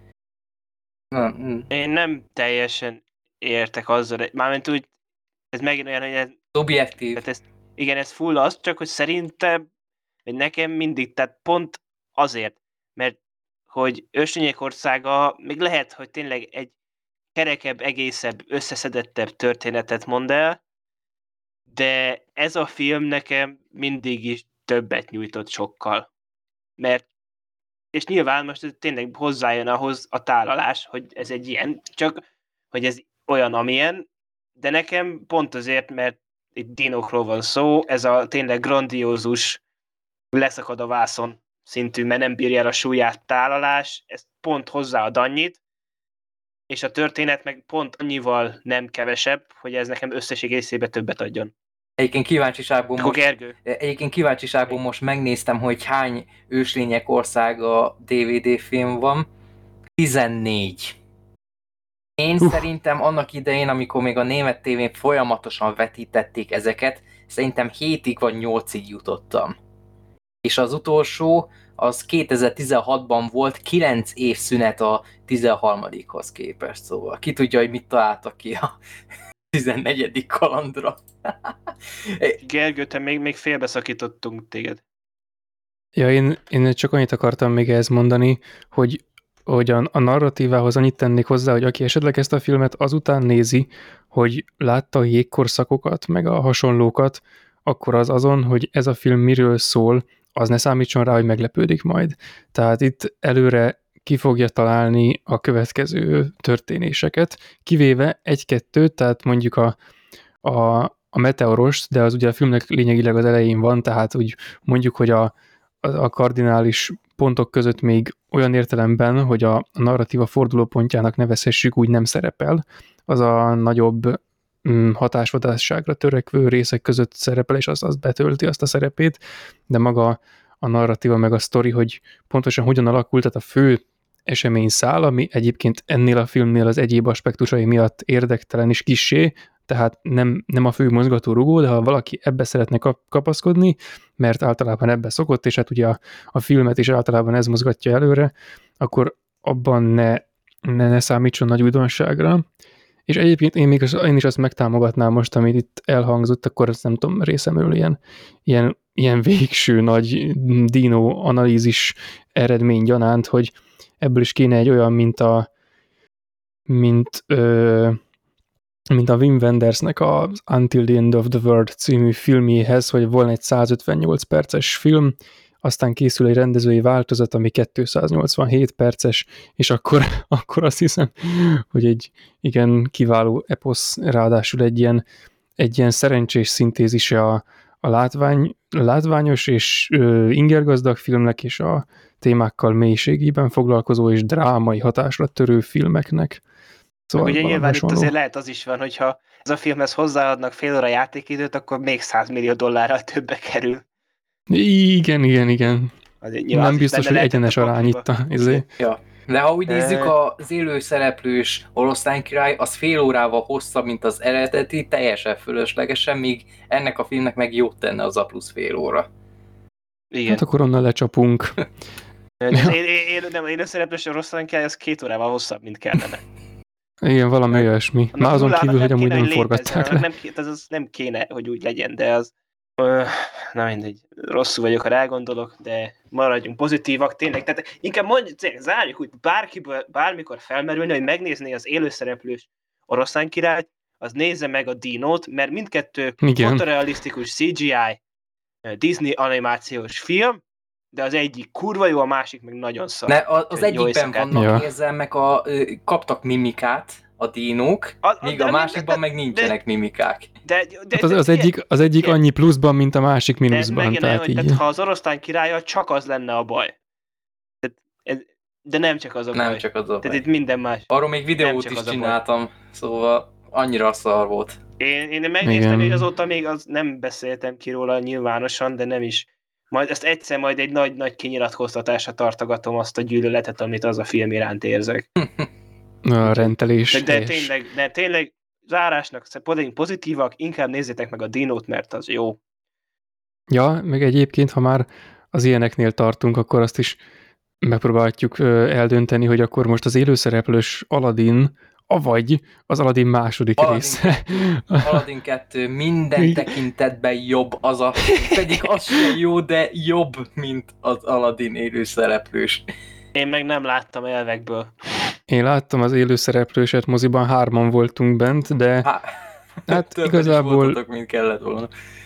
Én nem teljesen értek azzal, mármint úgy, ez megint olyan, hogy ez objektív. Igen, ez full az, csak hogy szerintem, hogy nekem mindig, tehát pont azért, mert hogy Ősények országa még lehet, hogy tényleg egy kerekebb, egészebb, összeszedettebb történetet mond el, de ez a film nekem mindig is többet nyújtott sokkal. Mert, és nyilván most ez tényleg hozzájön ahhoz a tálalás, hogy ez egy ilyen, csak hogy ez olyan, amilyen, de nekem pont azért, mert itt dinokról van szó, ez a tényleg grandiózus leszakad a vászon szintű, mert nem bírja el a súlyát tálalás, ez pont hozzáad annyit, és a történet meg pont annyival nem kevesebb, hogy ez nekem összességészébe többet adjon. Egyébként kíváncsiságból most megnéztem, hogy hány őslények országa DVD film van. 14. Én szerintem annak idején, amikor még a német tévén folyamatosan vetítették ezeket, szerintem 7-ig vagy 8-ig jutottam. És az utolsó, az 2016-ban volt, 9 év szünet a 13-hoz képest, szóval ki tudja, hogy mit találtak ki a 14. kalandra. Gergő, te még félbeszakítottunk téged. Ja, én csak annyit akartam még ehhez mondani, hogy a narratívához annyit tennék hozzá, hogy aki esetleg ezt a filmet azután nézi, hogy látta a jégkorszakokat, meg a hasonlókat, akkor az azon, hogy ez a film miről szól, az ne számítson rá, hogy meglepődik majd. Tehát itt előre ki fogja találni a következő történéseket, kivéve egy-kettőt, tehát mondjuk a meteoros, de az ugye a filmnek lényegileg az elején van, tehát úgy mondjuk, hogy a kardinális pontok között még olyan értelemben, hogy a narratíva fordulópontjának nevezhessük, úgy nem szerepel. Az a nagyobb hatásvadásságra törekvő részek között szerepel, és az betölti azt a szerepét, de maga a narratíva meg a sztori, hogy pontosan hogyan alakult, tehát a fő eseményszál, ami egyébként ennél a filmnél az egyéb aspektusai miatt érdektelen és kissé, tehát nem a fő mozgatórugó, de ha valaki ebbe szeretne kapaszkodni, mert általában ebbe szokott, és hát ugye a filmet is általában ez mozgatja előre, akkor abban ne számítson nagy újdonságra. És egyébként én is azt megtámogatnám most, amit itt elhangzott, akkor azt nem tudom, részemről ilyen végső nagy dino analízis eredmény gyanánt, hogy ebből is kéne egy olyan, mint a Wim Wendersnek az Until the End of the World című filmjéhez, hogy volna egy 158 perces film, aztán készül egy rendezői változat, ami 287 perces, és akkor azt hiszem, hogy egy igen kiváló eposz, ráadásul egy ilyen szerencsés szintézise a látványos és ingergazdag filmnek, és a témákkal mélységében foglalkozó és drámai hatásra törő filmeknek. Szóval ugye nyilván itt azért lehet az is van, hogyha ez a filmhez hozzáadnak fél óra játékidőt, akkor még $100 millió többbe kerül. Igen. Nem biztos, hogy egyenes arány itt Ja. De ha úgy nézzük, az élő szereplős Oroszlán király, az fél órával hosszabb, mint az eredeti, teljesen fölöslegesen, míg ennek a filmnek meg jót tenne az a plusz fél óra. Igen. Hát akkor onnan lecsapunk. Én a szereplős Oroszlán király, az 2 órával hosszabb, mint kellene. Igen, valami olyasmi. Már azon kívül, hogy amúgy nem forgatták le. Az nem kéne, hogy úgy legyen, de az... Na mindegy, rosszul vagyok, ha rágondolok, de maradjunk pozitívak, tényleg. Tehát inkább zárjuk úgy, bárkiből bármikor felmerülni, hogy megnézné az élőszereplős Oroszlán királyt, az nézze meg a Dinót, mert mindkettő fotorealisztikus CGI Disney animációs film, de az egyik kurva jó, a másik meg nagyon szar. Az egyikben vannak érzelmek, kaptak mimikát a dinók, míg a másikban meg nincsenek mimikák. Az egyik annyi pluszban, mint a másik mínuszban. Tehát ha az Oroszlán királya, csak az lenne a baj. De nem csak az a baj. Nem csak az a baj. Tehát itt minden más. Arról még videót is csináltam, szóval annyira szar volt. Én megnéztem, és azóta még nem beszéltem ki róla nyilvánosan, de nem is. Majd ezt egyszer egy nagy kinyilatkoztatásra tartogatom azt a gyűlöletet, amit az a film iránt érzek. A rendelés. De tényleg zárásnak pozitívak, inkább nézzétek meg a Dinót, mert az jó. Ja, meg egyébként, ha már az ilyeneknél tartunk, akkor azt is megpróbáljuk eldönteni, hogy akkor most az élőszereplős Aladdin, avagy az Aladdin második része. Aladdin 2 minden tekintetben jobb, pedig az sem jó, de jobb, mint az Aladdin élőszereplős. Én meg nem láttam elvekből. Én láttam az élőszereplőset, moziban 3-an voltunk bent, de hát igazából... Voltatok, mint kellett volna.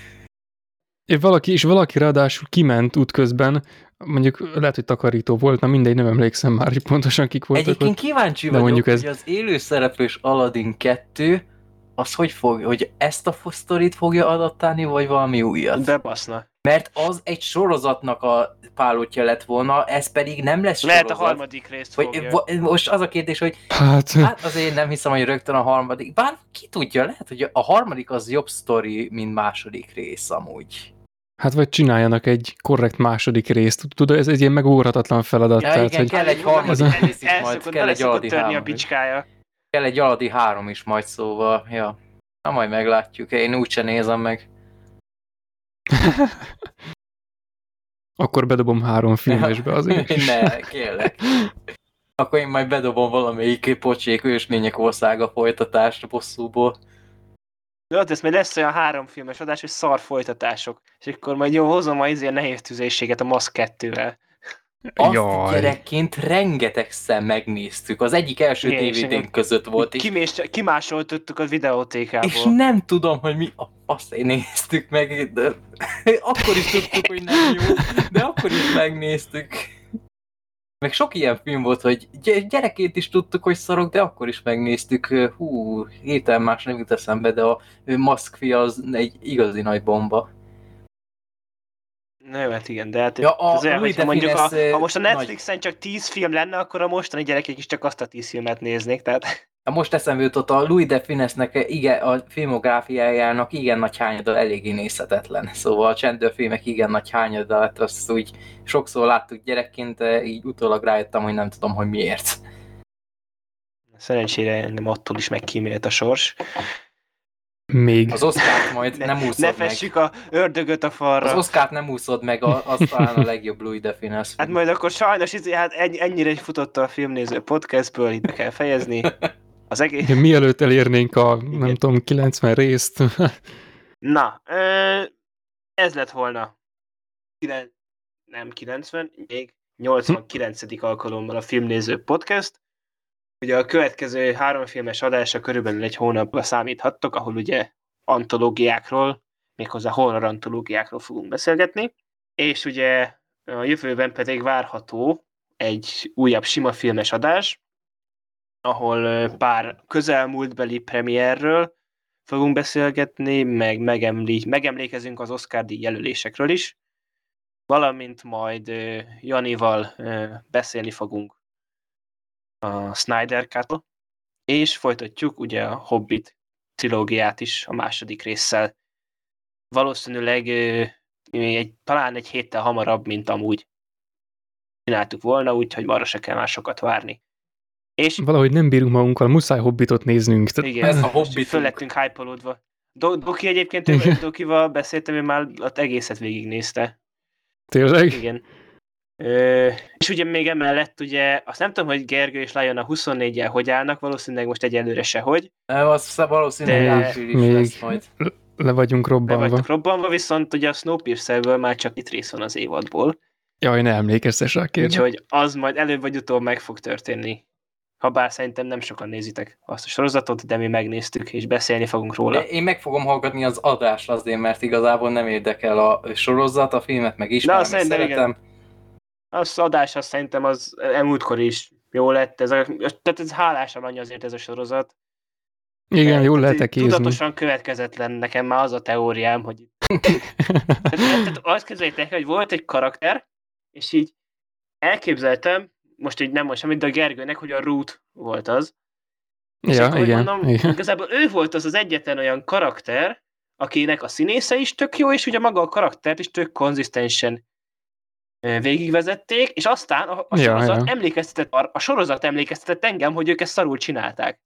Valaki ráadásul kiment útközben, mondjuk lehet, hogy takarító volt, na mindegy, nem emlékszem már, hogy pontosan kik voltak. Egyébként kíváncsi vagyok, hogy az élőszereplős Aladdin 2, az hogy ezt a sztorit fogja adaptálni, vagy valami újat? Bebaszna. Mert az egy sorozatnak a pálótja lett volna, ez pedig nem lesz Lehet sorozat. a harmadik részt fogja. Most az a kérdés, hogy Hát azért nem hiszem, hogy rögtön a harmadik, bár ki tudja, lehet, hogy a harmadik az jobb sztori, mint második rész amúgy. vagy csináljanak egy korrekt második részt. Tudod, ez egy ilyen megugorhatatlan feladat. Ja, tehát, igen, hogy kell egy harmadik rész is majd, Elszokott, kell egy beleszokott Aladi törni a 3 is. bicskája. Kell egy Aladi 3 is majd, szóval, ja. Na majd meglátjuk, én úgyse nézem meg. Akkor bedobom 3 filmesbe azért. Ne, kérlek. Akkor én majd bedobom valamelyik pocsék őslények országa folytatást bosszúból. De ott ez majd lesz olyan 3 filmes adás, hogy szar folytatások. És akkor majd jó, hozom a nehéz tüzéséget a Mask 2-vel. Azt Jaj. gyerekként rengetegszer megnéztük. Az egyik első Igen, és DVD-n között volt. Kimásoltottuk a videótékából. És nem tudom, hogy mi a faszt néztük meg, de akkor is tudtuk, hogy nem jó, de akkor is megnéztük. Meg sok ilyen film volt, hogy gyerekként is tudtuk, hogy szarok, de akkor is megnéztük. Hú, hirtelen más nem jut eszembe, de a Maskfi az egy igazi nagy bomba. Nem, hát igen, de hát Ja, a az olyan, Louis hogyha mondjuk de ha most a Netflixen csak 10 film lenne, akkor a mostani gyerekek is csak azt a 10 filmet néznék, tehát... Most eszembe jutott, a Louis de Finesse-nek igen, a filmográfiájának igen nagy hányada eléggé nézhetetlen. Szóval a csendőrfilmek igen nagy hányada, hát azt úgy sokszor láttuk gyerekként, de így utólag rájöttem, hogy nem tudom, hogy miért. Szerencsére engem attól is megkímélt a sors. Még. Az Oscart majd nem úszod Ne meg. fessük a ördögöt a falra. Az Oscart nem úszod meg, az talán a legjobb Louis de Finesse. Hát majd akkor sajnos hát ennyire futott a filmnéző podcastből, itt be kell fejezni. Az egész... Igen, mielőtt elérnénk a, nem tudom, 90 részt. Na, ez lett volna nem 90, még 89. alkalommal a filmnéző podcast. Ugye a következő 3 filmes adásra körülbelül egy hónapra számíthattok, ahol ugye antológiákról, méghozzá horror antológiákról fogunk beszélgetni, és ugye a jövőben pedig várható egy újabb sima filmes adás, ahol pár közelmúltbeli premierről fogunk beszélgetni, meg megemlékezünk az Oscar-díj jelölésekről is, valamint majd Janival beszélni fogunk a Snyder Cut-ról, és folytatjuk ugye a Hobbit trilógiát is a második résszel. Valószínűleg talán egy héttel hamarabb, mint amúgy csináltuk volna, úgyhogy arra se kell már sokat várni. És Valahogy nem bírunk magunkkal, muszáj Hobbitot néznünk. igen, Ez a Hobbitunk. föl lettünk hype-olódva. Doki egyébként, Dokival beszéltem, ő már az egészet végignézte. Tényleg? Igen. És ugye még emellett, ugye, azt nem tudom, hogy Gergő és Lion a 24-jel hogy állnak, valószínűleg most egyelőre sehogy. Az valószínűleg De április még- lesz majd. Le vagyunk Be robbanva. vagytok robbanva, viszont ugye a Snowpiercer-ből már csak 2 rész van az évadból. Jaj, ne emlékeztes rá, kérlek. Úgyhogy az majd előbb vagy utóbb meg fog történni. Habár szerintem nem sokan nézitek azt a sorozatot, de mi megnéztük, és beszélni fogunk róla. De én meg fogom hallgatni az adást azért, mert igazából nem érdekel a sorozat, a filmet meg ismerem, és szerintem szeretem. Az adás, azt szerintem az múltkor is jó lett. Tehát ez hálás alany azért ez a sorozat. Igen, jól lehet Tehát kézni. tudatosan következetlen, nekem már az a teóriám, hogy... tehát azt képzeljétek, hogy volt egy karakter, és így elképzeltem, most így nem most semmit, de a Gergőnek, hogy a Root volt az. És Ja, akkor, hogy igen, mondom, igen. igazából ő volt az egyetlen olyan karakter, akinek a színésze is tök jó, és ugye maga a karaktert is tök konzisztensen végigvezették, és aztán a sorozat emlékeztetett, a sorozat emlékeztetett engem, hogy ők ezt szarul csinálták.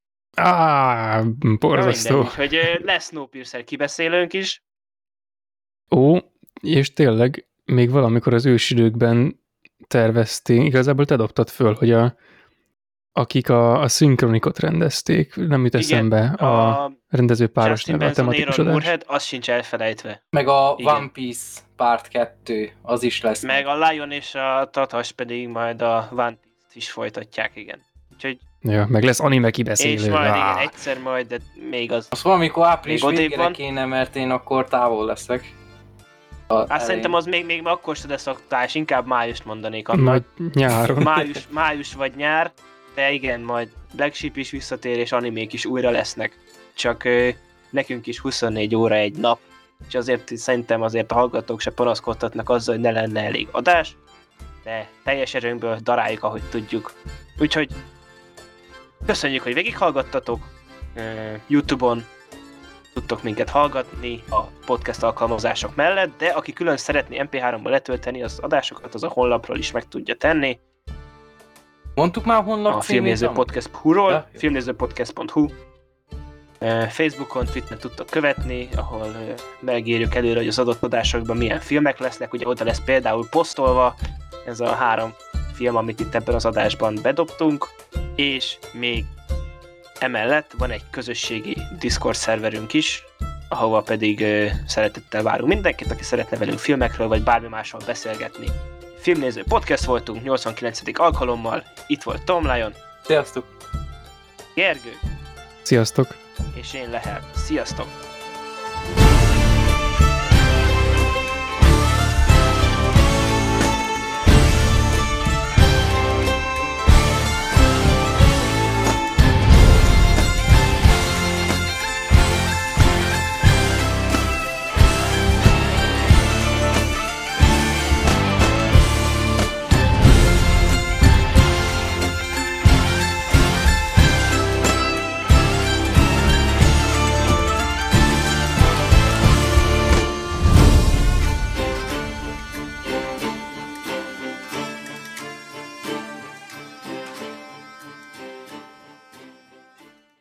Borzasztó. Hogy lesz Snowpiercer kibeszélőnk is. Ó, és tényleg még valamikor az ősidőkben tervezték, igazából te dobtad föl, hogy akik a szinkronikot rendezték, nem jut eszembe a rendező páros neve, a tematikus adás. Moorhead, az sincs elfelejtve. Meg a Igen. One Piece Part 2, az is lesz. Meg a Lion és a Tatas pedig majd a One Piece-t is folytatják, igen. Úgyhogy, Ja, meg lesz anime kibeszélő. és majd igen, egyszer majd, de még az... Azt valamikor április Még odébb végére van. kéne, mert én akkor távol leszek. Hát szerintem az még akkor se lesz aktuális, inkább májust mondanék annak. Majd nyáron. Május vagy nyár, de igen, majd Black Sheep is visszatér, és animék is újra lesznek. Csak nekünk is 24 óra egy nap, és azért szerintem azért a hallgatók se panaszkodhatnak azzal, hogy ne lenne elég adás, de teljes erőnkből daráljuk, ahogy tudjuk. Úgyhogy köszönjük, hogy végighallgattatok. YouTube-on tudtok minket hallgatni a podcast alkalmazások mellett, de aki külön szeretné MP3-ba letölteni az adásokat, az a honlapról is meg tudja tenni. Mondtuk már a honlap A címét? filmnézőpodcast.hu-ról, Ja, jó. filmnézőpodcast.hu. Facebookon, Twitteren tudtok követni, ahol megírjuk előre, hogy az adott adásokban milyen filmek lesznek, ugye oda lesz például posztolva ez a 3 film, amit itt ebben az adásban bedobtunk, és még emellett van egy közösségi Discord szerverünk is, ahova pedig szeretettel várunk mindenkit, aki szeretne velünk filmekről, vagy bármi másról beszélgetni. Filmnéző podcast voltunk 89. alkalommal, itt volt Tom Lion, Sziasztok! Gergő, Sziasztok! és én Lehel. Sziasztok!